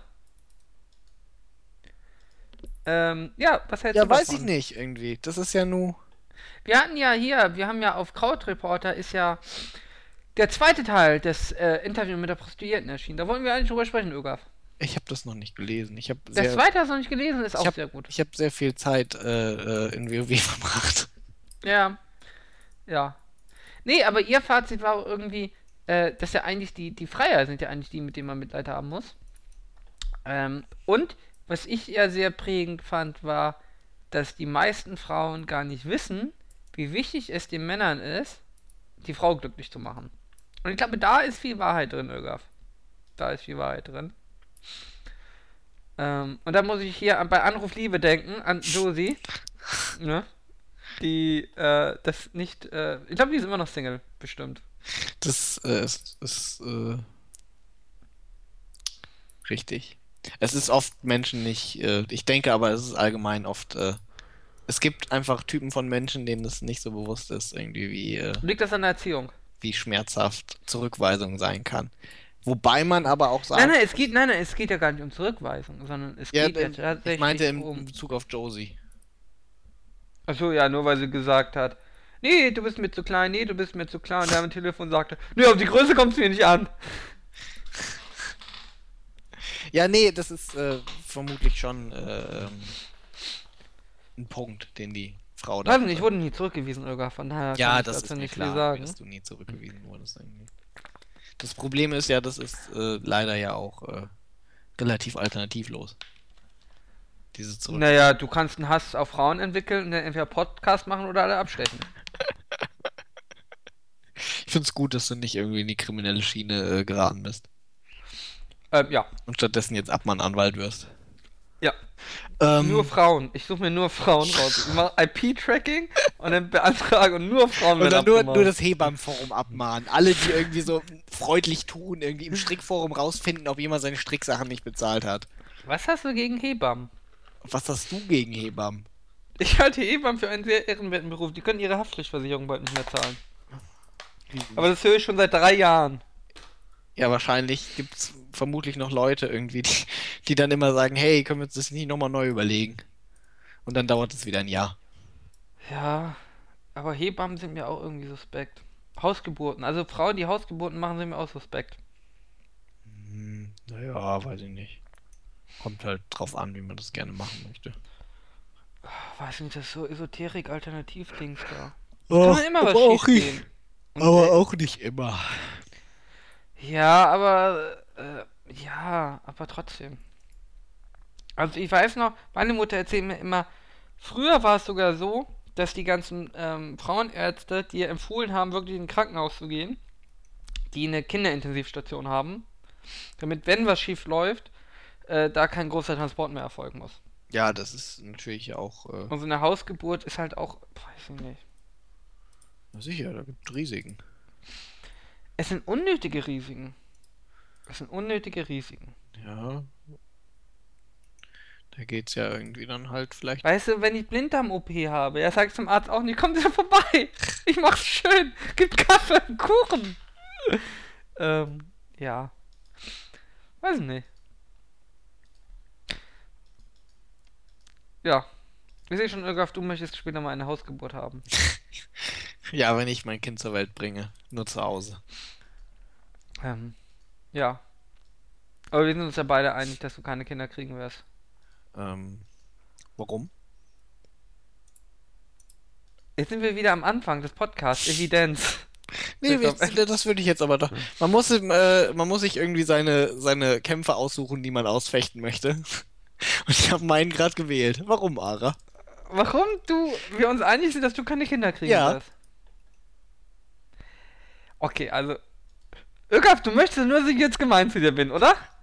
Ähm, ja, was hältst Ja, du weiß ich davon? nicht irgendwie. Das ist ja nur. Wir hatten ja hier, wir haben ja auf Krautreporter ist ja der zweite Teil des äh, Interviews mit der Prostituierten erschienen. Da wollen wir eigentlich drüber sprechen, Ögaf. Ich habe das noch nicht gelesen. Ich habe Der sehr, zweite hast du noch nicht gelesen, ist ich auch habe, sehr gut. ich habe sehr viel Zeit äh, äh, in WoW verbracht. Ja, ja. Nee, aber ihr Fazit war auch irgendwie, äh, dass ja eigentlich die, die Freier sind ja eigentlich die, mit denen man Mitleid haben muss. Ähm, und was ich ja sehr prägend fand, war, dass die meisten Frauen gar nicht wissen, wie wichtig es den Männern ist, die Frau glücklich zu machen. Und ich glaube, da ist viel Wahrheit drin, Ögaf. Da ist viel Wahrheit drin. Ähm, und da muss ich hier an, bei Anruf Liebe denken, an Josie, ne? Die, äh, das nicht, äh, ich glaube, die ist immer noch Single, bestimmt. Das äh, ist, ist äh, richtig. Es ist oft Menschen nicht, äh, ich denke aber, es ist allgemein oft, äh, es gibt einfach Typen von Menschen, denen das nicht so bewusst ist, irgendwie, wie, äh, Liegt das an der Erziehung? wie schmerzhaft Zurückweisung sein kann. Wobei man aber auch Nein, sagen nein, es muss, geht, nein, nein, es geht ja gar nicht um Zurückweisung, sondern es ja, geht ja denn ich meinte tatsächlich in um. Bezug auf Josie. Achso, ja, nur weil sie gesagt hat, nee, du bist mir zu klein, nee, du bist mir zu klein. Und der am Telefon sagte, nee, auf die Größe kommt es mir nicht an. Ja, nee, das ist äh, vermutlich schon äh, ähm, ein Punkt, den die Frau da. Weiß nicht, ich wurde nie zurückgewiesen, Olga, von daher kann Ja, ich das dazu ist mir nicht viel klar, sagen. dass du nie zurückgewiesen wurdest irgendwie. Das Problem ist ja, das ist äh, leider ja auch äh, relativ alternativlos. Diese Zurück. Naja, du kannst einen Hass auf Frauen entwickeln und dann entweder Podcast machen oder alle abstechen. Ich finde es gut, dass du nicht irgendwie in die kriminelle Schiene äh, geraten bist Ähm, ja. und stattdessen jetzt Abmannanwalt wirst. Ja. Ähm, Nur Frauen. Ich suche mir nur Frauen raus. Ich mache I P-Tracking und dann beantrage und nur Frauen und werden dann nur, abgemahnt. nur das Hebammenforum abmahnen. Alle, die irgendwie so freundlich tun, irgendwie im Strickforum rausfinden, ob jemand seine Stricksachen nicht bezahlt hat. Was hast du gegen Hebammen? Was hast du gegen Hebammen? Ich halte Hebammen für einen sehr ehrenwerten Beruf. Die können ihre Haftpflichtversicherung bald nicht mehr zahlen. Aber das höre ich schon seit drei Jahren. Ja, wahrscheinlich gibt es vermutlich noch Leute irgendwie, die, die dann immer sagen, hey, können wir uns das nicht nochmal neu überlegen? Und dann dauert es wieder ein Jahr. Ja, aber Hebammen sind mir auch irgendwie suspekt. Hausgeburten, also Frauen, die Hausgeburten machen, sind mir auch suspekt. Hm, naja, weiß ich nicht. Kommt halt drauf an, wie man das gerne machen möchte. Weiß nicht, das ist so Esoterik-Alternativ-Dings da. Oh, Kann man immer was aber auch schief nicht, gehen. Und, aber äh, auch nicht immer. Ja, aber äh, ja, aber trotzdem. Also ich weiß noch, meine Mutter erzählt mir immer, früher war es sogar so, dass die ganzen ähm, Frauenärzte dir empfohlen haben, wirklich in ein Krankenhaus zu gehen, die eine Kinderintensivstation haben, damit, wenn was schief läuft, äh, da kein großer Transport mehr erfolgen muss. Ja, das ist natürlich auch, äh, Und so eine Hausgeburt ist halt auch, weiß ich nicht. na sicher, da gibt es Risiken. Es sind unnötige Risiken. Es sind unnötige Risiken. Ja, da geht's ja irgendwie dann halt vielleicht. Weißt du, wenn ich Blinddarm-O P habe, ja, sag ich zum Arzt auch nicht, kommt ja vorbei. Ich mach's schön. Gibt Kaffee und Kuchen. ähm, ja. Weiß ich nicht. Ja. Ich sehe schon, Irgaf, du möchtest später mal eine Hausgeburt haben. Ja, wenn ich mein Kind zur Welt bringe, nur zu Hause. Ähm, ja. Aber wir sind uns ja beide einig, dass du keine Kinder kriegen wirst. Ähm, warum? Jetzt sind wir wieder am Anfang des Podcasts. Evidenz. Nee, Ich glaub, das, das würde ich jetzt aber doch. Man muss, äh, man muss sich irgendwie seine, seine Kämpfe aussuchen, die man ausfechten möchte. Und ich habe meinen gerade gewählt. Warum, Ara? Warum du, wir uns einig sind, dass du keine Kinder kriegen Ja. wirst? Okay, also. Irgaf, du möchtest nur, dass ich jetzt gemein zu dir bin, oder?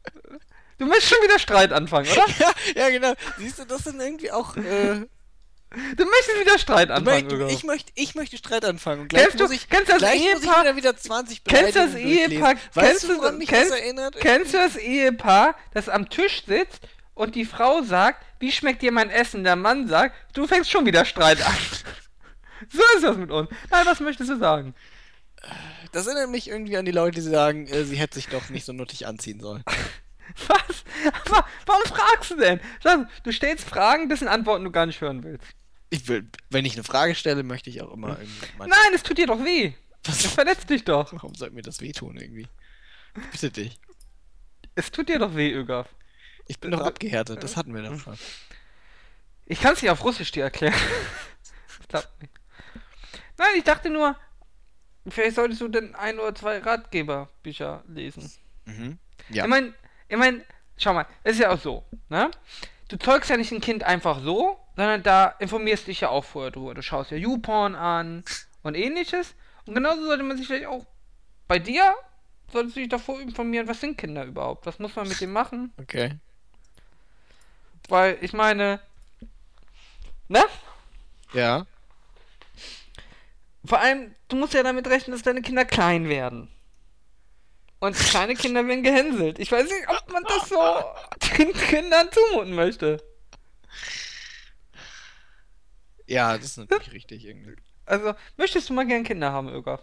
Du möchtest schon wieder Streit anfangen, oder? Ja, ja, genau. Siehst du, das sind irgendwie auch. Äh, Du möchtest wieder Streit du anfangen, möcht, Ögaf. ich, möchte, ich möchte Streit anfangen. Und gleich Kennst du, muss ich, kennst du das gleich muss ich Ehepaar? wieder, wieder zwanzig Kennst du das Beleidigungen durchlesen. Ehepaar? Weißt Kennst du, du, woran mich kennst, das erinnert? kennst du das Ehepaar, das am Tisch sitzt und die Frau sagt, wie schmeckt dir mein Essen? Der Mann sagt, du fängst schon wieder Streit an. So ist das mit uns. Nein, was möchtest du sagen? Das erinnert mich irgendwie an die Leute, die sagen, äh, sie hätte sich doch nicht so nuttig anziehen sollen. Was? Aber warum fragst du denn? Sag, du stellst Fragen, dessen Antworten du gar nicht hören willst. Ich will, wenn ich eine Frage stelle, möchte ich auch immer irgendwie. Mein, Nein, es tut dir doch weh. was, Es verletzt dich doch. warum sollte mir das wehtun irgendwie? Bitte dich. Es tut dir doch weh, Ögaf. Ich bin doch abgehärtet, das hatten wir doch schon. Ich kann es nicht auf Russisch dir erklären. Das klappt nicht. Nein, ich dachte nur, vielleicht solltest du denn ein oder zwei Ratgeberbücher lesen. Mhm. Ja. Ich meine, ich mein, schau mal, es ist ja auch so, ne? Du zeugst ja nicht ein Kind einfach so, sondern da informierst dich ja auch vorher drüber. Du schaust ja YouPorn an und ähnliches. Und genauso sollte man sich vielleicht auch bei dir, solltest du dich davor informieren, was sind Kinder überhaupt? Was muss man mit denen machen? Okay. Weil, ich meine, ne? Ja. Vor allem, du musst ja damit rechnen, dass deine Kinder klein werden. Und kleine Kinder werden gehänselt. Ich weiß nicht, ob man das so den Kindern zumuten möchte. Ja, das ist natürlich richtig irgendwie. Also, möchtest du mal gern Kinder haben, Ögaf?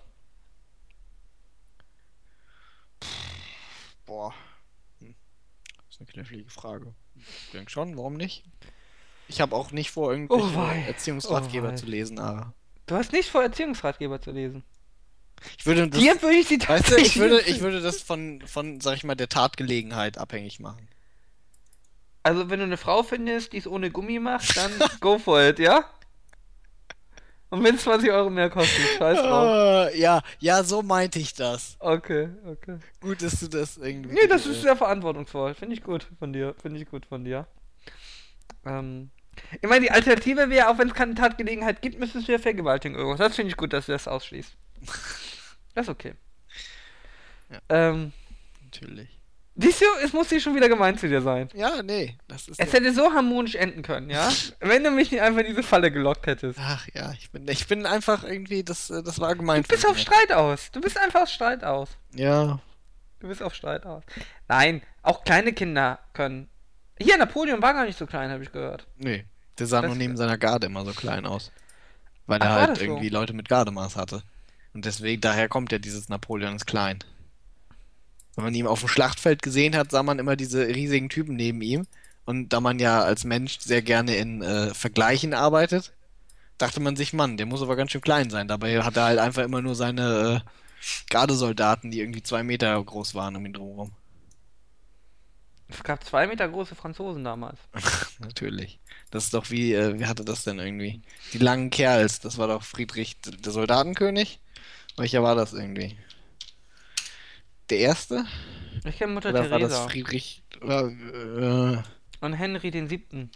Boah. Hm. Das ist eine knifflige Frage. Ich denke schon, warum nicht? Ich habe auch nicht vor, irgendwelche Oh wei. Erziehungsratgeber Oh wei. zu lesen, aber. Du hast nicht vor, Erziehungsratgeber zu lesen. Ich würde das, Dir würde ich sie weißt du, tatsächlich ich würde, ich empfehlen. würde das von, von, sag ich mal, der Tatgelegenheit abhängig machen. Also, wenn du eine Frau findest, die es ohne Gummi macht, dann go for it, ja? Und wenn es zwanzig Euro mehr kostet, scheiß drauf. Äh, ja, ja, so meinte ich das. Okay, okay. Gut, dass du das irgendwie. Nee, das ist äh, sehr verantwortungsvoll. Finde ich gut von dir. Finde ich gut von dir. Ähm. Ich meine, die Alternative wäre, auch wenn es keine Tatgelegenheit gibt, müsstest du ja vergewaltigen irgendwas. Das finde ich gut, dass du das ausschließt. Das ist okay. Ja. Ähm. Natürlich. Siehst du, es muss hier schon wieder gemein zu dir sein. Ja, nee, das ist. Es ja- hätte so harmonisch enden können, ja? Wenn du mich nicht einfach in diese Falle gelockt hättest. Ach ja, ich bin, ich bin einfach irgendwie, das, äh, das war gemeint. Du bist von auf mir. Streit aus. Du bist einfach auf Streit aus. Ja, Du bist auf Streit aus. Nein, auch kleine Kinder können. Hier, Napoleon war gar nicht so klein, habe ich gehört. nee. Der sah Das- nur neben seiner Garde immer so klein aus. Weil er Ach, war halt das so? irgendwie Leute mit Gardemaß hatte. Und deswegen, daher kommt ja dieses Napoleon ist klein. Wenn man ihn auf dem Schlachtfeld gesehen hat, sah man immer diese riesigen Typen neben ihm. Und da man ja als Mensch sehr gerne in äh, Vergleichen arbeitet, dachte man sich, Mann, der muss aber ganz schön klein sein. Dabei hat er halt einfach immer nur seine äh, Gardesoldaten, die irgendwie zwei Meter groß waren um ihn drumherum. Es gab zwei Meter große Franzosen damals. Natürlich. Das ist doch wie, äh, wie hatte das denn irgendwie? Die langen Kerls, das war doch Friedrich, d- der Soldatenkönig? Welcher war das irgendwie? Der erste? Ich kenne Mutter Oder war das Teresa Friedrich, oder, äh, und Henry den Siebten.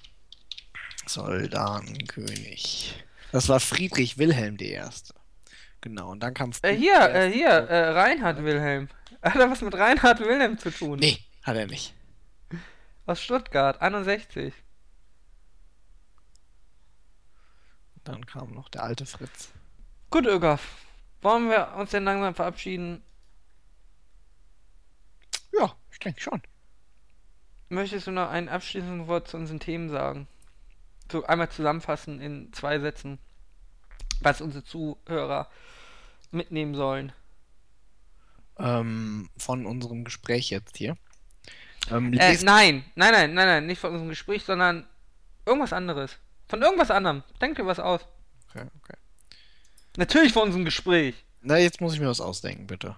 Soldatenkönig. Das war Friedrich Wilhelm der Erste. Genau, und dann kam Äh, Friedrich hier, der äh, Erste. hier, äh, Reinhard Wilhelm. Hat er was mit Reinhard Wilhelm zu tun? Nee, hat er nicht. Aus Stuttgart, einundsechzig. Dann kam noch der alte Fritz. Gut, Ögaf. Wollen wir uns denn langsam verabschieden? Ja, ich denke schon. Möchtest du noch ein abschließendes Wort zu unseren Themen sagen? So einmal zusammenfassen in zwei Sätzen, was unsere Zuhörer mitnehmen sollen. Ähm, von unserem Gespräch jetzt hier. Ähm, Äh, lest- nein, nein, nein, nein, nein, nicht von unserem Gespräch, sondern irgendwas anderes. Von irgendwas anderem. Denk dir was aus. Okay, okay. Natürlich von unserem Gespräch. Na, jetzt muss ich mir was ausdenken, bitte.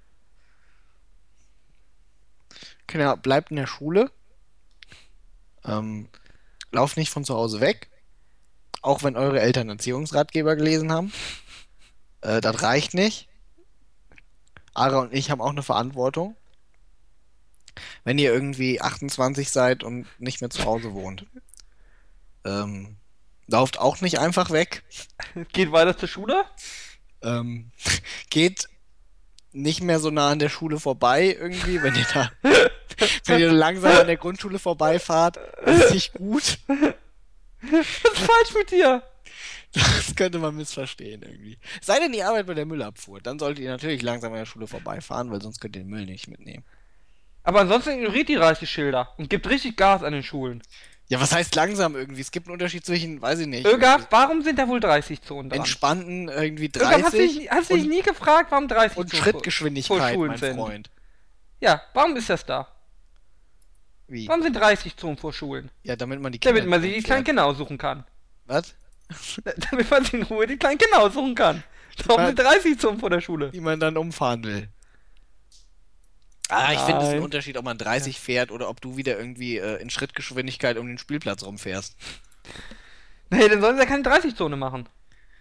Genau, bleibt in der Schule. Ähm, lauft nicht von zu Hause weg. Auch wenn eure Eltern Erziehungsratgeber gelesen haben. Äh, das reicht nicht. Ara und ich haben auch eine Verantwortung. Wenn ihr irgendwie achtundzwanzig seid und nicht mehr zu Hause wohnt. Ähm, lauft auch nicht einfach weg. Geht weiter zur Schule. Ähm, geht nicht mehr so nah an der Schule vorbei irgendwie, wenn ihr da wenn ihr langsam an der Grundschule vorbeifahrt, das ist nicht gut. Was ist falsch mit dir? Das könnte man missverstehen irgendwie. Sei denn, ihr arbeitet bei der Müllabfuhr, dann solltet ihr natürlich langsam an der Schule vorbeifahren, weil sonst könnt ihr den Müll nicht mitnehmen. Aber ansonsten ignoriert die Reiseschilder und gibt richtig Gas an den Schulen. Ja, was heißt langsam irgendwie? Es gibt einen Unterschied zwischen, weiß ich nicht. Ögaf, warum sind da wohl dreißig Zonen dran? Entspannten irgendwie Ögaf, hast du dreißig dich, hast du dich nie gefragt, warum dreißig und Zonen Schrittgeschwindigkeit, vor Schulen mein sind? Freund. Ja, warum ist das da? Wie? Warum sind dreißig Zonen vor Schulen? Ja, damit man die Kinder Damit man sich die kleinen Kinder aussuchen kann. Was? Damit man sich in Ruhe die kleinen Kinder aussuchen kann. Warum sind dreißig Zonen vor der Schule? Die man dann umfahren will. Ah, ich finde, es ist ein Nein. Unterschied, ob man dreißig fährt oder ob du wieder irgendwie äh, in Schrittgeschwindigkeit um den Spielplatz rumfährst. Nee, dann sollen sie ja keine dreißig Zone machen.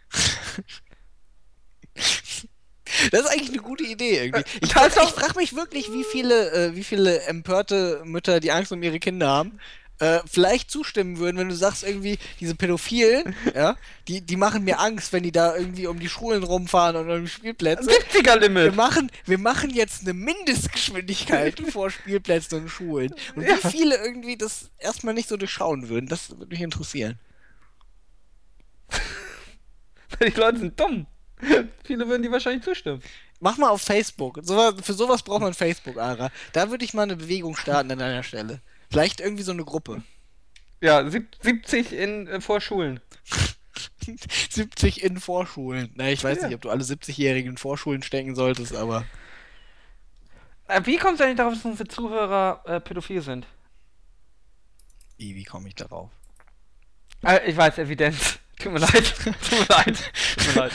Das ist eigentlich eine gute Idee irgendwie. Ich, Da ist ich doch- frage mich wirklich, wie viele, äh, wie viele empörte Mütter, die Angst um ihre Kinder haben, äh, vielleicht zustimmen würden, wenn du sagst irgendwie, diese Pädophilen, ja, die, die machen mir Angst, wenn die da irgendwie um die Schulen rumfahren und um die Spielplätze. Wir siebziger-Limit. machen, wir machen jetzt eine Mindestgeschwindigkeit vor Spielplätzen und Schulen. Und wie Ja. viele irgendwie das erstmal nicht so durchschauen würden, das würde mich interessieren. Die Leute sind dumm. Viele würden die wahrscheinlich zustimmen. Mach mal auf Facebook. So, für sowas braucht man Facebook, Ara. Da würde ich mal eine Bewegung starten an deiner Stelle. Vielleicht irgendwie so eine Gruppe. Ja, sieb- siebzig in, äh, vor Schulen. siebzig in Vorschulen. Na, ich weiß Ja. nicht, ob du alle siebzigjährigen in Vorschulen stecken solltest, aber. Äh, wie kommst du eigentlich darauf, dass unsere Zuhörer äh, pädophil sind? Wie, wie komme ich darauf? Äh, ich weiß, Evidenz. Tut mir leid. Tut mir leid. Tut mir leid.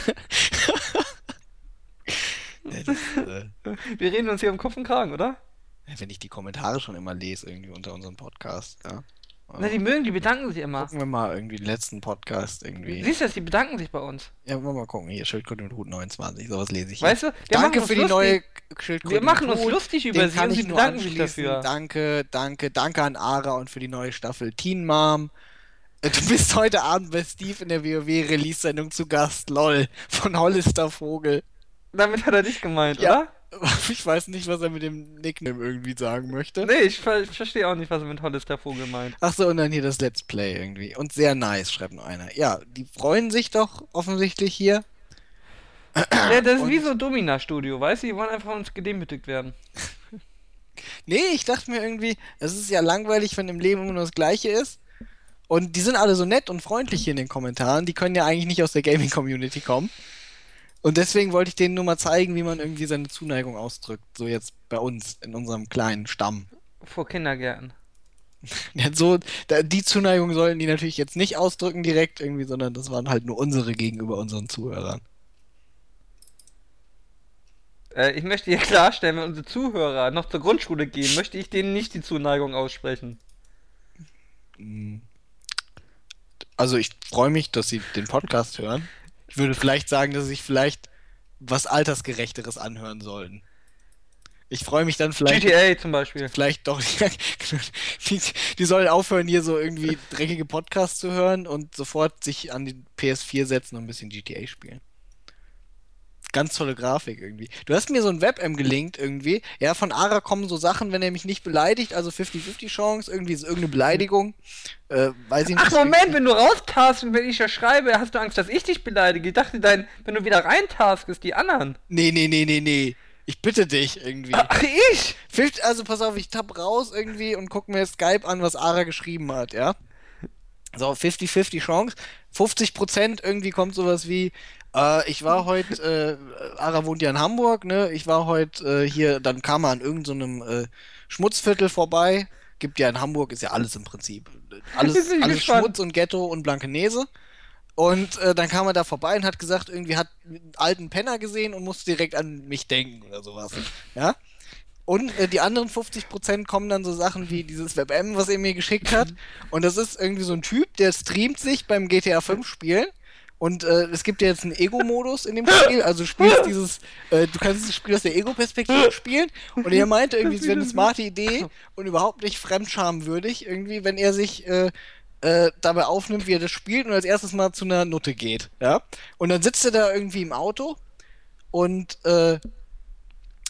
Ja, das, äh, Wir reden uns hier um Kopf und Kragen, oder? wenn ich die Kommentare schon immer lese, irgendwie unter unserem Podcast, ja. Na, die mögen, die bedanken sich immer. Gucken wir mal irgendwie den letzten Podcast irgendwie. Siehst du das, die bedanken sich bei uns. Ja, wollen wir mal gucken. Hier, Schildkröte mit Hut neunundzwanzig, sowas lese ich hier. Weißt du, wir Danke machen für uns die neue lustig. Schildkröte Wir machen mit uns Hut. lustig Den über sie kann und ich sie nur bedanken sich anschließen. dafür. Danke, danke, danke an Ara und für die neue Staffel Teen Mom. Äh, Du bist heute Abend bei Steve in der WoW-Release-Sendung zu Gast, lol, von Hollister Vogel. Damit hat er dich gemeint, Ja. oder? Ich weiß nicht, was er mit dem Nickname irgendwie sagen möchte. Nee, ich, ver ich verstehe auch nicht, was er mit Hollister Vogel meint. Ach so, und dann hier das Let's Play irgendwie. Und sehr nice, schreibt nur einer. Ja, die freuen sich doch offensichtlich hier. Ja, das ist Und- wie so Domina-Studio, weißt du? Die wollen einfach von uns gedemütigt werden. Nee, ich dachte mir irgendwie, es ist ja langweilig, wenn im Leben immer nur das Gleiche ist. Und die sind alle so nett und freundlich hier in den Kommentaren. Die können ja eigentlich nicht aus der Gaming-Community kommen. Und deswegen wollte ich denen nur mal zeigen, wie man irgendwie seine Zuneigung ausdrückt. So jetzt bei uns, in unserem kleinen Stamm. Vor Kindergärten. Ja, so, da, die Zuneigung sollten die natürlich jetzt nicht ausdrücken direkt irgendwie, sondern das waren halt nur unsere gegenüber unseren Zuhörern. Äh, ich möchte hier klarstellen, wenn unsere Zuhörer noch zur Grundschule gehen, möchte ich denen nicht die Zuneigung aussprechen. Also ich freue mich, dass sie den Podcast hören. Ich würde vielleicht sagen, dass sie sich vielleicht was Altersgerechteres anhören sollen. Ich freue mich dann vielleicht... G T A zum Beispiel. Vielleicht doch. Die, die sollen aufhören, hier so irgendwie dreckige Podcasts zu hören und sofort sich an die P S vier setzen und ein bisschen G T A spielen. Ganz tolle Grafik irgendwie. Du hast mir so ein Web-M gelinkt irgendwie. Ja, von Ara kommen so Sachen, wenn er mich nicht beleidigt, also fünfzig fünfzig Chance, irgendwie ist irgendeine Beleidigung. Äh, weiß ich nicht. Ach Moment, wenn du raustaskst, wenn ich ja schreibe, hast du Angst, dass ich dich beleidige. Ich dachte, dein, wenn du wieder reintaskst, die anderen. Nee, nee, nee, nee, nee. Ich bitte dich irgendwie. Ach, ich? fünfzig, also pass auf, ich tapp raus irgendwie und guck mir Skype an, was Ara geschrieben hat, ja? So, fünfzig fünfzig Chance. fünfzig Prozent irgendwie kommt sowas wie, äh, ich war heute, äh, Ara wohnt ja in Hamburg, ne? Ich war heute äh, hier, dann kam er an irgendeinem so äh, Schmutzviertel vorbei. Gibt ja in Hamburg, ist ja alles im Prinzip. Alles, Jetzt bin ich alles gespannt. Schmutz und Ghetto und Blankenese. Und äh, dann kam er da vorbei und hat gesagt, irgendwie hat einen alten Penner gesehen und musste direkt an mich denken oder sowas. Ja? Und äh, die anderen fünfzig Prozent kommen dann so Sachen wie dieses WebM, was er mir geschickt hat. Und das ist irgendwie so ein Typ, der streamt sich beim G T A fünf Spielen. Und äh, es gibt ja jetzt einen Ego-Modus in dem Spiel. Also du spielst dieses, äh, du kannst das Spiel aus der Ego-Perspektive spielen. Und er meinte irgendwie, es wäre eine smarte Idee und überhaupt nicht fremdschamwürdig, irgendwie, wenn er sich äh, äh, dabei aufnimmt, wie er das spielt und als erstes mal zu einer Nutte geht. Ja? Und dann sitzt er da irgendwie im Auto und äh,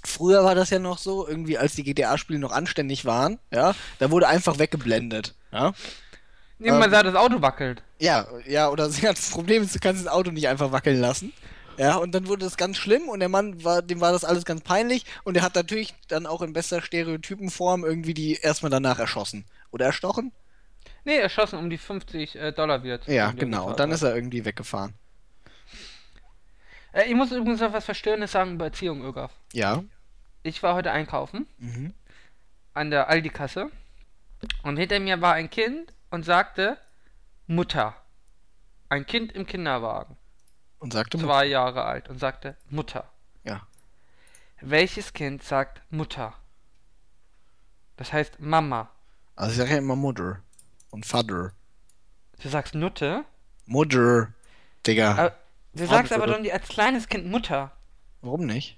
Früher war das ja noch so, irgendwie als die G T A-Spiele noch anständig waren, ja, da wurde einfach weggeblendet, ja. Nee, man Ähm, sagt, das Auto wackelt. ja, ja, oder ja, das Problem ist, du kannst das Auto nicht einfach wackeln lassen. Ja, und dann wurde das ganz schlimm und der Mann war, dem war das alles ganz peinlich und er hat natürlich dann auch in bester Stereotypenform irgendwie die erstmal danach erschossen. Oder erstochen? Nee, erschossen, um die fünfzig äh, Dollar wieder zu Ja, kriegen, die er genau. Und gezahlt dann hat. ist er irgendwie weggefahren. Äh, ich muss übrigens noch was Verstörendes sagen über Erziehung, Ögaf. Ja. Ich war heute einkaufen Mhm. an der Aldi-Kasse und hinter mir war ein Kind und sagte Mutter. Ein Kind im Kinderwagen, Und sagte zwei Mutter. Jahre alt, und sagte Mutter. Ja. Welches Kind sagt Mutter? Das heißt Mama. Also ich sage ja immer Mutter. Und Vater. Du sagst Nutte, Mutter. Digga. aber du sagst aber doch nicht als kleines Kind Mutter. Warum nicht?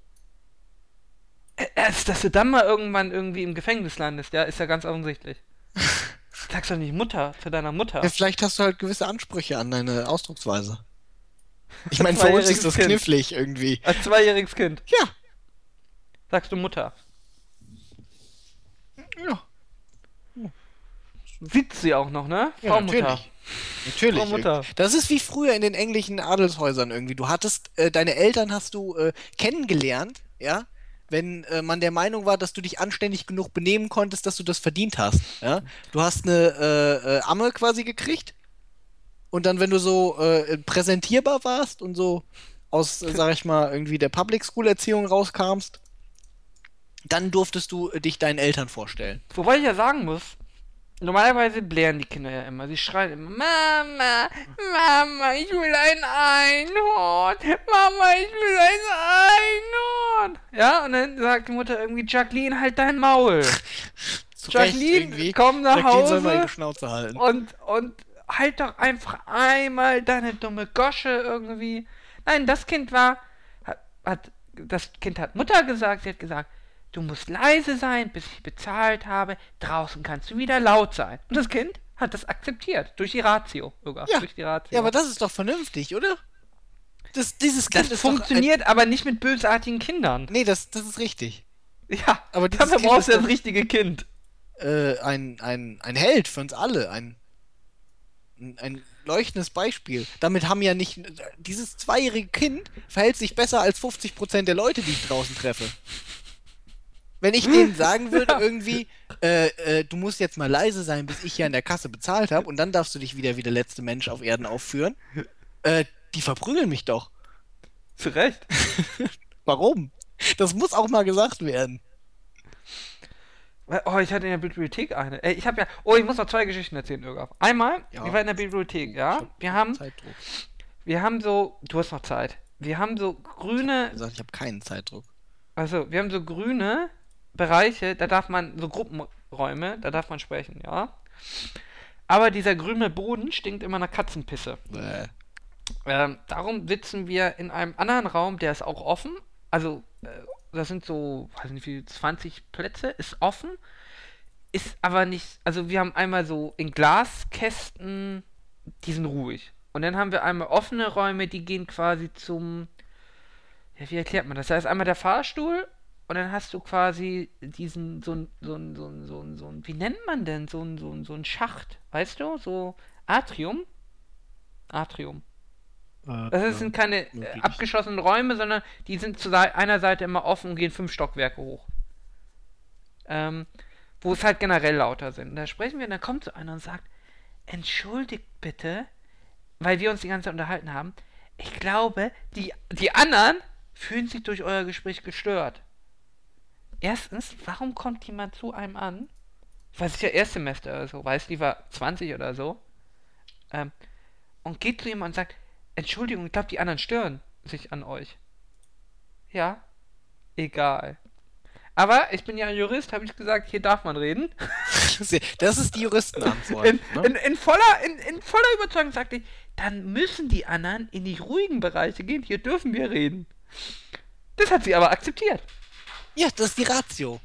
Äh, Erst, dass du dann mal irgendwann irgendwie im Gefängnis landest, ja, ist ja ganz offensichtlich. Sagst doch nicht Mutter zu deiner Mutter. Ja, vielleicht hast du halt gewisse Ansprüche an deine Ausdrucksweise. Ich meine, für uns Zweijähriges ist das Kind. knifflig irgendwie. Als zweijähriges Kind Ja. sagst du Mutter. Ja. Sieht sie auch noch, ne? Ja, Frau Mutter. natürlich. Natürlich. Frau Mutter. Das ist wie früher in den englischen Adelshäusern irgendwie. Du hattest, äh, deine Eltern hast du äh, kennengelernt, ja, wenn äh, man der Meinung war, dass du dich anständig genug benehmen konntest, dass du das verdient hast, ja. Du hast eine äh, äh, Amme quasi gekriegt und dann, wenn du so äh, präsentierbar warst und so aus, äh, sag ich mal, irgendwie der Public School Erziehung rauskamst, dann durftest du äh, dich deinen Eltern vorstellen. Wobei ich ja sagen muss, normalerweise blären die Kinder ja immer. Sie schreien immer, Mama, Mama, ich will ein Einhorn. Mama, ich will ein Einhorn. Ja, und dann sagt die Mutter irgendwie, Jacqueline, halt dein Maul. Zu Recht Jacqueline, irgendwie. komm nach Jacqueline soll mal Hause ihre Schnauze halten. und, und halt doch einfach einmal deine dumme Gosche irgendwie. Nein, das Kind war, hat, hat das Kind hat Mutter gesagt, sie hat gesagt, du musst leise sein, bis ich bezahlt habe. Draußen kannst du wieder laut sein. Und das Kind hat das akzeptiert. Durch die Ratio sogar. Ja. Durch die Ratio. Ja, aber das ist doch vernünftig, oder? Das, dieses Kind das ist funktioniert aber nicht mit bösartigen Kindern. Doch ein, nee, das, das ist richtig. Ja, Aber dieses dafür Kind brauchst du ist das doch- richtige Kind. Äh, ein, ein, ein Held für uns alle. Ein, ein, ein leuchtendes Beispiel. Damit haben ja nicht. Dieses zweijährige Kind verhält sich besser als fünfzig Prozent der Leute, die ich draußen treffe. Wenn ich denen sagen würde, irgendwie, äh, äh, du musst jetzt mal leise sein, bis ich hier an der Kasse bezahlt habe, und dann darfst du dich wieder wie der letzte Mensch auf Erden aufführen, äh, die verprügeln mich doch. Zu Recht. Warum? Das muss auch mal gesagt werden. Oh, ich hatte in der Bibliothek eine. Ey, ich habe ja. Oh, ich muss noch zwei Geschichten erzählen, Irgaf. Einmal, Ja. ich war in der Bibliothek, Ich ja. hab Wir haben, Zeitdruck. wir haben so. Du hast noch Zeit. Wir haben so grüne. Ich gesagt, ich habe keinen Zeitdruck. Also, wir haben so grüne Bereiche, da darf man. So Gruppenräume, da darf man sprechen, ja. Aber dieser grüne Boden stinkt immer nach Katzenpisse. Bäh. Ähm, darum sitzen wir in einem anderen Raum, der ist auch offen. Also, äh, das sind so, weiß nicht wie, zwanzig Plätze, ist offen. Ist aber nicht, also wir haben einmal so in Glaskästen, die sind ruhig. Und dann haben wir einmal offene Räume, die gehen quasi zum, ja, wie erklärt man das? Da ist einmal der Fahrstuhl und dann hast du quasi diesen, so ein, so ein, so ein, so ein, so ein, wie nennt man denn? So ein, so ein, so ein Schacht, weißt du? So Atrium? Atrium. Äh, Das ja, sind keine äh, möglich. abgeschlossenen Räume, sondern die sind zu sei- einer Seite immer offen und gehen fünf Stockwerke hoch. Ähm, wo es halt generell lauter sind. Und da sprechen wir und dann kommt so einer und sagt, entschuldigt bitte, weil wir uns die ganze Zeit unterhalten haben, ich glaube, die, die anderen fühlen sich durch euer Gespräch gestört. Erstens, warum kommt jemand zu einem an? Ich weiß nicht, ja Erstsemester oder so, weiß lieber zwanzig oder so. Ähm, und geht zu jemandem und sagt, Entschuldigung, ich glaube, die anderen stören sich an euch. Ja, egal. Aber ich bin ja ein Jurist, habe ich gesagt, hier darf man reden. Das ist die Juristenantwort. In, ne? in, in, voller, in, in voller Überzeugung sagte ich, dann müssen die anderen in die ruhigen Bereiche gehen, hier dürfen wir reden. Das hat sie aber akzeptiert. Ja, das ist die Ratio.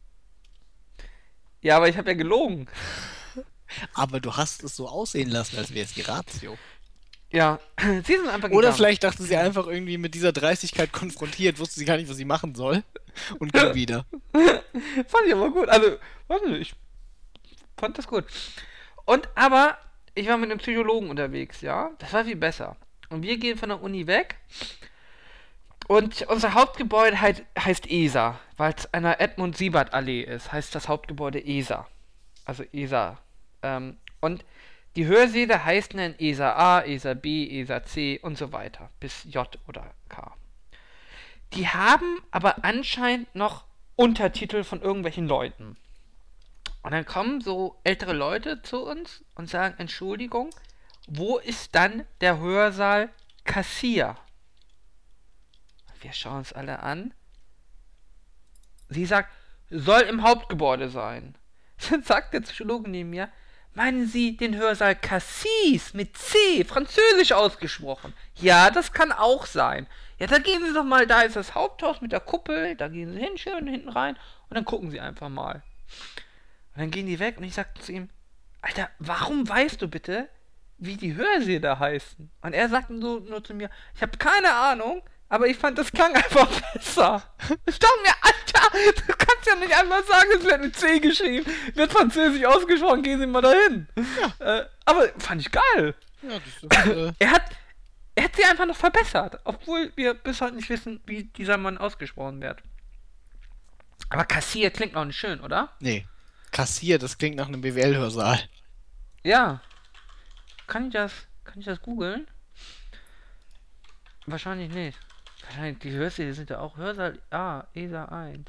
Ja, aber ich habe ja gelogen. Aber du hast es so aussehen lassen, als wäre es die Ratio. Ja, sie sind einfach Oder gegangen. vielleicht dachte sie einfach irgendwie mit dieser Dreistigkeit konfrontiert, wusste sie gar nicht, was sie machen soll und ging wieder. Fand ich aber gut. Also, weiß nicht, ich fand das gut. Und aber, ich war mit einem Psychologen unterwegs, ja. Das war viel besser. Und wir gehen von der Uni weg. Und unser Hauptgebäude heißt, heißt E S A, weil es an der Edmund-Siebert-Allee ist, heißt das Hauptgebäude E S A. Also E S A. Ähm, und die Hörsäle heißen dann E S A A, E S A B, E S A C und so weiter. Bis J oder K. Die haben aber anscheinend noch Untertitel von irgendwelchen Leuten. Und dann kommen so ältere Leute zu uns und sagen, Entschuldigung, wo ist dann der Hörsaal Kassier? Wir schauen uns alle an. Sie sagt, soll im Hauptgebäude sein. Dann sagt der Psychologe neben mir, meinen Sie den Hörsaal Cassis mit C, französisch ausgesprochen? Ja, das kann auch sein. Ja, da gehen Sie doch mal, da ist das Haupthaus mit der Kuppel, da gehen Sie hin, schön hinten rein und dann gucken Sie einfach mal. Und dann gehen die weg und ich sag zu ihm, Alter, warum weißt du bitte, wie die Hörsäle heißen? Und er sagt so nur zu mir, ich habe keine Ahnung, aber ich fand, das klang einfach besser. Ich dachte mir, Alter, du kannst ja nicht einmal sagen, es wird mit C geschrieben, wird französisch ausgesprochen, gehen Sie mal dahin. Ja. Äh, aber fand ich geil. Ja, das ist, äh... er, hat, er hat sie einfach noch verbessert, obwohl wir bis heute nicht wissen, wie dieser Mann ausgesprochen wird. Aber Kassier klingt noch nicht schön, oder? Nee. Kassier, das klingt nach einem B W L-Hörsaal. Ja. Kann ich das, kann ich das googeln? Wahrscheinlich nicht. Wahrscheinlich, die Hörsäle sind ja auch Hörsaal A, E S A eins.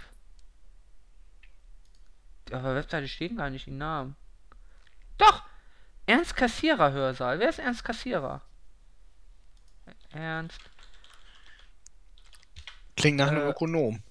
Auf der Webseite stehen gar nicht die Namen. Doch! Ernst Kassierer Hörsaal. Wer ist Ernst Kassierer? Ernst. Klingt nach Äh, einem Ökonom.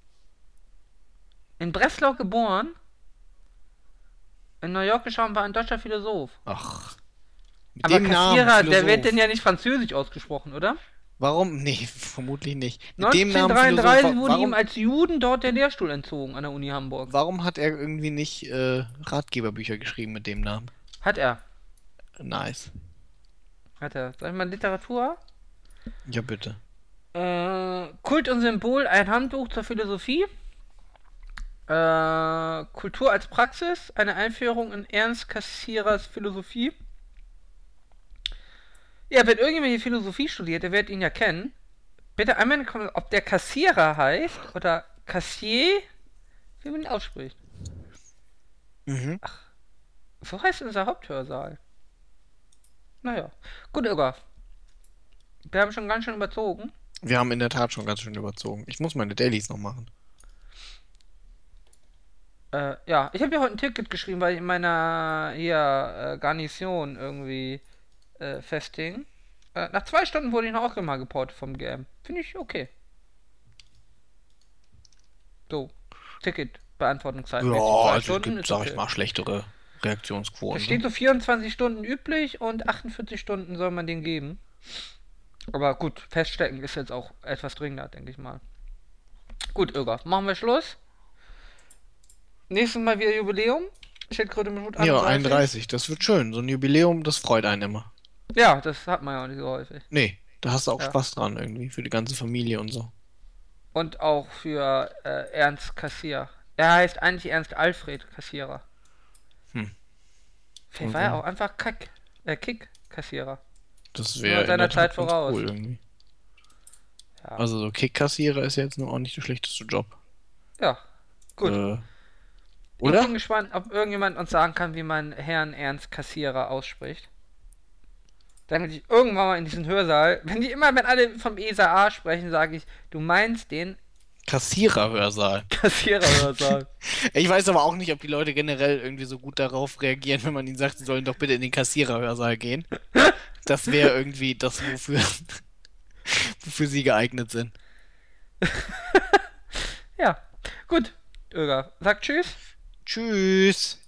In Breslau geboren. In New York geschaut, war ein deutscher Philosoph. Ach. Mit Aber dem Kassierer, Namen, der wird Philosoph. denn ja nicht französisch ausgesprochen, oder? Warum? Nee, vermutlich nicht. Mit dem Namen neunzehnhundertdreiunddreißig Philosoph, wurde warum, ihm als Juden dort der Lehrstuhl entzogen an der Uni Hamburg. warum hat er irgendwie nicht äh, Ratgeberbücher geschrieben mit dem Namen? Hat er. Nice. Hat er. Sag ich mal Literatur? Ja, bitte. Äh, Kult und Symbol, ein Handbuch zur Philosophie. Äh, Kultur als Praxis, eine Einführung in Ernst Kassierers Philosophie. Ja, wenn irgendjemand die Philosophie studiert, der wird ihn ja kennen. Bitte einmal kommen, ob der Kassierer heißt oder Kassier, wie man ihn ausspricht. Mhm. Ach, so heißt unser Haupthörsaal. Naja, gut, Irga. Wir haben schon ganz schön überzogen. Wir haben in der Tat schon ganz schön überzogen. Ich muss meine Dailies noch machen. Äh, ja, ich habe ja heute ein Ticket geschrieben, weil ich in meiner hier äh, Garnison irgendwie äh, festhing. Äh, nach zwei Stunden wurde ich noch auch immer geportet vom G M. Finde ich okay. So, Ticket, Beantwortungszeit. Ja, zwei also es Stunden gibt, ist sag okay. ich mal, schlechtere Da Reaktionsquoten. steht Ne? so vierundzwanzig Stunden üblich und achtundvierzig Stunden soll man den geben. Aber gut, feststecken ist jetzt auch etwas dringender, denke ich mal. Gut, Irga, machen wir Schluss. Nächstes Mal wieder Jubiläum. Schildkröte mit Hut Ja, einunddreißig. Das wird schön. So ein Jubiläum, das freut einen immer. Ja, das hat man ja auch nicht so häufig. Nee, da hast du auch Ja. Spaß dran irgendwie. Für die ganze Familie und so. Und auch für äh, Ernst Kassier. Er heißt eigentlich Ernst Alfred Kassierer. Hm. Vielleicht war er auch einfach Kack, äh, Kick-Kassierer. Das Nur wäre seiner Zeit voraus. cool irgendwie. Ja. Also so Kickkassierer ist jetzt nur auch nicht der schlechteste Job. Ja, gut. Äh, Ich oder? bin gespannt, ob irgendjemand uns sagen kann, wie man Herrn Ernst Kassierer ausspricht. Damit ich irgendwann mal in diesen Hörsaal, wenn die immer, wenn alle vom E S A A sprechen, sage ich, du meinst den Kassiererhörsaal. Kassierer-Hörsaal. Ich weiß aber auch nicht, ob die Leute generell irgendwie so gut darauf reagieren, wenn man ihnen sagt, sie sollen doch bitte in den Kassiererhörsaal gehen. Das wäre irgendwie das, wofür, wofür sie geeignet sind. Ja, gut. Irga, sag Tschüss. Tschüss.